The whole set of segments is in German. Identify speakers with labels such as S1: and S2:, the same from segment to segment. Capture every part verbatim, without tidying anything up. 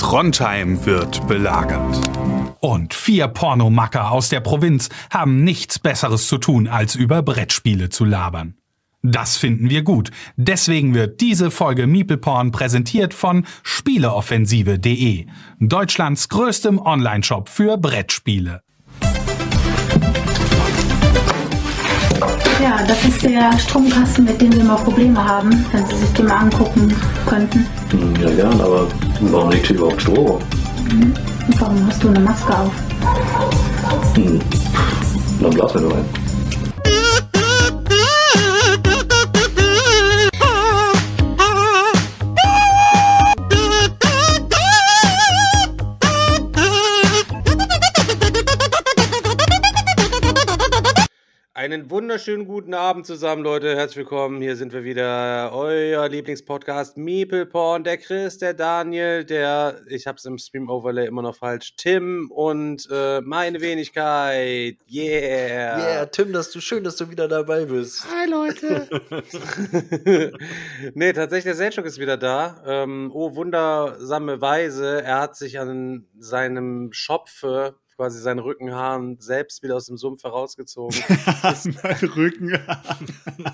S1: Trondheim wird belagert. Und vier Pornomacker aus der Provinz haben nichts Besseres zu tun, als über Brettspiele zu labern. Das finden wir gut. Deswegen wird diese Folge MeeplePorn präsentiert von Spieleoffensive punkt de, Deutschlands größtem Onlineshop für Brettspiele.
S2: Ja, das ist der Stromkasten, mit dem wir mal Probleme haben, wenn Sie sich den mal angucken könnten.
S3: Ja, gern, aber warum liegt hier überhaupt Strom?
S2: Mhm. Warum hast du eine Maske auf?
S3: Hm. Dann blasen wir nur ein.
S4: Einen wunderschönen guten Abend zusammen, Leute. Herzlich willkommen. Hier sind wir wieder. Euer Lieblingspodcast MeeplePorn. Der Chris, der Daniel, der, ich hab's im Stream-Overlay immer noch falsch, Tim und äh, meine Wenigkeit. Yeah.
S5: Yeah, Tim, dass du, schön, dass du wieder dabei bist.
S4: Hi, Leute. Nee, tatsächlich, der Selchuk ist wieder da. Ähm, oh, wundersame Weise. Er hat sich an seinem Schopfe quasi seinen Rückenhaaren selbst wieder aus dem Sumpf herausgezogen.
S5: Mein Rückenhaaren.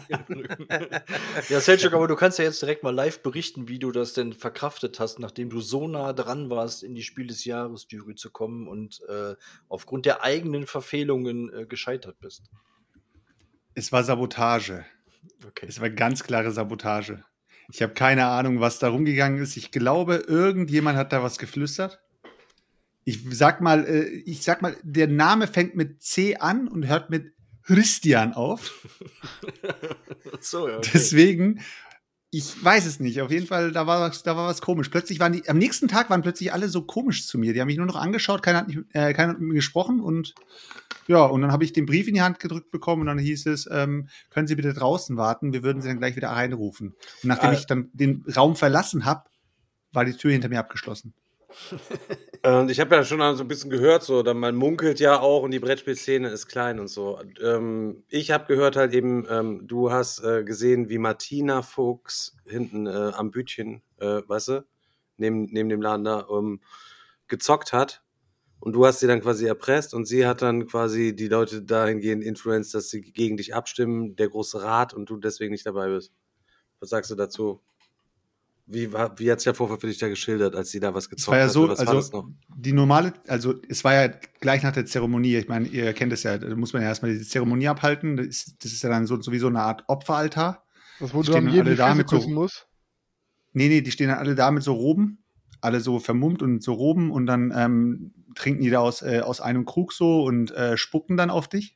S5: Ja, Selchuk, aber du kannst ja jetzt direkt mal live berichten, wie du das denn verkraftet hast, nachdem du so nah dran warst, in die Spiel des Jahres Jury zu kommen und äh, aufgrund der eigenen Verfehlungen äh, gescheitert bist.
S6: Es war Sabotage.
S5: Okay.
S6: Es war ganz klare Sabotage. Ich habe keine Ahnung, was da rumgegangen ist. Ich glaube, irgendjemand hat da was geflüstert. Ich sag mal, äh, ich sag mal, der Name fängt mit C an und hört mit Christian auf.
S5: So, ja, okay.
S6: Deswegen, ich weiß es nicht. Auf jeden Fall, da war was, da war was komisch. Plötzlich waren die, am nächsten Tag waren plötzlich alle so komisch zu mir. Die haben mich nur noch angeschaut, keiner hat, nicht, äh, keiner hat mit mir gesprochen und ja, und dann habe ich den Brief in die Hand gedrückt bekommen und dann hieß es, ähm, können Sie bitte draußen warten, wir würden Sie dann gleich wieder reinrufen. Und nachdem ah. ich dann den Raum verlassen habe, war die Tür hinter mir abgeschlossen.
S4: Und ich habe ja schon so ein bisschen gehört, so, dann man munkelt ja auch und die Brettspielszene ist klein und so. Und, ähm, ich habe gehört halt eben, ähm, du hast äh, gesehen, wie Martina Fuchs hinten äh, am Bütchen, äh, weißt du, neben, neben dem Laden da, ähm, gezockt hat. Und du hast sie dann quasi erpresst und sie hat dann quasi die Leute dahingehend influenced, dass sie gegen dich abstimmen, der große Rat und du deswegen nicht dabei bist. Was sagst du dazu? Wie, wie hat sich der Vorfall für dich da geschildert, als sie da was gezockt
S6: war ja
S4: hat?
S6: so,
S4: Was
S6: also
S4: war das noch?
S6: Die normale, also es war ja gleich nach der Zeremonie, ich meine, ihr kennt es ja, da muss man ja erstmal die Zeremonie abhalten, das ist, das ist ja dann so, sowieso eine Art Opferaltar.
S7: Das, wo du dann jeden die Füße küssen musst?
S6: Nee, nee, die stehen dann alle da mit so Roben, alle so vermummt und so Roben und dann ähm, trinken die da aus, äh, aus einem Krug so und äh, spucken dann auf dich.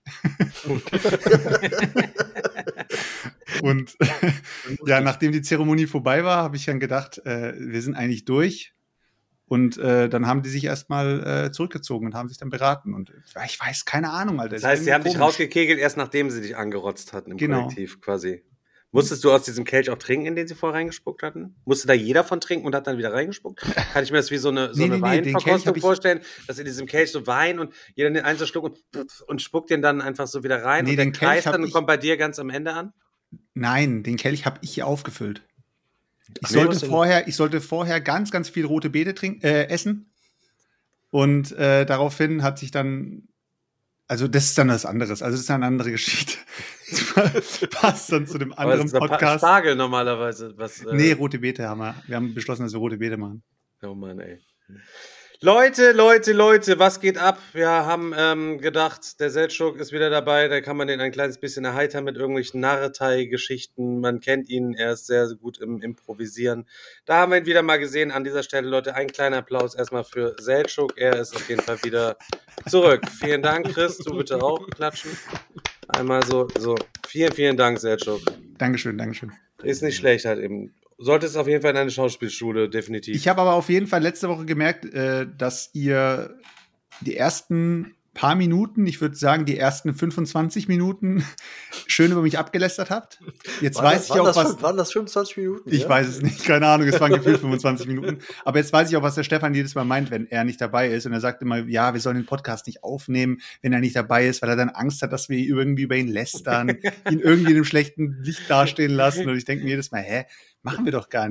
S6: Und ja, nachdem die Zeremonie vorbei war, habe ich dann gedacht, äh, wir sind eigentlich durch. Und äh, dann haben die sich erstmal äh, zurückgezogen und haben sich dann beraten. Und ich weiß, keine Ahnung, Alter.
S4: Das heißt, sie haben dich rausgekegelt, erst nachdem sie dich angerotzt hatten im
S6: genau.
S4: Kollektiv quasi. Musstest du aus diesem Kelch auch trinken, in den sie vorher reingespuckt hatten? Musste da jeder von trinken und hat dann wieder reingespuckt? Kann ich mir das wie so eine, so
S6: nee,
S4: eine
S6: nee,
S4: Weinverkostung
S6: nee,
S4: vorstellen, dass in diesem Kelch so Wein und jeder den einzelnen Schluck und, und spuckt den dann einfach so wieder rein
S6: nee,
S4: und der
S6: den
S4: Kreis
S6: Kelch
S4: dann
S6: ich,
S4: kommt bei dir ganz am Ende an?
S6: Nein, den Kelch habe ich hier aufgefüllt. Ich
S5: Ach,
S6: sollte, vorher, ich sollte vorher ganz, ganz viel rote Beete trinken, äh, essen. Und äh, daraufhin hat sich dann, also das ist dann was anderes, also das ist eine andere Geschichte. Passt dann zu dem anderen
S4: Aber
S6: Podcast.
S4: Spargel normalerweise. Was, äh
S6: nee, rote Beete haben wir. Wir haben beschlossen, dass wir rote Beete machen.
S4: Oh Mann, ey. Leute, Leute, Leute, was geht ab? Wir haben ähm, gedacht, der Selchuk ist wieder dabei, da kann man den ein kleines bisschen erheitern mit irgendwelchen Narretei-Geschichten. Man kennt ihn, er ist sehr, sehr gut im Improvisieren. Da haben wir ihn wieder mal gesehen. An dieser Stelle, Leute, ein kleiner Applaus erstmal für Selchuk. Er ist auf jeden Fall wieder zurück. Vielen Dank, Chris, du bitte auch klatschen. Einmal so, so. Vielen, vielen Dank, Selchuk.
S6: Dankeschön, Dankeschön.
S4: Ist nicht schlecht halt eben. Solltest auf jeden Fall in eine Schauspielschule, definitiv.
S6: Ich habe aber auf jeden Fall letzte Woche gemerkt, äh, dass ihr die ersten paar Minuten, ich würde sagen die ersten fünfundzwanzig Minuten schön über mich abgelästert habt. Jetzt
S5: war
S6: weiß
S5: das,
S6: ich auch,
S5: das,
S6: was...
S5: Waren das fünfundzwanzig Minuten?
S6: Ich
S5: ja?
S6: weiß es nicht, keine Ahnung, es waren gefühlt fünfundzwanzig Minuten. Aber jetzt weiß ich auch, was der Stefan jedes Mal meint, wenn er nicht dabei ist. Und er sagt immer, ja, wir sollen den Podcast nicht aufnehmen, wenn er nicht dabei ist, weil er dann Angst hat, dass wir irgendwie über ihn lästern, ihn irgendwie in einem schlechten Licht dastehen lassen. Und ich denke mir jedes Mal, hä, machen wir doch gar nicht.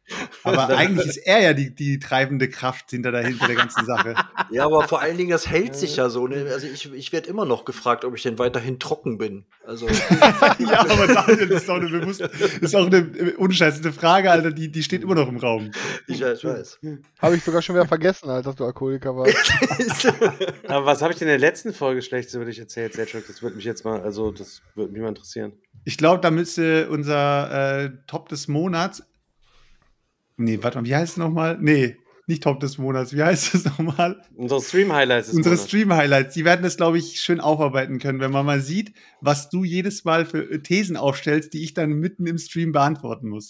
S6: Aber eigentlich ist er ja die, die treibende Kraft hinter der, hinter der ganzen Sache.
S5: Ja, aber vor allen Dingen, das hält sich ja so. Ne? Also ich, ich werde immer noch gefragt, ob ich denn weiterhin trocken bin. Also
S6: ja, aber Daniel, das ist auch eine bewusst, das ist auch eine unscheißende Frage, Alter, die, die steht immer noch im Raum.
S5: Ich weiß.
S7: Habe ich sogar schon wieder vergessen, als dass du Alkoholiker warst.
S4: Aber was habe ich denn in der letzten Folge Schlechtes über dich erzählt, Selchuk? Das würde mich jetzt mal, also das würde mich mal interessieren.
S6: Ich glaube, da müsste unser äh, Top des Monats. Nee, warte mal, wie heißt es nochmal? Nee, nicht Top des Monats. Wie heißt es nochmal?
S4: Unsere Stream-Highlights.
S6: Unsere Stream-Highlights. Die werden das, glaube ich, schön aufarbeiten können, wenn man mal sieht, was du jedes Mal für Thesen aufstellst, die ich dann mitten im Stream beantworten muss.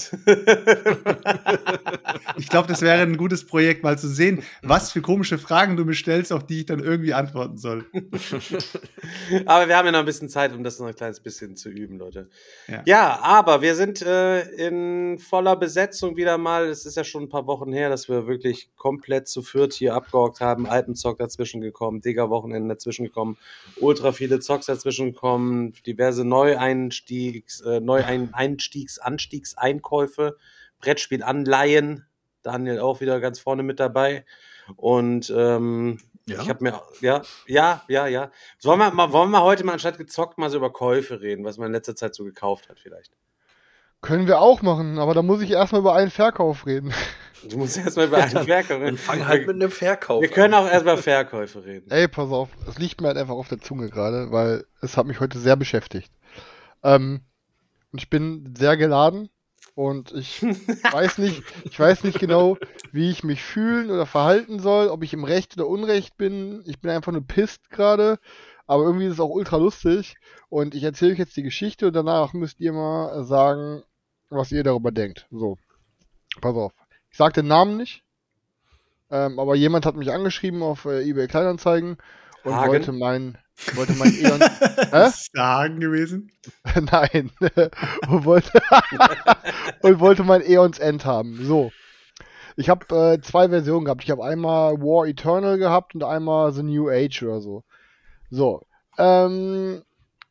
S6: Ich glaube, das wäre ein gutes Projekt, mal zu sehen, was für komische Fragen du mir stellst, auf die ich dann irgendwie antworten soll.
S4: Aber wir haben ja noch ein bisschen Zeit, um das noch ein kleines bisschen zu üben, Leute.
S6: Ja,
S4: ja aber wir sind äh, in voller Besetzung wieder mal. Es ist ja schon ein paar Wochen her, dass wir wirklich komplett zu viert hier abgehockt haben. Alpenzock dazwischen gekommen, Digga-Wochenende dazwischen gekommen, ultra viele Zocks dazwischen gekommen, diverse Neueinstiegs, äh, Neueinstiegs, Anstiegseinkäufe, Brettspielanleihen. Daniel auch wieder ganz vorne mit dabei. Und ähm, ja? ich habe mir, ja, ja, ja, ja. Wollen wir, mal, wollen wir heute mal anstatt gezockt mal so über Käufe reden, was man in letzter Zeit so gekauft hat vielleicht?
S7: Können wir auch machen, aber da muss ich erstmal über einen Verkauf reden.
S4: Du musst erstmal über einen Verkauf reden.
S5: Dann fang halt mit einem Verkauf
S4: Wir können auch erstmal Verkäufe reden.
S7: Ey, pass auf, es liegt mir halt einfach auf der Zunge gerade, weil es hat mich heute sehr beschäftigt. Ähm, und ich bin sehr geladen und ich weiß nicht, ich weiß nicht genau, wie ich mich fühlen oder verhalten soll, ob ich im Recht oder Unrecht bin. Ich bin einfach nur pisst gerade, aber irgendwie ist es auch ultra lustig und ich erzähle euch jetzt die Geschichte und danach müsst ihr mal sagen, was ihr darüber denkt. So, pass auf. Ich sag den Namen nicht, ähm, aber jemand hat mich angeschrieben auf äh, eBay Kleinanzeigen und
S4: Hagen?
S7: wollte mein, wollte mein Eon... Hä?
S6: Ist der Hagen gewesen?
S7: Nein. und, wollte und wollte mein Eons End haben. So. Ich habe äh, zwei Versionen gehabt. Ich habe einmal War Eternal gehabt und einmal The New Age oder so. So. Ähm,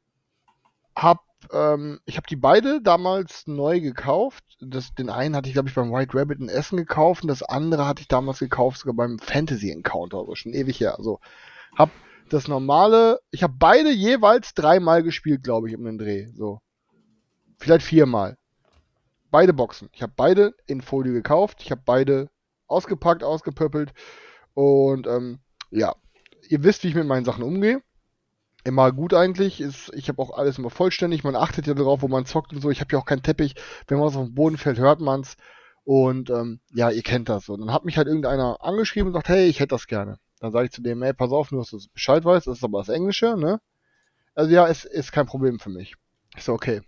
S7: hab, ähm, ich habe die beide damals neu gekauft. Das, den einen hatte ich, glaube ich, beim White Rabbit in Essen gekauft und das andere hatte ich damals gekauft, sogar beim Fantasy Encounter, also schon ewig her. Also, hab das normale, ich habe beide jeweils dreimal gespielt, glaube ich, um den Dreh. So. Vielleicht viermal. Beide Boxen. Ich habe beide in Folie gekauft. Ich habe beide ausgepackt, ausgepöppelt. Und ähm, ja, ihr wisst, wie ich mit meinen Sachen umgehe. Immer gut eigentlich. Ist, ich habe auch alles immer vollständig. Man achtet ja darauf, wo man zockt und so. Ich habe ja auch keinen Teppich. Wenn man was auf den Boden fällt, hört man's. Und ähm, ja, ihr kennt das. Und dann hat mich halt irgendeiner angeschrieben und sagt, hey, ich hätte das gerne. Dann sage ich zu dem, ey, pass auf, nur dass du Bescheid weißt, das ist aber das Englische, ne? Also ja, es ist kein Problem für mich. Ich so, okay.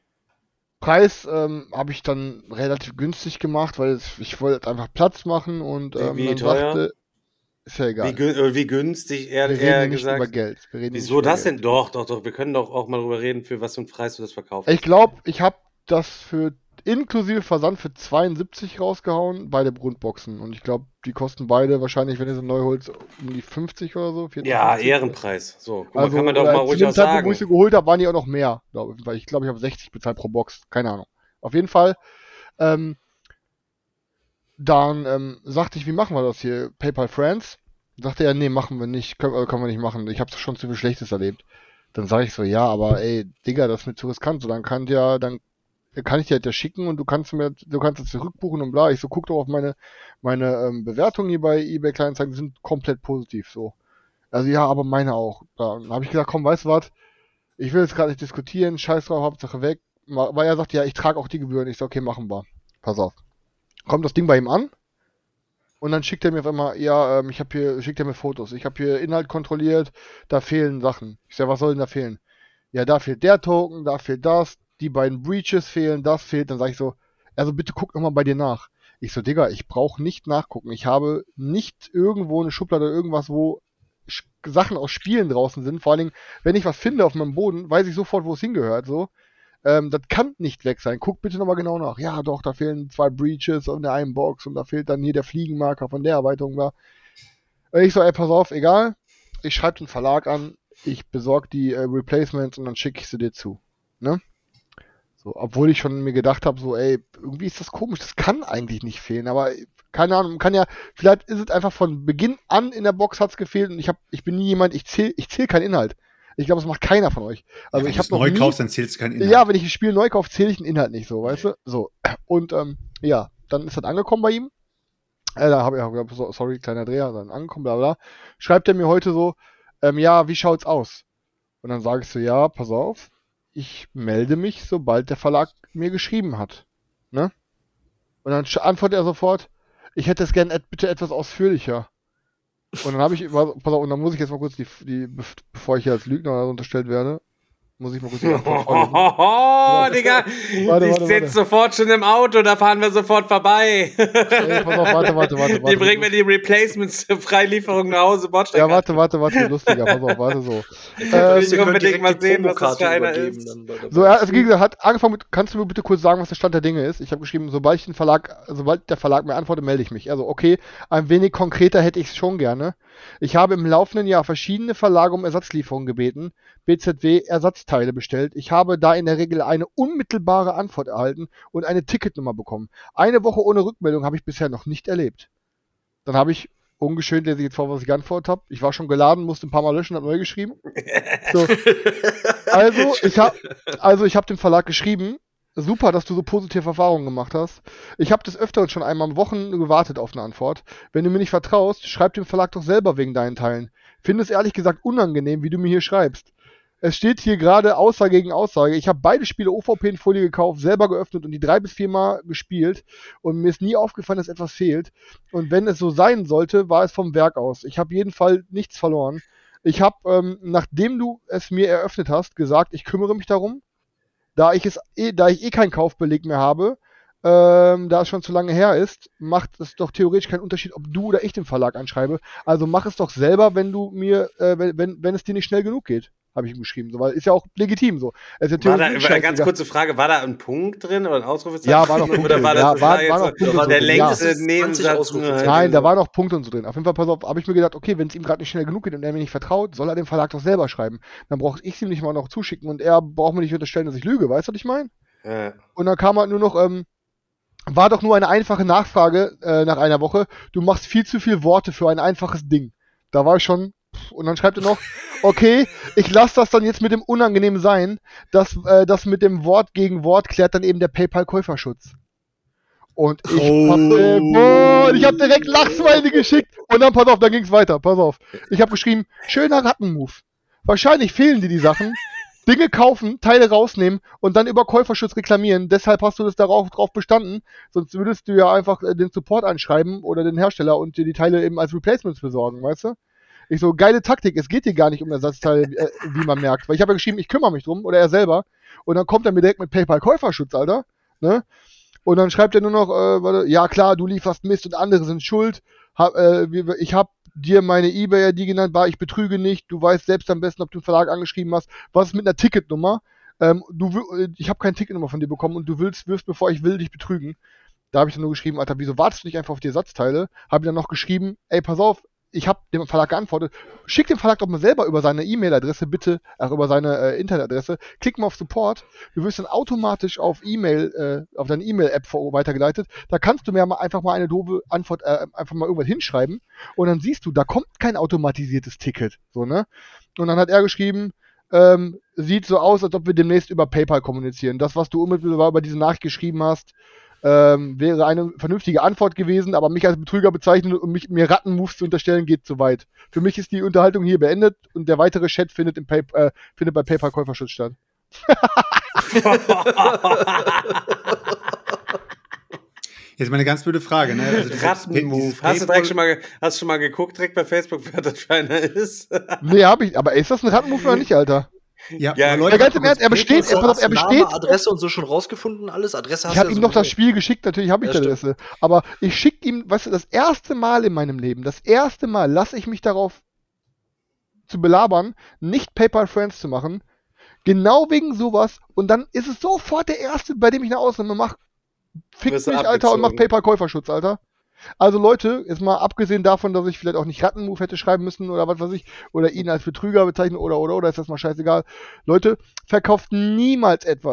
S7: Preis ähm, habe ich dann relativ günstig gemacht, weil es, ich wollte einfach Platz machen und ähm,
S4: wie, wie
S7: dann
S4: teuer?
S7: sagte, ist ja egal.
S4: Wie, gün wie günstig er,
S7: wir reden
S4: er
S7: ja nicht
S4: gesagt.
S7: über Geld. Wir reden
S4: Wieso
S7: nicht über
S4: das
S7: Geld.
S4: denn? Doch, doch, doch. Wir können doch auch mal drüber reden, für was für einen Preis du das verkaufst.
S7: Ich glaube, ich habe das für inklusive Versand für zweiundsiebzig rausgehauen, beide Grundboxen. Und ich glaube, die kosten beide wahrscheinlich, wenn ihr sie neu holt, um die fünfzig oder so. vierzig,
S4: Ja,
S7: fünfzig.
S4: Ehrenpreis. So, guck mal,
S7: Also,
S4: kann man doch
S7: äh,
S4: mal
S7: zu
S4: ruhig
S7: dem
S4: auch
S7: Zeitpunkt,
S4: sagen.
S7: wo ich sie geholt habe, waren die auch noch mehr, glaube ich. Weil ich glaube, ich habe sechzig bezahlt pro Box. Keine Ahnung. Auf jeden Fall. Ähm, dann ähm, sagte ich, wie machen wir das hier? PayPal Friends? Sagte er, nee, machen wir nicht. Können, können wir nicht machen. Ich habe schon zu viel Schlechtes erlebt. Dann sage ich so, ja, aber ey, Digga, das ist mir zu riskant. So, dann kann ja, dann kann ich dir halt das schicken und du kannst mir, du kannst es zurückbuchen und bla. Ich so, guck doch auf meine, meine ähm, Bewertungen hier bei eBay Kleinanzeigen, die sind komplett positiv, so. Also ja, aber meine auch. Ja, dann habe ich gesagt, komm, weißt du was? Ich will jetzt gerade nicht diskutieren, scheiß drauf, Hauptsache weg. Weil er sagt, ja, ich trage auch die Gebühren. Ich so, okay, machen wir. Pass auf. Kommt das Ding bei ihm an und dann schickt er mir auf einmal, ja, ähm, ich habe hier, schickt er mir Fotos. Ich habe hier Inhalt kontrolliert, da fehlen Sachen. Ich sag, was soll denn da fehlen? Ja, da fehlt der Token, da fehlt das, die beiden Breaches fehlen, das fehlt. Dann sage ich so, also bitte guck nochmal bei dir nach. Ich so, Digga, ich brauche nicht nachgucken. Ich habe nicht irgendwo eine Schublade oder irgendwas, wo Sachen aus Spielen draußen sind. Vor allen Dingen, wenn ich was finde auf meinem Boden, weiß ich sofort, wo es hingehört. So, ähm, das kann nicht weg sein. Guck bitte nochmal genau nach. Ja, doch, da fehlen zwei Breaches und der einen Box und da fehlt dann hier der Fliegenmarker von der Erweiterung da. Ich so, ey, pass auf, egal. Ich schreibe den Verlag an, ich besorge die äh, Replacements und dann schicke ich sie dir zu. Ne? So, obwohl ich schon mir gedacht habe, so, ey, irgendwie ist das komisch, das kann eigentlich nicht fehlen, aber keine Ahnung, kann ja, vielleicht ist es einfach von Beginn an in der Box hat's gefehlt und ich hab, ich bin nie jemand, ich zähle ich zähl keinen Inhalt. Ich glaube, das macht keiner von euch. Also
S6: ja,
S7: ich habe
S6: noch
S7: neu
S6: nie, kaufst, dann zählst du keinen Inhalt.
S7: Ja, wenn ich ein Spiel neu kaufe, zähle ich den Inhalt nicht so, weißt du? So. Und ähm, ja, dann ist das angekommen bei ihm. Äh, da habe ich hab, so, sorry, kleiner Dreher, dann angekommen, bla bla. Schreibt er mir heute so, ähm, ja, wie schaut's aus? Und dann sage ich so, ja, pass auf, ich melde mich, sobald der Verlag mir geschrieben hat. Ne? Und dann antwortet er sofort, ich hätte es gern et- bitte etwas ausführlicher. Und dann habe ich, pass auf, und dann muss ich jetzt mal kurz die, die bevor ich hier als Lügner oder so unterstellt werde, muss ich mal kurz die Antwort vorlesen.
S4: Oh, Digga,
S7: Warte,
S4: ich
S7: warte,
S4: sitze
S7: warte.
S4: sofort schon im Auto, da fahren wir sofort vorbei.
S7: Ey, pass auf, warte, warte, warte,
S4: Die
S7: warte.
S4: bringen mir die Replacements zur Freilieferung nach Hause, Bordstein.
S7: Ja, warte, warte, warte, lustiger, pass auf, warte so.
S4: Ich
S7: Ähm,
S4: will
S5: Ihr könnt
S4: unbedingt
S5: direkt
S4: mal
S5: die
S4: sehen, was das
S5: Promokarte
S4: für einer
S5: übergeben.
S4: ist.
S5: Dann bei der
S7: So, er also, wie gesagt, hat angefangen mit, kannst du mir bitte kurz sagen, was der Stand der Dinge ist? Ich habe geschrieben, sobald ich den Verlag, sobald der Verlag mir antwortet, melde ich mich. Also, okay, ein wenig konkreter hätte ich es schon gerne. Ich habe im laufenden Jahr verschiedene Verlage um Ersatzlieferungen gebeten, B Z W Ersatzteile bestellt. Ich habe da in der Regel eine unmittelbare Antwort erhalten und eine Ticketnummer bekommen. Eine Woche ohne Rückmeldung habe ich bisher noch nicht erlebt. Dann habe ich, ungeschönt lese ich jetzt vor, was ich geantwortet habe. Ich war schon geladen, musste ein paar Mal löschen, habe neu geschrieben. So. Also, ich habe also ich hab dem Verlag geschrieben, super, dass du so positive Erfahrungen gemacht hast. Ich habe des Öfteren schon einmal Wochen gewartet auf eine Antwort. Wenn du mir nicht vertraust, schreib dem Verlag doch selber wegen deinen Teilen. Finde es ehrlich gesagt unangenehm, wie du mir hier schreibst. Es steht hier gerade Aussage gegen Aussage. Ich habe beide Spiele O V P in Folie gekauft, selber geöffnet und die drei bis viermal gespielt und mir ist nie aufgefallen, dass etwas fehlt. Und wenn es so sein sollte, war es vom Werk aus. Ich habe jeden Fall nichts verloren. Ich habe, ähm, nachdem du es mir eröffnet hast, gesagt, ich kümmere mich darum. Da ich es eh, da ich eh keinen Kaufbeleg mehr habe, ähm, da es schon zu lange her ist, macht es doch theoretisch keinen Unterschied, ob du oder ich den Verlag anschreibe. Also mach es doch selber, wenn du mir, äh, wenn, wenn, wenn es dir nicht schnell genug geht, habe ich ihm geschrieben. So, weil ist ja auch legitim so. Es ist ja
S4: War da,
S7: theoretisch
S4: war, ganz
S7: scheißegal.
S4: kurze Frage, war da ein Punkt drin oder ein Ausrufezeichen?
S7: Ja, war noch Punkte.
S4: Oder war das,
S7: Ja,
S4: das
S7: war-
S4: war
S7: war
S4: jetzt
S7: noch
S4: so
S7: Punkte
S4: der
S7: so drin,
S4: längste
S5: ja.
S4: Nebensatz?
S5: Ausrufezeichen.
S7: Nein, da war noch Punkt und so drin. Auf jeden Fall, pass auf, habe ich mir gedacht, okay, wenn es ihm gerade nicht schnell genug geht und er mir nicht vertraut, soll er dem Verlag doch selber schreiben. Dann brauche ich es ihm nicht mal noch zuschicken und er braucht mir nicht unterstellen, dass ich lüge, weißt du, was ich meine?
S4: Ja.
S7: Und dann kam halt nur noch, ähm, war doch nur eine einfache Nachfrage äh, nach einer Woche. Du machst viel zu viel Worte für ein einfaches Ding. Da war ich schon. pff, Und dann schreibt er noch, okay, ich lasse das dann jetzt mit dem Unangenehm sein. Das, äh, das mit dem Wort gegen Wort klärt dann eben der PayPal-Käuferschutz. Und ich
S6: Oh.
S7: hab, äh, boah, ich hab direkt Lachsmiley geschickt. Und dann, pass auf, dann ging's weiter. Pass auf. Ich habe geschrieben, schöner Rattenmove. Wahrscheinlich fehlen dir die Sachen. Dinge kaufen, Teile rausnehmen und dann über Käuferschutz reklamieren. Deshalb hast du das darauf drauf bestanden. Sonst würdest du ja einfach äh, den Support anschreiben oder den Hersteller und dir die Teile eben als Replacements besorgen, weißt du? Ich so, geile Taktik. Es geht dir gar nicht um Ersatzteile, äh, wie man merkt. Weil ich habe ja geschrieben, ich kümmere mich drum oder er selber. Und dann kommt er mir direkt mit PayPal-Käuferschutz, Alter. Ne? Und dann schreibt er nur noch, äh, warte, ja klar, du lieferst Mist und andere sind schuld. Hab, äh, wie- ich habe dir meine eBay-I D genannt, war ich betrüge nicht. Du weißt selbst am besten, ob du den Verlag angeschrieben hast. Was ist mit einer Ticketnummer? Ähm, du, wi- äh, ich habe keine Ticketnummer von dir bekommen und du willst, wirst, bevor ich will, dich betrügen. Da habe ich dann nur geschrieben, Alter, wieso wartest du nicht einfach auf die Ersatzteile? Habe dann noch geschrieben, ey, pass auf, ich habe dem Verlag geantwortet, schick dem Verlag doch mal selber über seine E-Mail-Adresse, bitte, auch über seine äh, Internetadresse, klick mal auf Support, du wirst dann automatisch auf E-Mail, äh, auf deine E-Mail-App vor- weitergeleitet, da kannst du mir mal einfach mal eine doofe Antwort, äh, einfach mal irgendwas hinschreiben und dann siehst du, da kommt kein automatisiertes Ticket, so, ne? Und dann hat er geschrieben, ähm, sieht so aus, als ob wir demnächst über PayPal kommunizieren. Das, was du unmittelbar über diese Nachricht geschrieben hast, ähm, wäre eine vernünftige Antwort gewesen, aber mich als Betrüger bezeichnen und mich, mir Rattenmoves zu unterstellen, geht zu weit. Für mich ist die Unterhaltung hier beendet und der weitere Chat findet, im Pay äh, findet bei PayPal Käuferschutz statt.
S6: Jetzt mal eine ganz blöde Frage. Ne? Also dieses-
S4: Rattenmove.
S6: dieses
S4: Hast du
S6: Paypal-
S4: direkt schon mal, ge- hast du schon mal geguckt, direkt bei Facebook, wer das für einer ist?
S7: Nee, hab ich, aber ist das ein Rattenmove oder nicht, Alter?
S6: Ja,
S4: Ja,
S6: aber
S7: Ja,
S6: Leute,
S7: ganz im Ernst, er besteht,
S5: So,
S7: er, pass auf,
S5: hast
S7: er
S5: du
S7: besteht.
S5: Name, Adresse und so schon rausgefunden, alles? Adresse hast
S7: Ich habe
S5: du
S7: ihm
S5: ja
S7: doch das
S5: sowieso.
S7: Spiel geschickt, natürlich habe ich
S5: Ja,
S7: die
S5: stimmt.
S7: Adresse. Aber ich schicke ihm, weißt du, das erste Mal in meinem Leben, das erste Mal lasse ich mich darauf zu belabern, nicht PayPal Friends zu machen. Genau wegen sowas. Und dann ist es sofort der erste, bei dem ich eine Ausnahme mache. Fick
S4: Wirst
S7: mich,
S4: du
S7: Alter, und mach
S4: abgezogen.
S7: PayPal Käuferschutz, Alter. Also Leute, jetzt mal abgesehen davon, dass ich vielleicht auch nicht Rattenmove hätte schreiben müssen oder was weiß ich, oder ihn als Betrüger bezeichnen oder oder oder ist das mal scheißegal. Leute, verkauft niemals etwas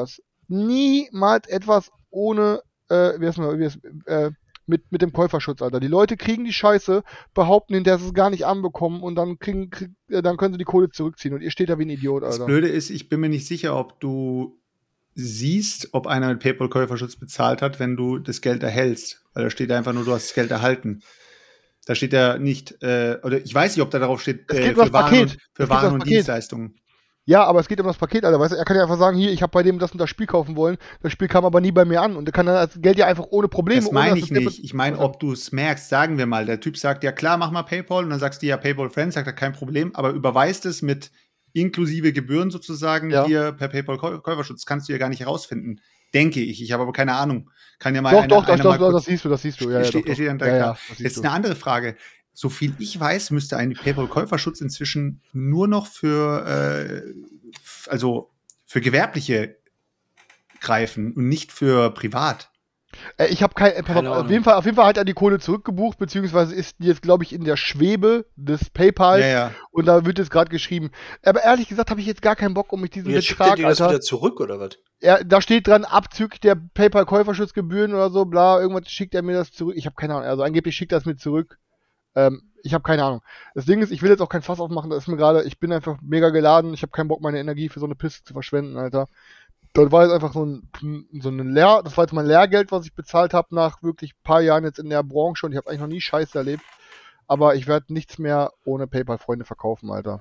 S7: niemals etwas ohne, äh, wie heißt man, wie heißt, äh, mit, mit dem Käuferschutz, Alter. Die Leute kriegen die Scheiße, behaupten hinterher, dass sie es gar nicht anbekommen und dann kriegen, krieg, äh, dann können sie die Kohle zurückziehen und ihr steht da wie ein Idiot, Alter.
S6: Das Blöde ist, ich bin mir nicht sicher, ob du siehst, ob einer mit PayPal-Käuferschutz bezahlt hat, wenn du das Geld erhältst. Weil da steht einfach nur, du hast das Geld erhalten. Da steht ja nicht, äh, oder ich weiß nicht, ob da darauf steht,
S7: Es
S6: äh,
S7: geht um
S6: für
S7: das
S6: Waren,
S7: Paket.
S6: und,
S7: Es
S6: für
S7: geht
S6: Waren
S7: um das
S6: und
S7: Paket.
S6: Dienstleistungen.
S7: Ja, aber es geht um das Paket, Alter. Weißt du, er kann ja einfach sagen, hier, ich habe bei dem das und das Spiel kaufen wollen, das Spiel kam aber nie bei mir an und er kann dann das Geld ja einfach ohne Probleme.
S6: Das
S7: ohne
S6: meine
S7: dass
S6: ich
S7: das
S6: nicht. Ich meine, ob du es merkst, sagen wir mal, der Typ sagt, ja klar, mach mal PayPal und dann sagst du ja PayPal Friends, sagt er, kein Problem, aber überweist es mit inklusive Gebühren sozusagen
S7: Ja.
S6: dir per PayPal Käu- Käuferschutz, kannst du ja gar nicht herausfinden. Denke ich. Ich habe aber keine Ahnung. Kann ja mal
S7: Doch,
S6: einer,
S7: doch, doch,
S6: einer
S7: doch,
S6: mal
S7: doch,
S6: kurz-
S7: das siehst du, das siehst du. Ja, ja,
S6: Steht-
S7: doch, doch.
S6: steht dann
S7: Ja,
S6: direkt
S7: ja,
S6: da.
S7: das siehst
S6: Jetzt
S7: du.
S6: eine andere Frage. So viel ich weiß, müsste ein PayPal-Käuferschutz inzwischen nur noch für, äh, f- also für Gewerbliche greifen und nicht für privat.
S7: Äh, ich habe kein, äh, pass
S5: Keine
S7: auf, auf
S5: Ahnung.
S7: jeden Fall, auf jeden Fall hat er die Kohle zurückgebucht, beziehungsweise ist die jetzt, glaube ich, in der Schwebe des PayPal
S6: Ja, ja.
S7: und da wird jetzt gerade geschrieben. Aber ehrlich gesagt habe ich jetzt gar keinen Bock, um mich diesen
S5: Jetzt schickt
S7: Betrag,
S5: ihr die das
S7: Alter.
S5: wieder zurück, oder was?
S7: Er, da steht dran, abzüglich der PayPal-Käuferschutzgebühren oder so, bla, irgendwas schickt er mir das zurück. Ich habe keine Ahnung, also angeblich schickt er es mir zurück. Ähm, ich habe keine Ahnung. Das Ding ist, ich will jetzt auch kein Fass aufmachen, das ist mir gerade, ich bin einfach mega geladen, ich habe keinen Bock, meine Energie für so eine Piste zu verschwenden, Alter. Das war jetzt einfach so ein, so ein Lehr, das war jetzt mein Lehrgeld, was ich bezahlt habe nach wirklich ein paar Jahren jetzt in der Branche und ich habe eigentlich noch nie Scheiße erlebt. Aber ich werde nichts mehr ohne PayPal-Freunde verkaufen, Alter.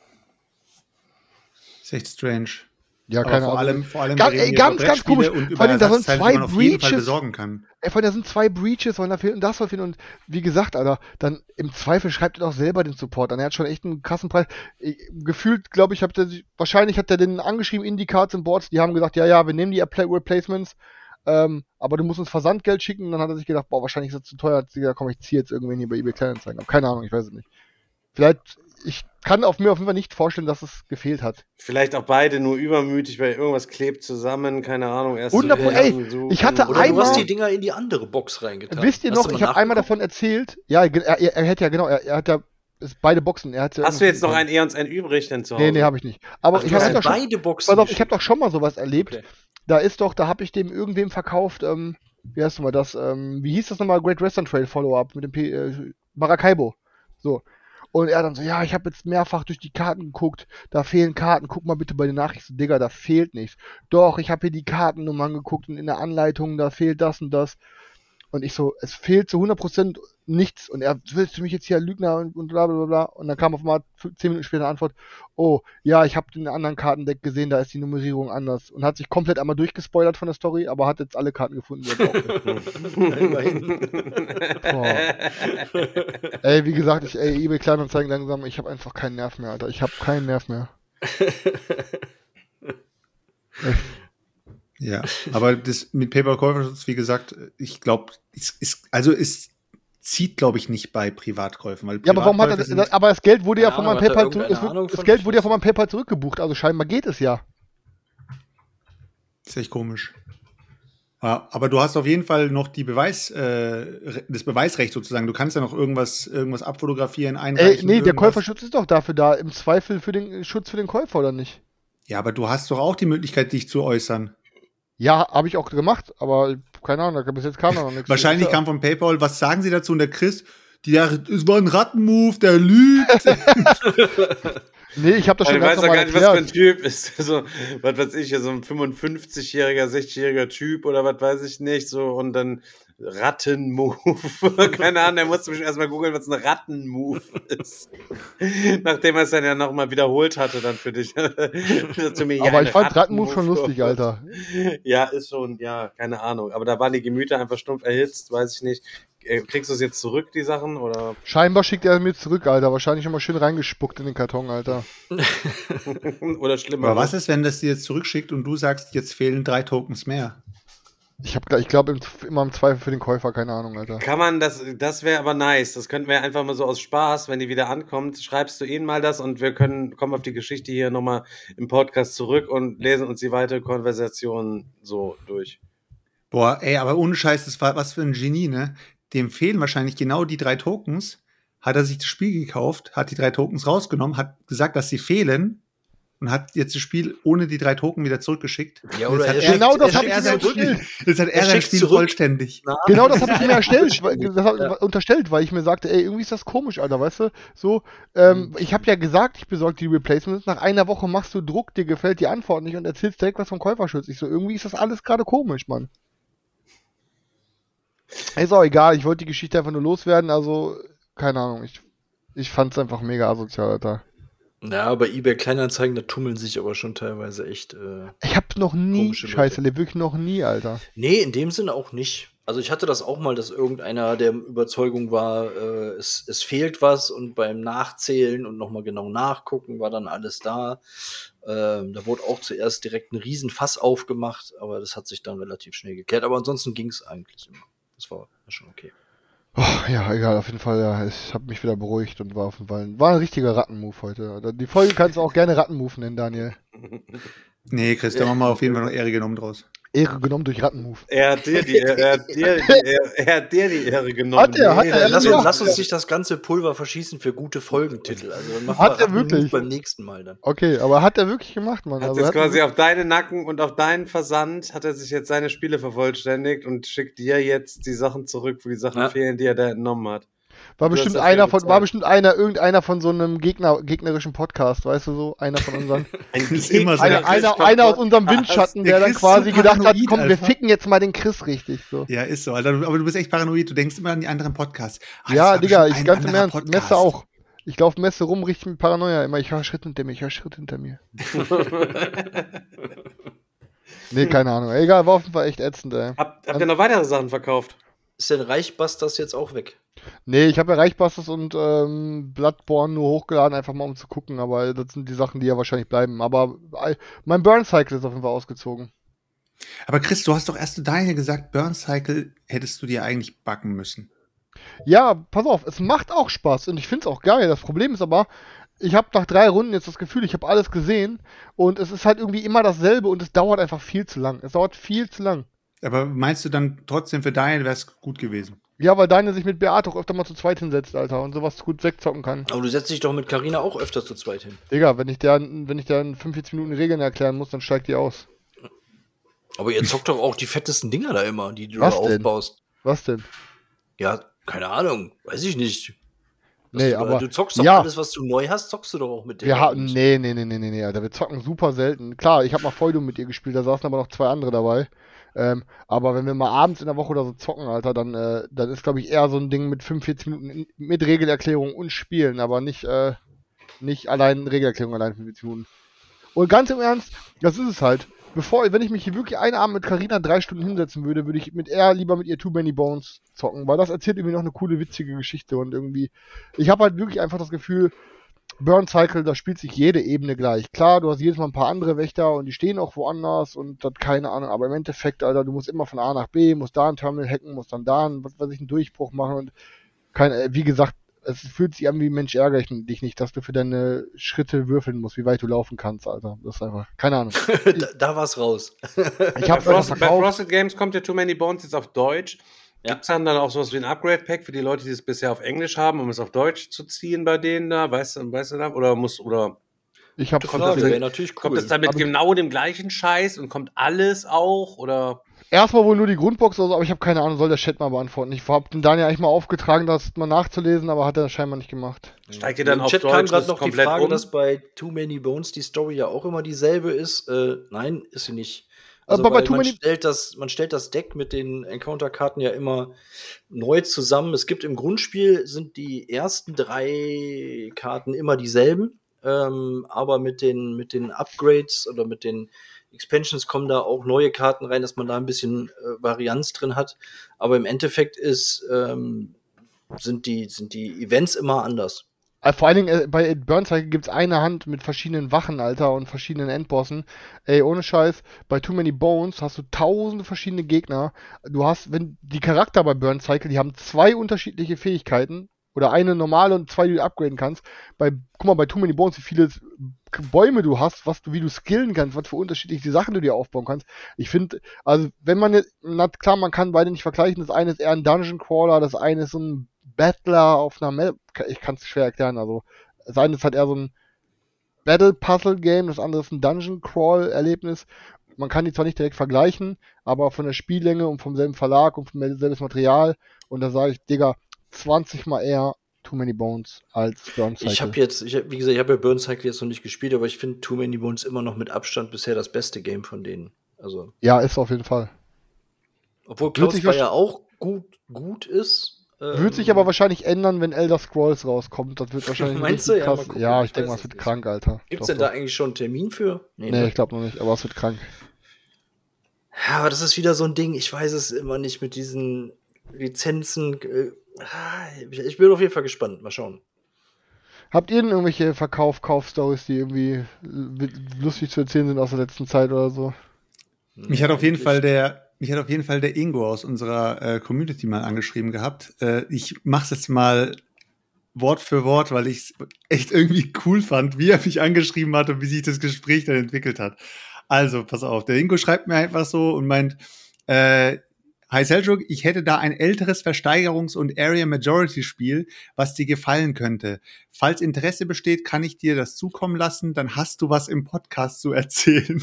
S6: Ist echt strange.
S7: Ja,
S6: Aber
S7: keine
S6: vor
S7: Ahnung.
S6: allem, vor allem
S7: Ganz-
S6: wir reden
S7: ey,
S6: hier
S7: ganz,
S6: über
S7: ganz
S6: Brettspiele
S7: komisch.
S6: und über
S7: Vor allem, da sind
S6: Ersatzteile,
S7: zwei
S6: die man auf jeden Fall
S7: Breaches.
S6: besorgen kann.
S7: Ey, von da sind zwei Breaches, und da fehlt und das soll fehlen. Und wie gesagt, Alter, dann im Zweifel schreibt er doch selber den Support an. Er hat schon echt einen krassen Preis. Ich, gefühlt, glaube ich, habt ihr, wahrscheinlich hat er den angeschrieben, Indie Cards and Boards, die haben gesagt, ja, ja, wir nehmen die Appla- Replacements, ähm, aber du musst uns Versandgeld schicken. Und dann hat er sich gedacht, boah, wahrscheinlich ist das zu teuer. Hat sie gesagt, komm, ich ziehe jetzt irgendwen hier bei eBay Kleinanzeigen. Aber keine Ahnung, ich weiß es nicht. Vielleicht, ich kann auf mir auf jeden Fall nicht vorstellen, dass es gefehlt hat.
S4: Vielleicht auch beide nur übermütig, weil irgendwas klebt zusammen, keine Ahnung. Erst
S7: hundert Pro- ey,
S4: suchen.
S7: ich hatte
S5: Oder
S7: einmal-
S5: du hast die Dinger in die andere Box reingetan.
S7: Wisst ihr
S5: Hast
S7: noch,
S5: du
S7: ich
S5: mal
S7: habe einmal
S5: nachgeguckt?
S7: davon erzählt, ja, ge- er, er, er hätte ja, genau, er, er hat ja ist beide Boxen. Er hat ja
S4: Hast du jetzt noch ein E und N übrig denn zu Hause?
S7: Nee, nee, habe ich nicht. Aber
S5: Ach,
S7: ich
S5: du hast
S7: habe doch schon,
S5: beide Boxen.
S7: pass auf, ich
S5: geschickt.
S7: habe doch schon mal sowas erlebt.
S5: Okay.
S7: Da ist doch, da habe ich dem irgendwem verkauft, ähm, wie heißt nochmal das, ähm, wie hieß das nochmal, Great Western Trail Follow-up mit dem P äh, Maracaibo. So. Und er dann so, ja, ich habe jetzt mehrfach durch die Karten geguckt, da fehlen Karten, guck mal bitte bei den Nachrichten, Digga, da fehlt nichts. Doch, ich habe hier die Kartennummern geguckt und in der Anleitung, da fehlt das und das. Und ich so, es fehlt zu hundert Prozent nichts. Und er, willst du mich jetzt hier Lügner und, und bla bla bla. Und dann kam auf einmal zehn Minuten später eine Antwort, oh, ja, ich habe den anderen Kartendeck gesehen, da ist die Nummerierung anders. Und hat sich komplett einmal durchgespoilert von der Story, aber hat jetzt alle Karten gefunden. Die er brauchte.
S5: Immerhin.
S7: Boah. Ey, wie gesagt, ich, ey, eBay Kleinanzeigen langsam, ich habe einfach keinen Nerv mehr, Alter. Ich habe keinen Nerv mehr.
S6: Ja, aber das mit PayPal-Käuferschutz, wie gesagt, ich glaube, es ist, also es zieht, glaube ich, nicht bei Privatkäufen. Weil
S7: Ja, aber warum hat er
S6: Privatkäufe
S7: das,
S6: sind-
S7: aber das Geld wurde ja
S5: Keine
S7: von
S5: Ahnung,
S7: meinem
S5: hat er
S7: PayPal zurück,
S5: irgendeine
S7: es,
S5: Ahnung
S7: wird- das
S5: von?
S7: Geld wurde ja von meinem PayPal zurückgebucht, also scheinbar geht es ja.
S6: ist echt komisch. Ja, aber du hast auf jeden Fall noch die Beweis, äh, das Beweisrecht sozusagen. Du kannst ja noch irgendwas, irgendwas abfotografieren,
S7: Ey,
S6: einreichen.
S7: nee, der
S6: irgendwas.
S7: Käuferschutz ist doch dafür da, im Zweifel für den Schutz für den Käufer, oder nicht?
S6: Ja, aber du hast doch auch die Möglichkeit, dich zu äußern.
S7: Ja, habe ich auch gemacht, aber keine Ahnung, da- bis jetzt kam da noch nichts.
S6: Wahrscheinlich
S7: Ja.
S6: kam von PayPal, was sagen sie dazu? Und der Chris, die, der, es war ein Rattenmove, der lügt.
S7: Nee, ich habe das schon
S4: Ich
S7: ganz
S4: weiß doch
S7: normal
S4: gar nicht, was für ein
S7: erklärt.
S4: Typ ist. So, was weiß ich, so ein fünfundfünfzigjähriger, sechzigjähriger Typ oder was weiß ich nicht. So, und dann Rattenmove. Keine Ahnung, der musste mich erstmal googeln, was ein Rattenmove ist. Nachdem er es dann ja nochmal wiederholt hatte, dann für dich. Zu mir, ja,
S7: Aber
S4: ein
S7: ich fand Rattenmove schon
S4: Rattenmove.
S7: lustig, Alter.
S4: Ja, ist schon, ja, keine Ahnung. Aber da waren die Gemüter einfach stumpf erhitzt, weiß ich nicht. Äh, Kriegst du es jetzt zurück, die Sachen? Oder?
S7: Scheinbar schickt er mir zurück, Alter. Wahrscheinlich schon mal schön reingespuckt in den Karton, Alter.
S4: oder schlimmer?
S6: Aber was ist, wenn das dir jetzt zurückschickt und du sagst, jetzt fehlen drei Tokens mehr?
S7: Ich habe, ich glaube, immer im Zweifel für den Käufer, keine Ahnung, Alter.
S4: Kann man das, das wäre aber nice. Das könnten wir einfach mal so aus Spaß, wenn die wieder ankommt, schreibst du ihnen mal das und wir können, kommen auf die Geschichte hier nochmal im Podcast zurück und lesen uns die weitere Konversation so durch.
S6: Boah, ey, aber ohne Scheiß, das war was für ein Genie, ne? Dem fehlen wahrscheinlich genau die drei Tokens. Hat er sich das Spiel gekauft, hat die drei Tokens rausgenommen, hat gesagt, dass sie fehlen und hat jetzt das Spiel ohne die drei Token wieder zurückgeschickt.
S5: Ja,
S6: Und
S5: oder
S6: jetzt
S5: er
S6: hat
S7: Genau
S5: schickt-
S7: das
S5: er
S7: hab ich
S5: schickt
S7: mir
S6: sein
S5: zurück.
S7: erstellt.
S6: Jetzt hat
S5: Er
S6: er sein
S5: schickt's
S6: Spiel
S5: zurück.
S6: vollständig.
S5: Na,
S7: Genau das habe ich mir erstellt, weil, das hab ich unterstellt, weil ich mir sagte, ey, irgendwie ist das komisch, Alter, weißt du? So, ähm, ich habe ja gesagt, ich besorge die Replacements, nach einer Woche machst du Druck, dir gefällt die Antwort nicht und erzählst direkt was vom Käuferschutz. Ich so, irgendwie ist das alles gerade komisch, Mann. Ist auch egal, ich wollte die Geschichte einfach nur loswerden, also, keine Ahnung, ich, ich fand's einfach mega asozial, Alter.
S5: Ja, bei eBay Kleinanzeigen, da tummeln sich aber schon teilweise echt. Äh,
S7: Ich hab noch nie
S5: Komische Leute.
S7: Scheiße erlebt, wirklich noch nie, Alter.
S5: nee, in dem Sinne auch nicht. Also ich hatte das auch mal, dass irgendeiner der Überzeugung war, äh, es, es fehlt was und beim Nachzählen und nochmal genau nachgucken war dann alles da. Ähm, da wurde auch zuerst direkt ein Riesenfass aufgemacht, aber das hat sich dann relativ schnell geklärt. Aber ansonsten ging es eigentlich immer. Das war, war schon okay.
S7: Oh, ja, egal, auf jeden Fall, ja, ich habe mich wieder beruhigt und war auf jeden Fall, war ein richtiger Rattenmove heute. Alter. Die Folge kannst du auch gerne Rattenmove nennen, Daniel.
S6: Nee, Chris, da machen wir auf jeden Fall noch Ehre genommen draus.
S7: Ehre genommen durch Rattenmove.
S4: Er hat dir die, er hat dir, die, er, er hat dir die Ehre genommen.
S7: Hat er, hat
S4: Nee,
S7: er,
S4: das
S5: Lass
S4: ist-
S5: uns, lass uns nicht das ganze Pulver verschießen für gute Folgentitel. Also dann machen
S7: Hat
S5: wir
S7: er wirklich?
S5: Rattenmove beim nächsten Mal dann.
S7: Okay, aber hat er wirklich gemacht, Mann.
S4: Hat
S7: Also
S4: jetzt
S7: hat
S4: quasi
S7: er,
S4: auf deinen Nacken und auf deinen Versand hat er sich jetzt seine Spiele vervollständigt und schickt dir jetzt die Sachen zurück, wo die Sachen
S5: Ja.
S4: fehlen, die er da entnommen hat.
S7: war
S4: du hast
S7: bestimmt
S4: dafür
S7: einer von, war
S4: bezahlt.
S7: bestimmt einer, irgendeiner von so einem Gegner, gegnerischen Podcast, weißt du so, einer von unseren,
S6: Das ist immer so.
S7: einer,
S6: Der
S7: einer,
S6: Chris
S7: einer aus
S6: kommt-
S7: unserem Windschatten,
S6: der
S7: der dann
S6: Chris ist so
S7: quasi gedacht hat,
S6: paranoid,
S7: komm, wir
S6: Alter.
S7: ficken jetzt mal den Chris richtig, so.
S6: Ja, ist so, Alter. Aber du bist echt paranoid. Du denkst immer an die anderen Podcasts. Ah, das
S7: Ja,
S6: war
S7: Digga,
S6: bestimmt
S7: ich
S6: ein
S7: ganz im
S6: anderer
S7: Ernst,
S6: Podcast.
S7: Messe auch. Ich laufe Messe rum, richtig mit Paranoia immer. Ich höre Schritt hinter mir, ich höre Schritt hinter mir. Nee, keine Ahnung. Egal, war auf jeden Fall echt ätzend, ey.
S4: Habt, habt ihr noch weitere Sachen verkauft?
S5: Ist denn Reichbusters jetzt auch weg?
S7: Nee, ich habe ja Reichbusters und ähm, Bloodborne nur hochgeladen, einfach mal um zu gucken, aber das sind die Sachen, die ja wahrscheinlich bleiben. Aber äh, mein Burn Cycle ist auf jeden Fall ausgezogen.
S6: Aber Chris, du hast doch erst zu Daniel gesagt, Burn Cycle hättest du dir eigentlich backen müssen.
S7: Ja, pass auf, es macht auch Spaß und ich find's auch geil. Das Problem ist aber, ich habe nach drei Runden jetzt das Gefühl, ich habe alles gesehen und es ist halt irgendwie immer dasselbe und es dauert einfach viel zu lang. Es dauert viel zu lang.
S6: Aber meinst du dann trotzdem für Daniel wäre es gut gewesen?
S7: Ja, weil Daniel sich mit Beate auch öfter mal zu zweit hinsetzt, Alter, und sowas gut wegzocken kann.
S5: Aber du setzt dich doch mit Carina auch öfter zu zweit hin.
S7: Digga, wenn ich der, wenn ich der in fünfundvierzig Minuten Regeln erklären muss, dann steigt die aus.
S5: Aber ihr zockt doch auch die fettesten Dinger da immer, die du
S7: Was
S5: da
S7: denn?
S5: aufbaust.
S7: Was denn?
S5: Ja, keine Ahnung, weiß ich nicht. Dass
S7: Nee,
S5: du,
S7: aber
S5: du zockst doch
S7: ja.
S5: alles, was du neu hast, zockst du doch auch mit
S7: Wir
S5: denen.
S7: hatten, nee, nee, nee, nee, nee, nee, Alter, wir zocken super selten. Klar, ich habe mal Feudum mit ihr gespielt, da saßen aber noch zwei andere dabei. Ähm, aber wenn wir mal abends in der Woche oder so zocken, Alter, dann, äh, dann ist, glaube ich, eher so ein Ding mit fünfundvierzig Minuten in, mit Regelerklärung und Spielen, aber nicht, äh, nicht allein Regelerklärung, allein fünfundvierzig Minuten. Und ganz im Ernst, das ist es halt. Bevor, wenn ich mich hier wirklich einen Abend mit Carina drei Stunden hinsetzen würde, würde ich mit eher lieber mit ihr Too Many Bones zocken, weil das erzählt irgendwie noch eine coole, witzige Geschichte und irgendwie, ich habe halt wirklich einfach das Gefühl, Burn Cycle, da spielt sich jede Ebene gleich. Klar, du hast jedes Mal ein paar andere Wächter und die stehen auch woanders und das keine Ahnung, aber im Endeffekt, Alter, du musst immer von A nach B, musst da ein Terminal hacken, musst dann da einen, was weiß ich, einen Durchbruch machen und kein, äh, wie gesagt, es fühlt sich an wie Mensch, ärgere ich dich nicht, dass du für deine Schritte würfeln musst, wie weit du laufen kannst, Alter. Das ist einfach, keine Ahnung.
S5: da, da war's raus.
S7: Ich
S4: Bei,
S7: hab's einfach
S4: Frost, bei
S7: verkauft.
S4: Frosted Games kommt ja Too Many Bones jetzt auf Deutsch.
S5: Ja.
S4: Gibt es dann, dann auch sowas wie ein Upgrade-Pack für die Leute, die es bisher auf Englisch haben, um es auf Deutsch zu ziehen bei denen da? Weißt du, weißt du da? Oder muss, oder
S7: Ich hab,
S5: Gute
S4: das
S5: Frage,
S4: mit-
S5: wäre natürlich cool.
S4: kommt es dann mit
S7: Aber ich-
S4: genau dem gleichen Scheiß und kommt alles auch? Oder?
S7: erstmal wohl nur die Grundbox oder so, aber ich habe keine Ahnung, soll der Chat mal beantworten. Ich hab den Daniel eigentlich mal aufgetragen, das mal nachzulesen, aber hat er scheinbar nicht gemacht.
S4: Steigt ihr dann
S5: Im
S4: auf
S5: Chat kam
S4: Deutsch
S5: gerade
S4: das
S5: noch die
S4: komplett
S5: Frage,
S4: um?
S5: dass bei Too Many Bones die Story ja auch immer dieselbe ist. Äh, nein, ist sie nicht.
S7: Aber
S5: Also
S7: bei
S5: weil
S7: Too
S5: man,
S7: Many-
S5: stellt das, man stellt das Deck mit den Encounter-Karten ja immer neu zusammen. Es gibt im Grundspiel sind die ersten drei Karten immer dieselben, ähm, aber mit den, mit den Upgrades oder mit den Expansions kommen da auch neue Karten rein, dass man da ein bisschen äh, Varianz drin hat. Aber im Endeffekt ist, ähm, sind, die, sind die Events immer anders.
S7: Äh, Vor allen Dingen äh, bei Burn Cycle gibt's eine Hand mit verschiedenen Wachen, Alter, und verschiedenen Endbossen. Ey, ohne Scheiß, bei Too Many Bones hast du tausende verschiedene Gegner. Du hast, wenn die Charakter bei Burn Cycle, die haben zwei unterschiedliche Fähigkeiten. Oder eine normale und zwei, die du upgraden kannst. Bei, guck mal, bei Too Many Bones, wie viele Bäume du hast, was du, wie du skillen kannst, was für unterschiedliche Sachen du dir aufbauen kannst. Ich finde, also, wenn man jetzt, na klar, man kann beide nicht vergleichen. Das eine ist eher ein Dungeon Crawler, das eine ist so ein Battler auf einer Map. Ich kann es schwer erklären, also. Das eine ist halt eher so ein, Battle-Puzzle-Game, das andere ist ein Dungeon-Crawl-Erlebnis. Man kann die zwar nicht direkt vergleichen, aber von der Spiellänge und vom selben Verlag und vom selben Material. Und da sage ich, Digga, zwanzig mal eher Too Many Bones als Burn Cycle.
S5: Ich habe jetzt, ich hab, wie gesagt, ich habe ja Burn Cycle jetzt noch nicht gespielt, aber ich finde Too Many Bones immer noch mit Abstand bisher das beste Game von denen. Also,
S7: ja, ist auf jeden Fall.
S5: obwohl Cloud Spire auch gut, gut ist.
S7: Wird
S5: ähm,
S7: sich aber wahrscheinlich ändern, wenn Elder Scrolls rauskommt. Das wird wahrscheinlich
S5: Meinst
S7: richtig
S5: du? Ja,
S7: krass.
S5: mal gucken.
S7: Ja, ich
S5: Ich
S7: denke
S5: weiß
S7: mal,
S5: es
S7: es wird
S5: nicht.
S7: krank, Alter.
S5: Gibt's
S7: Doch,
S5: denn da
S7: doch.
S5: eigentlich schon einen Termin für?
S7: Nee,
S5: ne?
S7: ich glaube noch nicht, aber es wird krank.
S5: Ja, aber das ist wieder so ein Ding, ich weiß es immer nicht mit diesen Lizenzen. äh, Ich ich bin auf jeden Fall gespannt. Mal schauen.
S7: Habt ihr denn irgendwelche Verkauf-Kauf-Stories, die irgendwie l- lustig zu erzählen sind aus der letzten Zeit oder so?
S6: Mich hat auf jeden
S5: eigentlich-
S6: Fall der, mich hat auf jeden Fall der Ingo aus unserer äh, Community mal angeschrieben gehabt. Äh, ich mach's jetzt mal Wort für Wort, weil ich es echt irgendwie cool fand, wie er mich angeschrieben hat und wie sich das Gespräch dann entwickelt hat. Also, pass auf, der Ingo schreibt mir einfach so und meint, äh, Hi Seljuk, ich hätte da ein älteres Versteigerungs- und Area-Majority-Spiel, was dir gefallen könnte. Falls Interesse besteht, kann ich dir das zukommen lassen, dann hast du was im Podcast zu erzählen.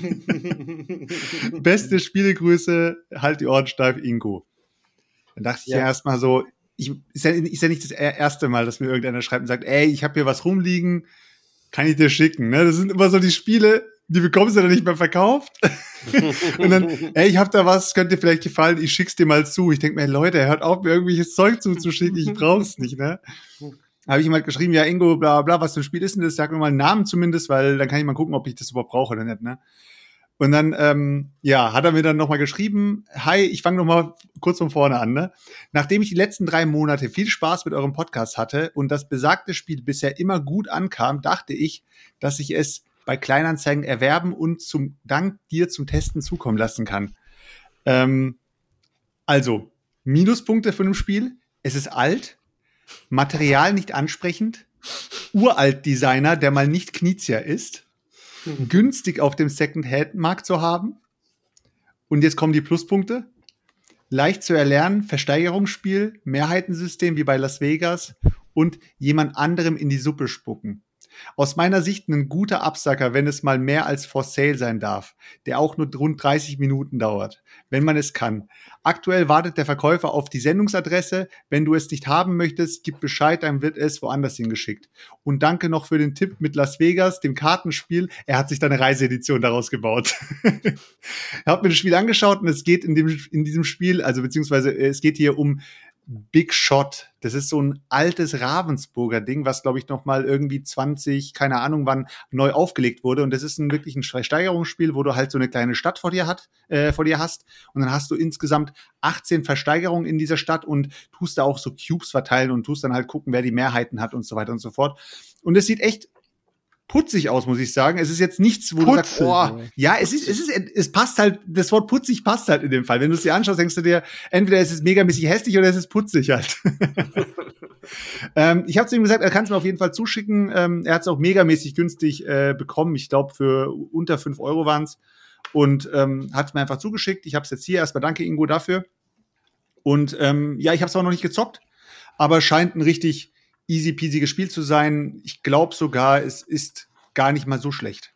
S6: Beste Spielegrüße, halt die Ohren steif, Ingo. Dann dachte ich ja,
S5: Ja.
S6: erstmal so, ich, ist, ja, ist ja nicht das er- erste Mal, dass mir irgendeiner schreibt und sagt, ey, ich habe hier was rumliegen, kann ich dir schicken. Ne? Das sind immer so die Spiele, die bekommst du dann nicht mehr verkauft. Und dann, ey, ich hab da was, könnte dir vielleicht gefallen, ich schick's dir mal zu. Ich denk mir, Leute, hört auf, mir irgendwelches Zeug zuzuschicken, ich brauch's nicht, ne? Habe ich ihm halt geschrieben, ja, Ingo, bla bla, was für ein Spiel ist denn das? Sag mir mal einen Namen zumindest, weil dann kann ich mal gucken, ob ich das überhaupt brauche oder nicht, ne? Und dann, ähm, ja, hat er mir dann nochmal geschrieben, hi, ich fange nochmal kurz von vorne an, ne? Nachdem ich die letzten drei Monate viel Spaß mit eurem Podcast hatte und das besagte Spiel bisher immer gut ankam, dachte ich, dass ich es bei Kleinanzeigen erwerben und zum Dank dir zum Testen zukommen lassen kann. Ähm, also, Minuspunkte von dem Spiel. Es ist alt, Material nicht ansprechend, uralt Designer, der mal nicht Knizia ist, günstig auf dem Second-Hand-Markt zu haben. Und jetzt kommen die Pluspunkte. Leicht zu erlernen, Versteigerungsspiel, Mehrheitensystem wie bei Las Vegas und jemand anderem in die Suppe spucken. Aus meiner Sicht ein guter Absacker, wenn es mal mehr als for sale sein darf, der auch nur rund dreißig Minuten dauert, wenn man es kann. Aktuell wartet der Verkäufer auf die Sendungsadresse. Wenn du es nicht haben möchtest, gib Bescheid, dann wird es woanders hingeschickt. Und danke noch für den Tipp mit Las Vegas, dem Kartenspiel. Er hat sich da eine Reiseedition daraus gebaut. Ich habe mir das Spiel angeschaut und es geht in, dem, in diesem Spiel, also beziehungsweise es geht hier um Big Shot. Das ist so ein altes Ravensburger Ding, was, glaube ich, noch mal irgendwie zwanzig, keine Ahnung wann, neu aufgelegt wurde. Und das ist ein wirklich ein Versteigerungsspiel, wo du halt so eine kleine Stadt vor dir, hat, äh, vor dir hast. Und dann hast du insgesamt achtzehn Versteigerungen in dieser Stadt und tust da auch so Cubes verteilen und tust dann halt gucken, wer die Mehrheiten hat und so weiter und so fort. Und es sieht echt putzig aus, muss ich sagen. Es ist jetzt nichts, wo
S7: Putzig,
S6: du sagst, oh,
S7: ja.
S6: ja, es ist, es ist, es passt halt, das Wort putzig passt halt in dem Fall. Wenn du es dir anschaust, denkst du dir, entweder es ist megamäßig hässlich oder es ist putzig halt. ähm, ich habe zu ihm gesagt, er kann es mir auf jeden Fall zuschicken. Ähm, er hat es auch megamäßig günstig äh, bekommen. Ich glaube, für unter fünf Euro waren es. Und ähm, hat es mir einfach zugeschickt. Ich habe es jetzt hier. Erstmal danke, Ingo, dafür. Und ähm, ja, ich habe es auch noch nicht gezockt, aber scheint ein richtig easy peasy gespielt zu sein. Ich glaube sogar, es ist gar nicht mal so schlecht.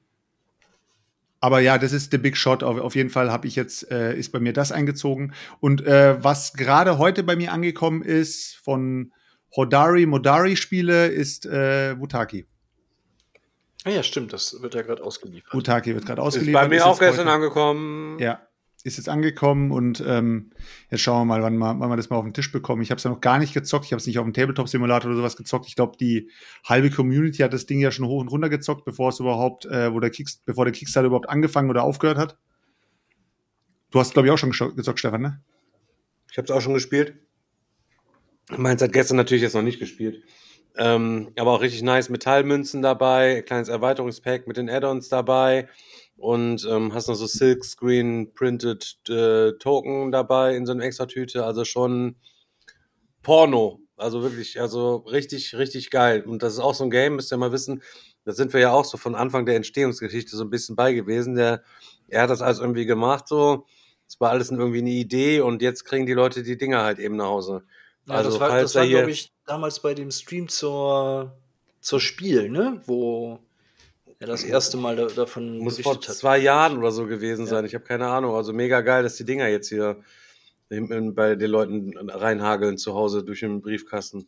S6: Aber ja, das ist der Big Shot. Auf, auf jeden Fall habe ich jetzt, äh, ist bei mir das eingezogen. Und äh, was gerade heute bei mir angekommen ist, von Hodari Modari Spiele, ist äh, Wutaki.
S5: Ah ja, stimmt, das wird ja gerade ausgeliefert.
S6: Wutaki wird gerade
S4: Ist
S6: ausgeliefert.
S4: bei mir
S6: ist
S4: auch
S6: jetzt
S4: gestern
S6: heute-
S4: angekommen.
S6: Ja, ist jetzt angekommen und ähm, jetzt schauen wir mal, wann, wir, wann wir das mal auf den Tisch bekommen. Ich habe es ja noch gar nicht gezockt. Ich habe es nicht auf dem Tabletop-Simulator oder sowas gezockt. Ich glaube, die halbe Community hat das Ding ja schon hoch und runter gezockt, bevor es überhaupt, äh, wo der Kicks, bevor der Kickstarter überhaupt angefangen oder aufgehört hat. Du hast, glaube ich, auch schon gescho- gezockt, Stefan, ne?
S4: Ich habe es auch schon gespielt. Meins hat gestern natürlich jetzt noch nicht gespielt. Ähm, aber auch richtig nice. Metallmünzen dabei, kleines Erweiterungspack mit den Add-ons dabei und ähm, hast noch so Silkscreen Printed äh, Token dabei in so einer extra Tüte. Also schon Porno. Also wirklich, also richtig, richtig geil. Und das ist auch so ein Game, müsst ihr mal wissen, da sind wir ja auch so von Anfang der Entstehungsgeschichte so ein bisschen bei gewesen. Der, er hat das alles irgendwie gemacht so. Es war alles irgendwie eine Idee und jetzt kriegen die Leute die Dinger halt eben nach Hause.
S5: Ja,
S4: Also
S5: das war,
S4: falls
S5: das war
S4: er hier-
S5: glaube ich, damals bei dem Stream zur, zur Spiel, ne? Wo ja das erste Mal da, davon
S4: Muss vor
S5: berichtet hat.
S4: zwei Jahren oder so gewesen sein.
S5: Ja.
S4: Ich habe keine Ahnung. Also mega geil, dass die Dinger jetzt hier in- bei den Leuten reinhageln zu Hause durch den Briefkasten.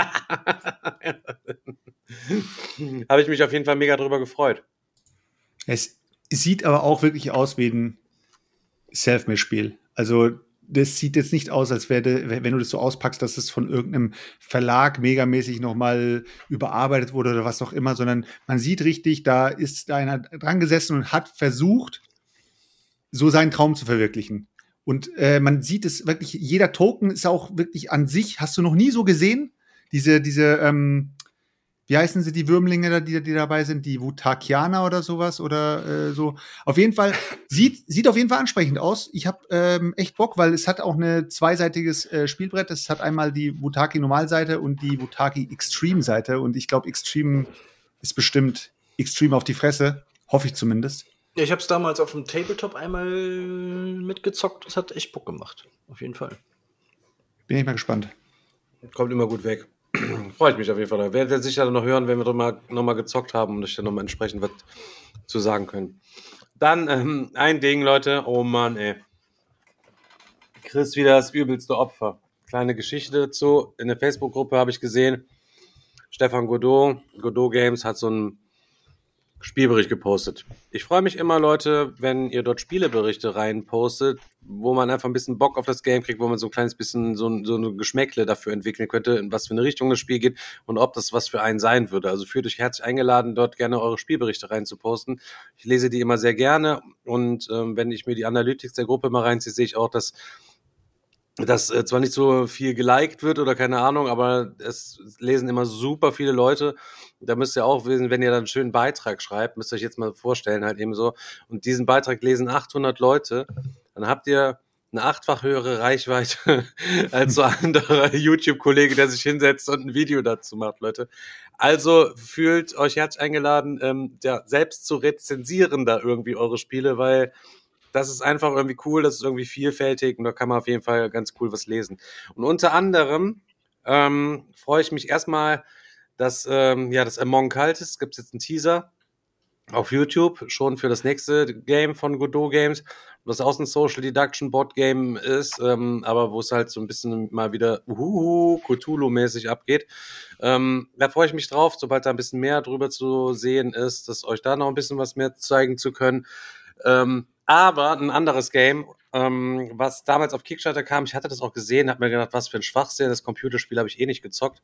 S4: Habe ich mich auf jeden Fall mega drüber gefreut.
S6: Es sieht aber auch wirklich aus wie ein Selfmade-Spiel. Also das sieht jetzt nicht aus, als wäre, wenn du das so auspackst, dass es von irgendeinem Verlag megamäßig nochmal überarbeitet wurde oder was auch immer, sondern man sieht richtig, da ist da einer dran gesessen und hat versucht, so seinen Traum zu verwirklichen. Und äh, man sieht es wirklich, jeder Token ist auch wirklich an sich, hast du noch nie so gesehen? Diese, diese, ähm, wie heißen sie, die Würmlinge, da, die, die dabei sind, die Wutakianer oder sowas oder äh, so. Auf jeden Fall, sieht, sieht auf jeden Fall ansprechend aus. Ich habe ähm, echt Bock, weil es hat auch ein zweiseitiges äh, Spielbrett. Es hat einmal die Wutaki-Normalseite und die Wutaki-Extreme-Seite. Und ich glaube, Extreme ist bestimmt Extreme auf die Fresse. Hoffe ich zumindest.
S5: Ja, ich habe es damals auf dem Tabletop einmal mitgezockt. Das hat echt Bock gemacht. Auf jeden Fall.
S6: Bin ich mal gespannt.
S4: Kommt immer gut weg. Freue ich mich auf jeden Fall. Werdet ihr sicher noch hören, wenn wir nochmal noch mal gezockt haben und euch dann nochmal entsprechend was zu sagen können. Dann ähm, ein Ding, Leute. Oh Mann, ey. Chris wieder das übelste Opfer. Kleine Geschichte dazu. In der Facebook-Gruppe habe ich gesehen, Stefan Godot, Godot Games, hat so einen Spielbericht gepostet. Ich freue mich immer, Leute, wenn ihr dort Spieleberichte reinpostet, wo man einfach ein bisschen Bock auf das Game kriegt, wo man so ein kleines bisschen so, so ein Geschmäckle dafür entwickeln könnte, in was für eine Richtung das Spiel geht und ob das was für einen sein würde. Also fühlt euch herzlich eingeladen, dort gerne eure Spielberichte reinzuposten. Ich lese die immer sehr gerne und ähm, wenn ich mir die Analytics der Gruppe mal reinziehe, sehe ich auch, dass das äh, zwar nicht so viel geliked wird oder keine Ahnung, aber es lesen immer super viele Leute. Da müsst ihr auch wissen, wenn ihr dann einen schönen Beitrag schreibt, müsst ihr euch jetzt mal vorstellen, halt eben so, und diesen Beitrag lesen achthundert Leute, dann habt ihr eine achtfach höhere Reichweite als so ein anderer YouTube-Kollege, der sich hinsetzt und ein Video dazu macht, Leute. Also fühlt euch herzlich eingeladen, ähm, ja, selbst zu rezensieren da irgendwie eure Spiele, weil das ist einfach irgendwie cool, das ist irgendwie vielfältig und da kann man auf jeden Fall ganz cool was lesen. Und unter anderem ähm, freue ich mich erstmal, dass ähm, ja das Among Cultists, gibt es jetzt einen Teaser auf YouTube, schon für das nächste Game von Godot Games, was auch ein Social Deduction Bot Game ist, ähm, aber wo es halt so ein bisschen mal wieder uhuhu, Cthulhu-mäßig abgeht. Ähm, da freue ich mich drauf, sobald da ein bisschen mehr drüber zu sehen ist, dass euch da noch ein bisschen was mehr zeigen zu können. Ähm, aber ein anderes Game, ähm, was damals auf Kickstarter kam, ich hatte das auch gesehen, hab mir gedacht, was für ein Schwachsinn, das Computerspiel habe ich eh nicht gezockt.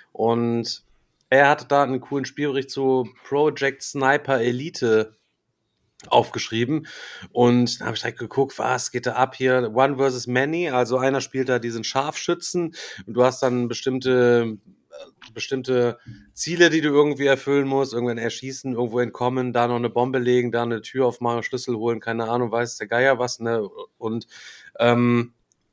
S4: Und er hatte da einen coolen Spielbericht zu Project Sniper Elite aufgeschrieben. Und da habe ich direkt geguckt, was geht da ab hier? One versus Many, also einer spielt da diesen Scharfschützen und du hast dann bestimmte bestimmte Ziele, die du irgendwie erfüllen musst, irgendwann erschießen, irgendwo entkommen, da noch eine Bombe legen, da eine Tür aufmachen, Schlüssel holen, keine Ahnung, weiß der Geier was, ne? Und ähm,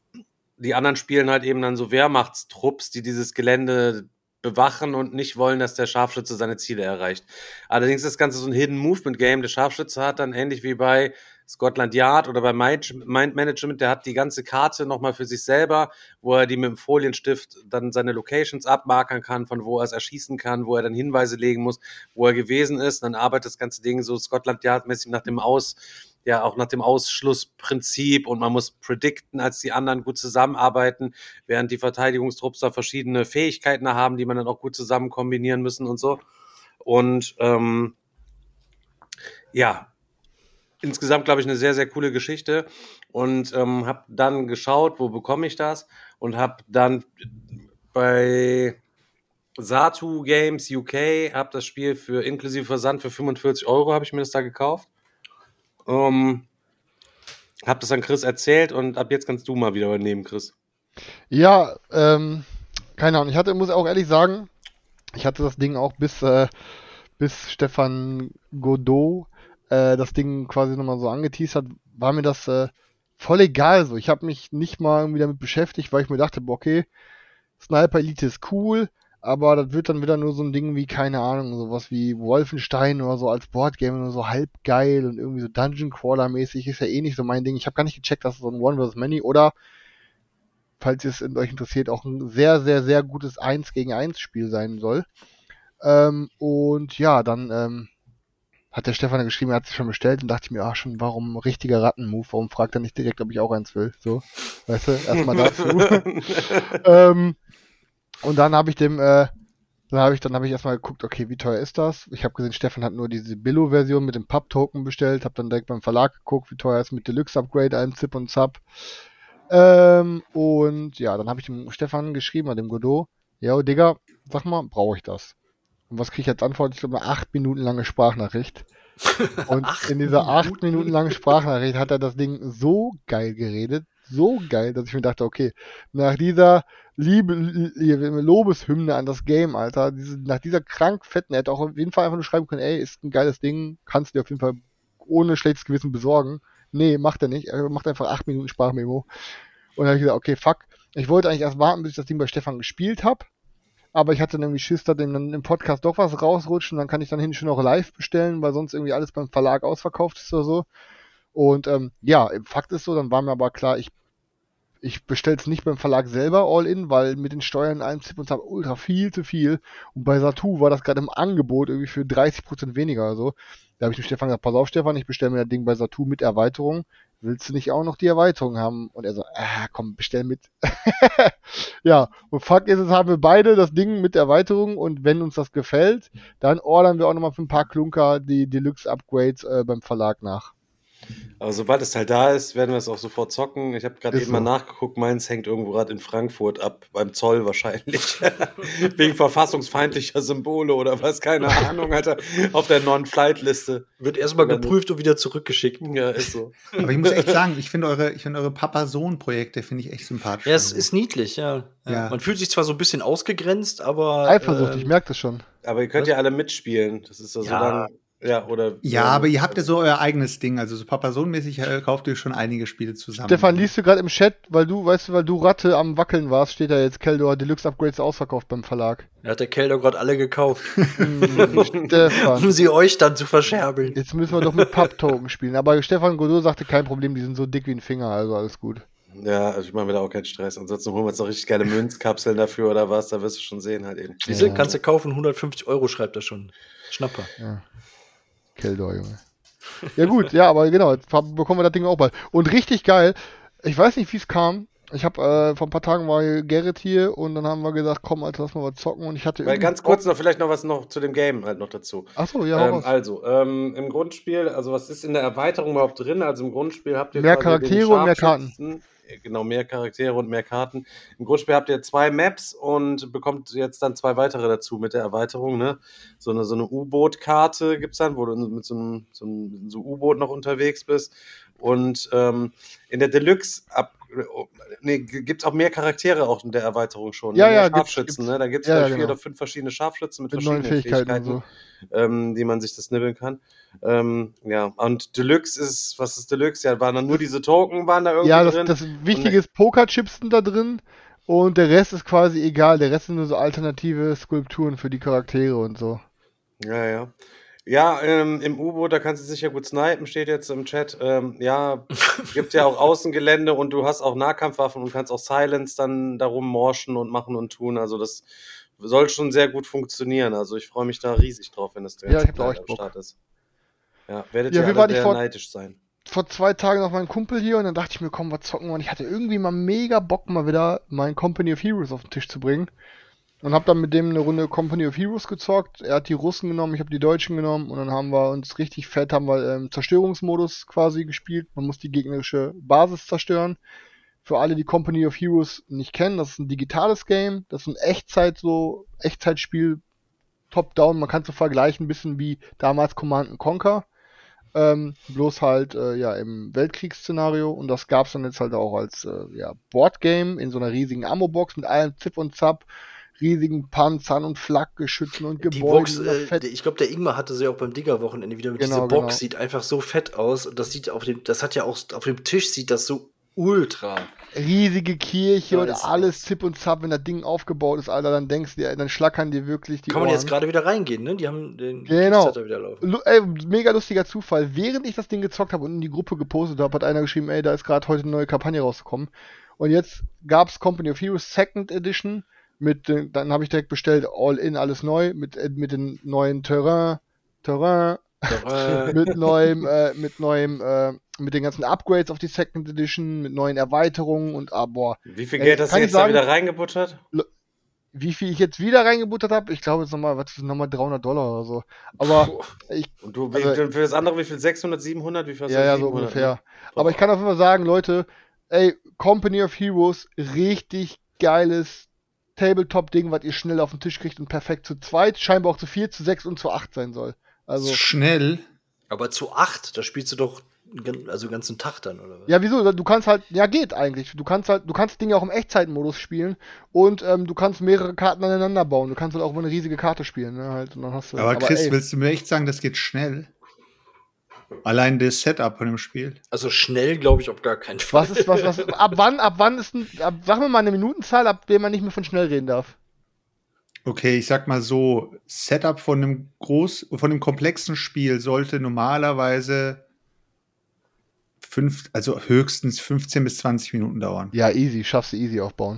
S4: die anderen spielen halt eben dann so Wehrmachtstrupps, die dieses Gelände bewachen und nicht wollen, dass der Scharfschütze seine Ziele erreicht. Allerdings ist das Ganze so ein Hidden Movement Game. Der Scharfschütze hat dann ähnlich wie bei Scotland Yard oder bei Mind Management, der hat die ganze Karte nochmal für sich selber, wo er die mit dem Folienstift dann seine Locations abmarkern kann, von wo er es erschießen kann, wo er dann Hinweise legen muss, wo er gewesen ist. Dann arbeitet das ganze Ding so Scotland Yard-mäßig nach dem Aus, ja, auch nach dem Ausschlussprinzip und man muss predikten, als die anderen gut zusammenarbeiten, während die Verteidigungstrupps da verschiedene Fähigkeiten haben, die man dann auch gut zusammen kombinieren müssen und so. Und ähm, ja, insgesamt, glaube ich, eine sehr, sehr coole Geschichte und ähm, habe dann geschaut, wo bekomme ich das und habe dann bei Satu Games U K, habe das Spiel für inklusive Versand für fünfundvierzig Euro, habe ich mir das da gekauft. Ähm, hab das an Chris erzählt und ab jetzt kannst du mal wieder übernehmen, Chris.
S7: Ja, ähm, keine Ahnung. Ich hatte, muss auch ehrlich sagen, ich hatte das Ding auch bis, äh, bis Stefan Godot äh, das Ding quasi nochmal so angeteased hat, war mir das äh, voll egal so. Ich habe mich nicht mal irgendwie damit beschäftigt, weil ich mir dachte, boah, okay, Sniper Elite ist cool, aber das wird dann wieder nur so ein Ding wie, keine Ahnung, sowas wie Wolfenstein oder so als Boardgame, nur so halb geil und irgendwie so Dungeon Crawler mäßig, ist ja eh nicht so mein Ding. Ich habe gar nicht gecheckt, dass es so ein One versus Many oder, falls es euch interessiert, auch ein sehr, sehr, sehr gutes eins gegen eins Spiel sein soll. Ähm, und ja, dann ähm, hat der Stefan geschrieben, er hat sich schon bestellt und dachte ich mir, ach schon, warum richtiger Rattenmove, warum fragt er nicht direkt, ob ich auch eins will, so, weißt du, erstmal dazu. ähm, und dann habe ich dem, äh, dann habe ich, dann habe ich erstmal geguckt, okay, wie teuer ist das? Ich habe gesehen, Stefan hat nur diese Billo-Version mit dem Pub-Token bestellt, habe dann direkt beim Verlag geguckt, wie teuer es mit Deluxe-Upgrade, einem Zip und Zap. Ähm, und ja, dann habe ich dem Stefan geschrieben, an dem Godot, yo, Digga, sag mal, brauche ich das? Und was kriege ich als Antwort? Ich glaube, eine acht Minuten lange Sprachnachricht. Und in dieser acht Minuten langen Sprachnachricht hat er das Ding so geil geredet, so geil, dass ich mir dachte, okay, nach dieser Liebe, Lobeshymne an das Game, Alter, diese, nach dieser krank fetten, er hätte auch auf jeden Fall einfach nur schreiben können, ey, ist ein geiles Ding, kannst du dir auf jeden Fall ohne schlechtes Gewissen besorgen. Nee, macht er nicht, er macht einfach acht Minuten Sprachmemo. Und dann habe ich gesagt, okay, fuck, ich wollte eigentlich erst warten, bis ich das Ding bei Stefan gespielt habe. Aber ich hatte dann irgendwie Schiss, dass dann im Podcast doch was rausrutscht und dann kann ich dann hinten schon noch live bestellen, weil sonst irgendwie alles beim Verlag ausverkauft ist oder so. Und ähm, ja, Fakt ist so, dann war mir aber klar, ich ich bestelle es nicht beim Verlag selber all in, weil mit den Steuern einem Zip und Zap ultra viel zu viel. Und bei Satu war das gerade im Angebot irgendwie für dreißig Prozent weniger oder so. Da habe ich dem Stefan gesagt, pass auf Stefan, ich bestelle mir das Ding bei Satu mit Erweiterung. Willst du nicht auch noch die Erweiterung haben? Und er so, ah, komm, bestell mit. Ja, und Fakt ist, jetzt haben wir beide das Ding mit Erweiterung und wenn uns das gefällt, dann ordern wir auch nochmal für ein paar Klunker die Deluxe-Upgrades äh, beim Verlag nach.
S4: Aber sobald es halt da ist, werden wir es auch sofort zocken. Ich habe gerade eben
S7: so.
S4: mal nachgeguckt, meins hängt irgendwo gerade in Frankfurt ab, beim Zoll wahrscheinlich. Wegen verfassungsfeindlicher Symbole oder was, keine Ahnung, Alter, auf der Non-Flight-Liste.
S5: Wird erstmal geprüft und wieder zurückgeschickt.
S4: Ja, ist so.
S6: Aber ich muss echt sagen, ich finde eure, ich finde eure Papa-Sohn-Projekte finde ich echt sympathisch.
S5: Ja, es ist niedlich, ja. ja.
S6: Ja.
S5: Man fühlt sich zwar so ein bisschen ausgegrenzt, aber.
S7: Eifersucht,
S5: ähm,
S7: ich merke das schon.
S4: Aber ihr könnt ja alle mitspielen. Das ist ja so
S5: Ja.
S4: lang. Ja, oder.
S6: Ja, aber ihr habt ja so euer eigenes Ding. Also so Papa-Sohn-mäßig äh, kauft ihr schon einige Spiele zusammen.
S7: Stefan, liest du gerade im Chat, weil du, weißt du, weil du Ratte am Wackeln warst, steht da jetzt Keldor Deluxe Upgrades ausverkauft beim Verlag.
S5: Er hat der Keldor gerade alle gekauft.
S7: Hm, Stefan.
S5: Um sie euch dann zu verscherbeln.
S7: Jetzt müssen wir doch mit Pub-Token spielen. Aber Stefan Godot sagte, kein Problem, die sind so dick wie ein Finger, also alles gut.
S4: Ja, also ich mache mir da auch keinen Stress. Ansonsten holen wir uns noch richtig geile Münzkapseln dafür oder was, da wirst du schon sehen halt eben.
S5: Diese
S7: Ja.
S5: kannst du kaufen, hundertfünfzig Euro schreibt er schon. Schnapper.
S7: Ja. Keldor, Junge. Ja gut, ja, aber genau, jetzt bekommen wir das Ding auch bald. Und richtig geil, ich weiß nicht, wie es kam. Ich habe äh, vor ein paar Tagen war Gerrit hier und dann haben wir gesagt, komm, Alter, lass mal was zocken. Und ich hatte
S4: Weil
S7: irgendwie
S4: ganz kurz noch vielleicht noch was noch zu dem Game halt noch dazu.
S7: Achso, ja, hau
S4: Ähm,
S7: raus.
S4: also, ähm, im Grundspiel, also was ist in der Erweiterung überhaupt drin? Also im Grundspiel habt ihr
S7: Mehr
S4: quasi den
S7: Charaktere und mehr Karten.
S4: Scharfschützen. Genau, mehr Charaktere und mehr Karten. Im Grundspiel habt ihr zwei Maps und bekommt jetzt dann zwei weitere dazu mit der Erweiterung, ne? So eine, so eine U-Boot-Karte gibt's dann, wo du mit so einem, so einem so U-Boot noch unterwegs bist. Und ähm, in der Deluxe ab nee, gibt's auch mehr Charaktere auch in der Erweiterung schon.
S7: Ja,
S4: mehr
S7: ja, gibt's-
S4: Scharfschützen,
S7: gibt's-
S4: ne? Da gibt's
S7: ja,
S4: ja,
S7: ja,
S4: vier
S7: genau.
S4: oder fünf verschiedene Scharfschützen mit,
S7: Mit neuen
S4: verschiedenen
S7: Fähigkeiten
S4: Fähigkeiten,
S7: und so.
S4: ähm, die man sich das nibbeln kann. Ähm, ja, und Deluxe ist, was ist Deluxe? Ja, waren dann nur diese Token, waren da irgendwie
S7: Ja, das,
S4: drin.
S7: das Wichtige ist, Pokerchips sind da drin und der Rest ist quasi egal. Der Rest sind nur so alternative Skulpturen für die Charaktere und so.
S4: Ja, ja. Ja, ähm, im U-Boot, da kannst du sicher gut snipen, steht jetzt im Chat. Ähm, ja, gibt ja auch Außengelände und du hast auch Nahkampfwaffen und kannst auch Silence dann darum morschen und machen und tun. Also das soll schon sehr gut funktionieren. Also ich freue mich da riesig drauf, wenn das
S7: Ja, ich hab da
S4: bald
S7: echt
S4: am
S7: Bock.
S4: Start ist. Ja, werdet
S7: Ja,
S4: ihr
S7: wir
S4: alle
S7: waren nicht
S4: sehr
S7: vor-
S4: neidisch sein.
S7: Vor zwei Tagen noch mein Kumpel hier und dann dachte ich mir, komm, was zocken wir. Und ich hatte irgendwie mal mega Bock, mal wieder mein Company of Heroes auf den Tisch zu bringen. Und hab dann mit dem eine Runde Company of Heroes gezockt. Er hat die Russen genommen, ich habe die Deutschen genommen. Und dann haben wir uns richtig fett, haben wir ähm, Zerstörungsmodus quasi gespielt. Man muss die gegnerische Basis zerstören. Für alle, die Company of Heroes nicht kennen, das ist ein digitales Game. Das ist ein Echtzeit so, Echtzeitspiel, Top-Down. Man kann es so vergleichen, ein bisschen wie damals Command and Conquer. Ähm, bloß halt äh, ja im Weltkriegsszenario und das gab's dann jetzt halt auch als äh, ja, Boardgame in so einer riesigen Ammo-Box mit allem Zip und Zap, riesigen Panzern und Flakgeschützen und
S5: Die
S7: Gebäuden.
S5: Box,
S7: dieser
S5: äh,
S7: Fett-
S5: ich glaube, der Ingmar hatte sie auch beim Digger-Wochenende wieder mit
S7: Genau,
S5: dieser Box.
S7: genau.
S5: Sieht einfach so fett aus und das sieht auf dem, das hat ja auch auf dem Tisch sieht das so ultra.
S7: riesige Kirche und
S5: Nice.
S7: alles Zip und Zap, wenn das Ding aufgebaut ist, Alter, dann denkst du dir, dann schlackern dir wirklich die
S5: Kann man
S7: Ohren.
S5: jetzt gerade wieder reingehen, ne? Die haben den
S7: Genau.
S5: Kickstarter wieder laufen.
S7: Lu- ey, mega lustiger Zufall. Während ich das Ding gezockt habe und in die Gruppe gepostet habe, hat einer geschrieben, ey, da ist gerade heute eine neue Kampagne rausgekommen. Und jetzt gab's Company of Heroes Second Edition mit, den- dann habe ich direkt bestellt, all in, alles neu, mit, äh, mit den neuen Terrain, Terrain,
S4: Äh,
S7: mit neuem, äh, mit neuem, äh, mit den ganzen Upgrades auf die Second Edition, mit neuen Erweiterungen und ah, boah.
S4: wie viel
S7: Ey,
S4: Geld hast
S7: kann
S4: du
S7: ich
S4: jetzt da
S7: sagen-
S4: wieder reingebuttert?
S7: Wie viel ich jetzt wieder reingebuttert habe? Ich glaube, jetzt nochmal, was ist nochmal dreihundert Dollar oder so. Aber
S4: Puh.
S7: ich,
S4: Und du, wie,
S7: Also-
S4: für das andere, wie viel? sechshundert, siebenhundert? Wie viel hast du?
S7: ja, ja, so
S4: siebenhundert,
S7: ungefähr.
S4: ne?
S7: Aber ich kann auf jeden Fall sagen, Leute, ey, Company of Heroes, richtig geiles Tabletop-Ding, was ihr schnell auf den Tisch kriegt und perfekt zu zweit, scheinbar auch zu vier, zu sechs und zu acht sein soll. Also,
S6: Schnell.
S5: Aber zu acht, da spielst du doch gan- also den ganzen Tag dann, oder was?
S7: ja, wieso? Du kannst halt, ja, geht eigentlich. Du kannst halt, du kannst Dinge auch im Echtzeitmodus spielen und ähm, du kannst mehrere Karten aneinander bauen. Du kannst halt auch über eine riesige Karte spielen, ne, halt. Und dann hast du,
S6: Aber Chris,
S7: ey,
S6: willst du mir echt sagen, das geht schnell? Allein das Setup von dem Spiel.
S5: Also schnell, glaube ich, auf gar keinen Fall.
S7: was ist, was, was, ab wann, ab wann ist ein, ab, sag mir mal eine Minutenzahl, ab der man nicht mehr von schnell reden darf.
S6: Okay, ich sag mal so, Setup von einem groß, von einem komplexen Spiel sollte normalerweise fünf, also höchstens fünfzehn bis zwanzig Minuten dauern.
S7: Ja, easy, schaffst du easy aufbauen.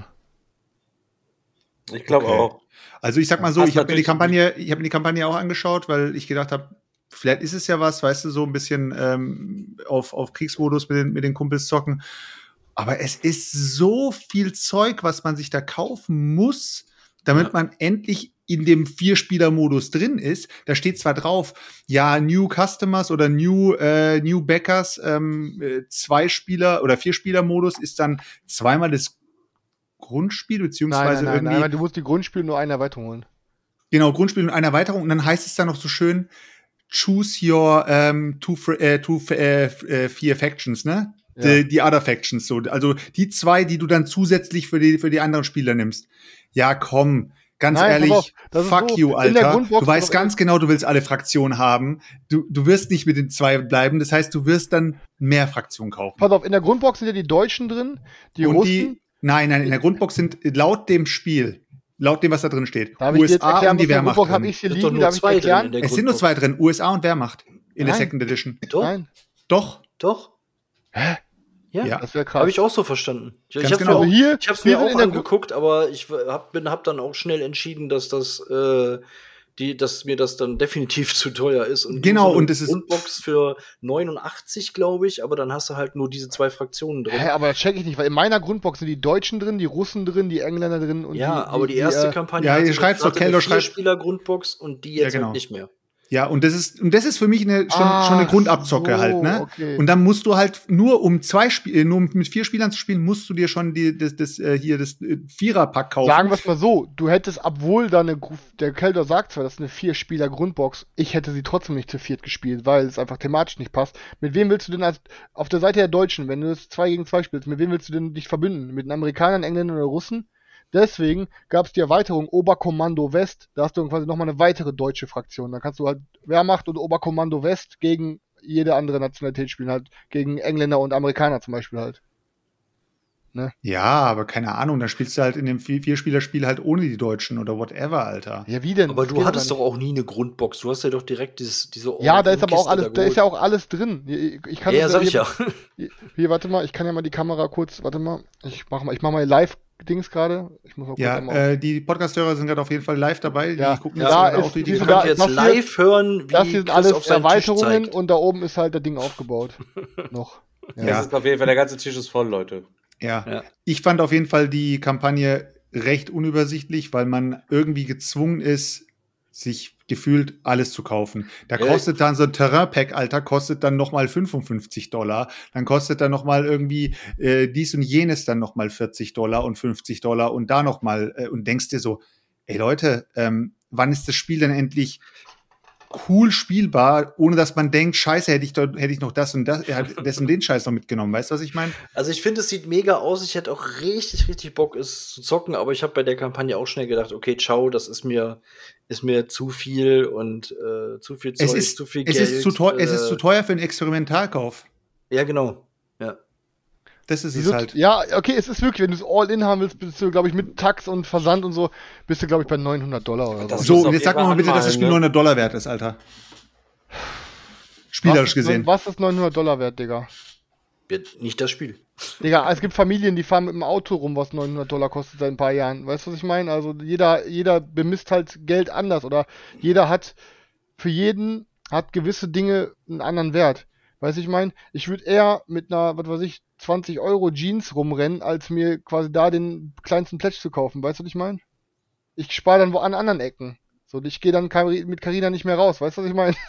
S4: Ich glaube
S6: Okay.
S4: auch.
S6: Also ich sag mal so,
S4: Hast
S6: ich habe mir die
S4: natürlich-
S6: Kampagne, ich habe mir die Kampagne auch angeschaut, weil ich gedacht habe, vielleicht ist es ja was, weißt du, so ein bisschen ähm, auf, auf Kriegsmodus mit den, mit den Kumpels zocken. Aber es ist so viel Zeug, was man sich da kaufen muss, damit
S5: Ja.
S6: man endlich in dem Vier-Spieler-Modus drin ist. Da steht zwar drauf, ja, New Customers oder New, äh, New Backers, ähm, äh, Zwei-Spieler- oder Vier-Spieler-Modus ist dann zweimal das Grundspiel,
S7: Nein,
S6: beziehungsweise
S7: nein, nein,
S6: irgendwie
S7: nein, du musst die Grundspiele nur eine Erweiterung holen.
S6: Genau, Grundspiel und eine Erweiterung. Und dann heißt es dann noch so schön, choose your ähm, two, fr- äh, two äh, äh, vier Factions, ne?
S7: Ja.
S6: Die, die other Factions, so. Also die zwei, die du dann zusätzlich für die, für die anderen Spieler nimmst. Ja, komm, ganz
S7: Nein, pass
S6: ehrlich,
S7: auf, das ist
S6: fuck
S7: so,
S6: you,
S7: in der
S6: Alter.
S7: Grundbox
S6: Du weißt
S7: ist doch-
S6: ganz genau, du willst alle Fraktionen haben. Du, du wirst nicht mit den zwei bleiben. Das heißt, du wirst dann mehr Fraktionen kaufen.
S7: Pass auf, in der Grundbox sind ja die Deutschen drin, die
S6: und
S7: Russen.
S6: die, nein, nein, in der Grundbox sind laut dem Spiel, laut dem, was da drin steht,
S7: Darf ich dir jetzt
S6: U S A
S7: erklären,
S6: und
S7: was
S6: die
S7: in der
S6: Wehrmacht
S7: Grundbox habe
S6: drin.
S7: ich hier
S5: Sind doch
S7: liegen,
S5: nur
S7: darf ich
S5: zwei
S7: dir
S5: drin
S7: erklären?
S5: in der
S6: Es sind nur
S5: Grundbox.
S6: zwei drin, U S A und Wehrmacht in der
S7: Nein.
S6: Second Edition.
S5: Doch,
S7: Nein,
S6: Doch.
S5: doch.
S7: Hä?
S5: Ja,
S6: Ja.
S7: das wäre krass.
S5: habe ich auch so verstanden. Ich,
S6: Ganz
S5: ich habe
S6: genau.
S5: mir auch,
S7: Also hier-
S5: ich hab's
S7: hier
S5: mir
S7: sind
S5: auch
S7: in der
S5: angeguckt, aber ich hab, bin, hab dann auch schnell entschieden, dass das, äh, die, dass mir das dann definitiv zu teuer ist. Und
S6: Genau,
S5: so eine
S6: und es ist-
S5: Grundbox für neunundachtzig, glaube ich, aber dann hast du halt nur diese zwei Fraktionen drin.
S7: Hä, aber das check ich nicht, weil in meiner Grundbox sind die Deutschen drin, die Russen drin, die Engländer drin und
S5: ja,
S7: die,
S5: aber die erste
S7: äh,
S5: Kampagne
S6: ja,
S5: hatte
S6: ihr
S5: eine-
S6: schreibt's doch,
S5: hatte eine
S6: Keldo schreibt-
S5: Vier-Spieler-Grundbox und die
S6: Ja,
S5: jetzt
S6: genau.
S5: halt nicht mehr.
S6: Ja, und das ist, und das ist für mich eine, schon,
S7: Ach
S6: schon eine Grundabzocke
S7: so,
S6: halt, ne?
S7: okay.
S6: Und dann musst du halt nur um zwei Spiele, nur um mit vier Spielern zu spielen, musst du dir schon die, das, das, äh, hier, das äh, Viererpack kaufen.
S7: Sagen wir es mal so, du hättest, obwohl da eine, Gru- der Kelder sagt zwar, das ist eine Vier-Spieler-Grundbox, ich hätte sie trotzdem nicht zu viert gespielt, weil es einfach thematisch nicht passt. Mit wem willst du denn als, auf der Seite der Deutschen, wenn du das zwei gegen zwei spielst, mit wem willst du denn dich verbünden? Mit den Amerikanern, Engländern oder Russen? Deswegen gab es die Erweiterung Oberkommando West, da hast du dann quasi nochmal eine weitere deutsche Fraktion. Dann kannst du halt Wehrmacht und Oberkommando West gegen jede andere Nationalität spielen, halt gegen Engländer und Amerikaner zum Beispiel halt.
S6: Ja, aber keine Ahnung, dann spielst du halt in dem Vier- Vierspieler-Spiel halt ohne die Deutschen oder whatever, Alter.
S7: Ja, wie denn?
S5: Aber
S7: Das
S5: du
S7: geht
S5: hattest
S7: aber
S5: doch auch nie eine Grundbox. Du hast ja doch direkt dieses, diese
S7: Ja, da ist aber auch
S5: Kiste
S7: alles, da ist
S5: geholt.
S7: ja auch alles drin. Ich ich kann
S5: Ja, ja,
S7: das
S5: sag ich
S7: hier,
S5: ja.
S7: Hier, hier, warte mal, ich kann ja mal die Kamera kurz, warte mal, ich mach mal, ich mach mal Live-Dings gerade. Ich muss mal kurz
S6: Ja,
S7: einmal-
S6: äh, die Podcast-Hörer sind gerade auf jeden Fall live dabei.
S7: Ja,
S6: Die gucken
S5: ja,
S6: jetzt
S7: da
S6: gerade
S7: ist-
S6: auch durch die
S7: siehst
S5: Ihr
S7: du,
S5: könnt
S7: da-
S5: jetzt
S7: das hier-
S5: live hören, wie
S7: das hier sind
S5: Chris
S7: alles
S5: auf seinen Tisch
S7: Erweiterungen
S5: zeigt.
S7: und da oben ist halt das Ding aufgebaut. Noch.
S6: Ja.
S4: Das ist auf jeden Fall, der ganze Tisch ist voll, Leute.
S6: Ja.
S5: Ja.
S6: Ich fand auf jeden Fall die Kampagne recht unübersichtlich, weil man irgendwie gezwungen ist, sich gefühlt alles zu kaufen. Da
S5: Ja.
S6: kostet dann so ein Terrain-Pack, Alter, kostet dann nochmal fünfundfünfzig Dollar. Dann kostet dann nochmal irgendwie äh, dies und jenes dann nochmal vierzig Dollar und fünfzig Dollar und da nochmal äh, und denkst dir so, ey Leute, ähm, wann ist das Spiel denn endlich cool spielbar, ohne dass man denkt, scheiße, hätte ich, dort, hätte ich noch das und das, er hat das und den Scheiß noch mitgenommen. Weißt du, was ich meine?
S5: Also ich finde, es sieht mega aus. Ich hätte auch richtig, richtig Bock, es zu zocken, aber ich habe bei der Kampagne auch schnell gedacht, okay, ciao, das ist mir, ist mir zu viel und äh, zu viel Zeug,
S6: Es ist,
S5: zu viel
S6: es,
S5: Geld.
S6: ist zu teuer, es ist
S5: äh,
S6: zu teuer für einen Experimentalkauf.
S5: Ja, genau. Ja.
S6: Das ist
S7: Wieso-
S6: es halt.
S7: Ja, okay, es ist wirklich, wenn du es All-In haben willst, bist du, glaube ich, mit Tax und Versand und so, bist du, glaube ich, bei neunhundert Dollar oder
S4: Das
S7: so.
S4: ist
S6: So,
S4: auf
S6: und jetzt
S4: jeden
S6: sag mir
S4: Fall
S6: mal bitte, dass das
S4: anmalen,
S6: Spiel
S4: ne?
S6: neunhundert Dollar wert ist, Alter. Spielerisch
S7: was ist,
S6: gesehen.
S7: Was ist neunhundert Dollar wert, Digga?
S5: Wird nicht das Spiel.
S7: Digga, es gibt Familien, die fahren mit dem Auto rum, was neunhundert Dollar kostet seit ein paar Jahren. Weißt du, was ich meine? Also jeder, jeder bemisst halt Geld anders oder jeder hat für jeden hat gewisse Dinge einen anderen Wert. Weißt du, ich meine, ich würde eher mit einer, was weiß ich, zwanzig Euro Jeans rumrennen, als mir quasi da den kleinsten Plätsch zu kaufen. Weißt du, was ich meine? Ich spare dann wo an anderen Ecken. So, ich gehe dann Kari- mit Carina nicht mehr raus. Weißt du, was ich meine?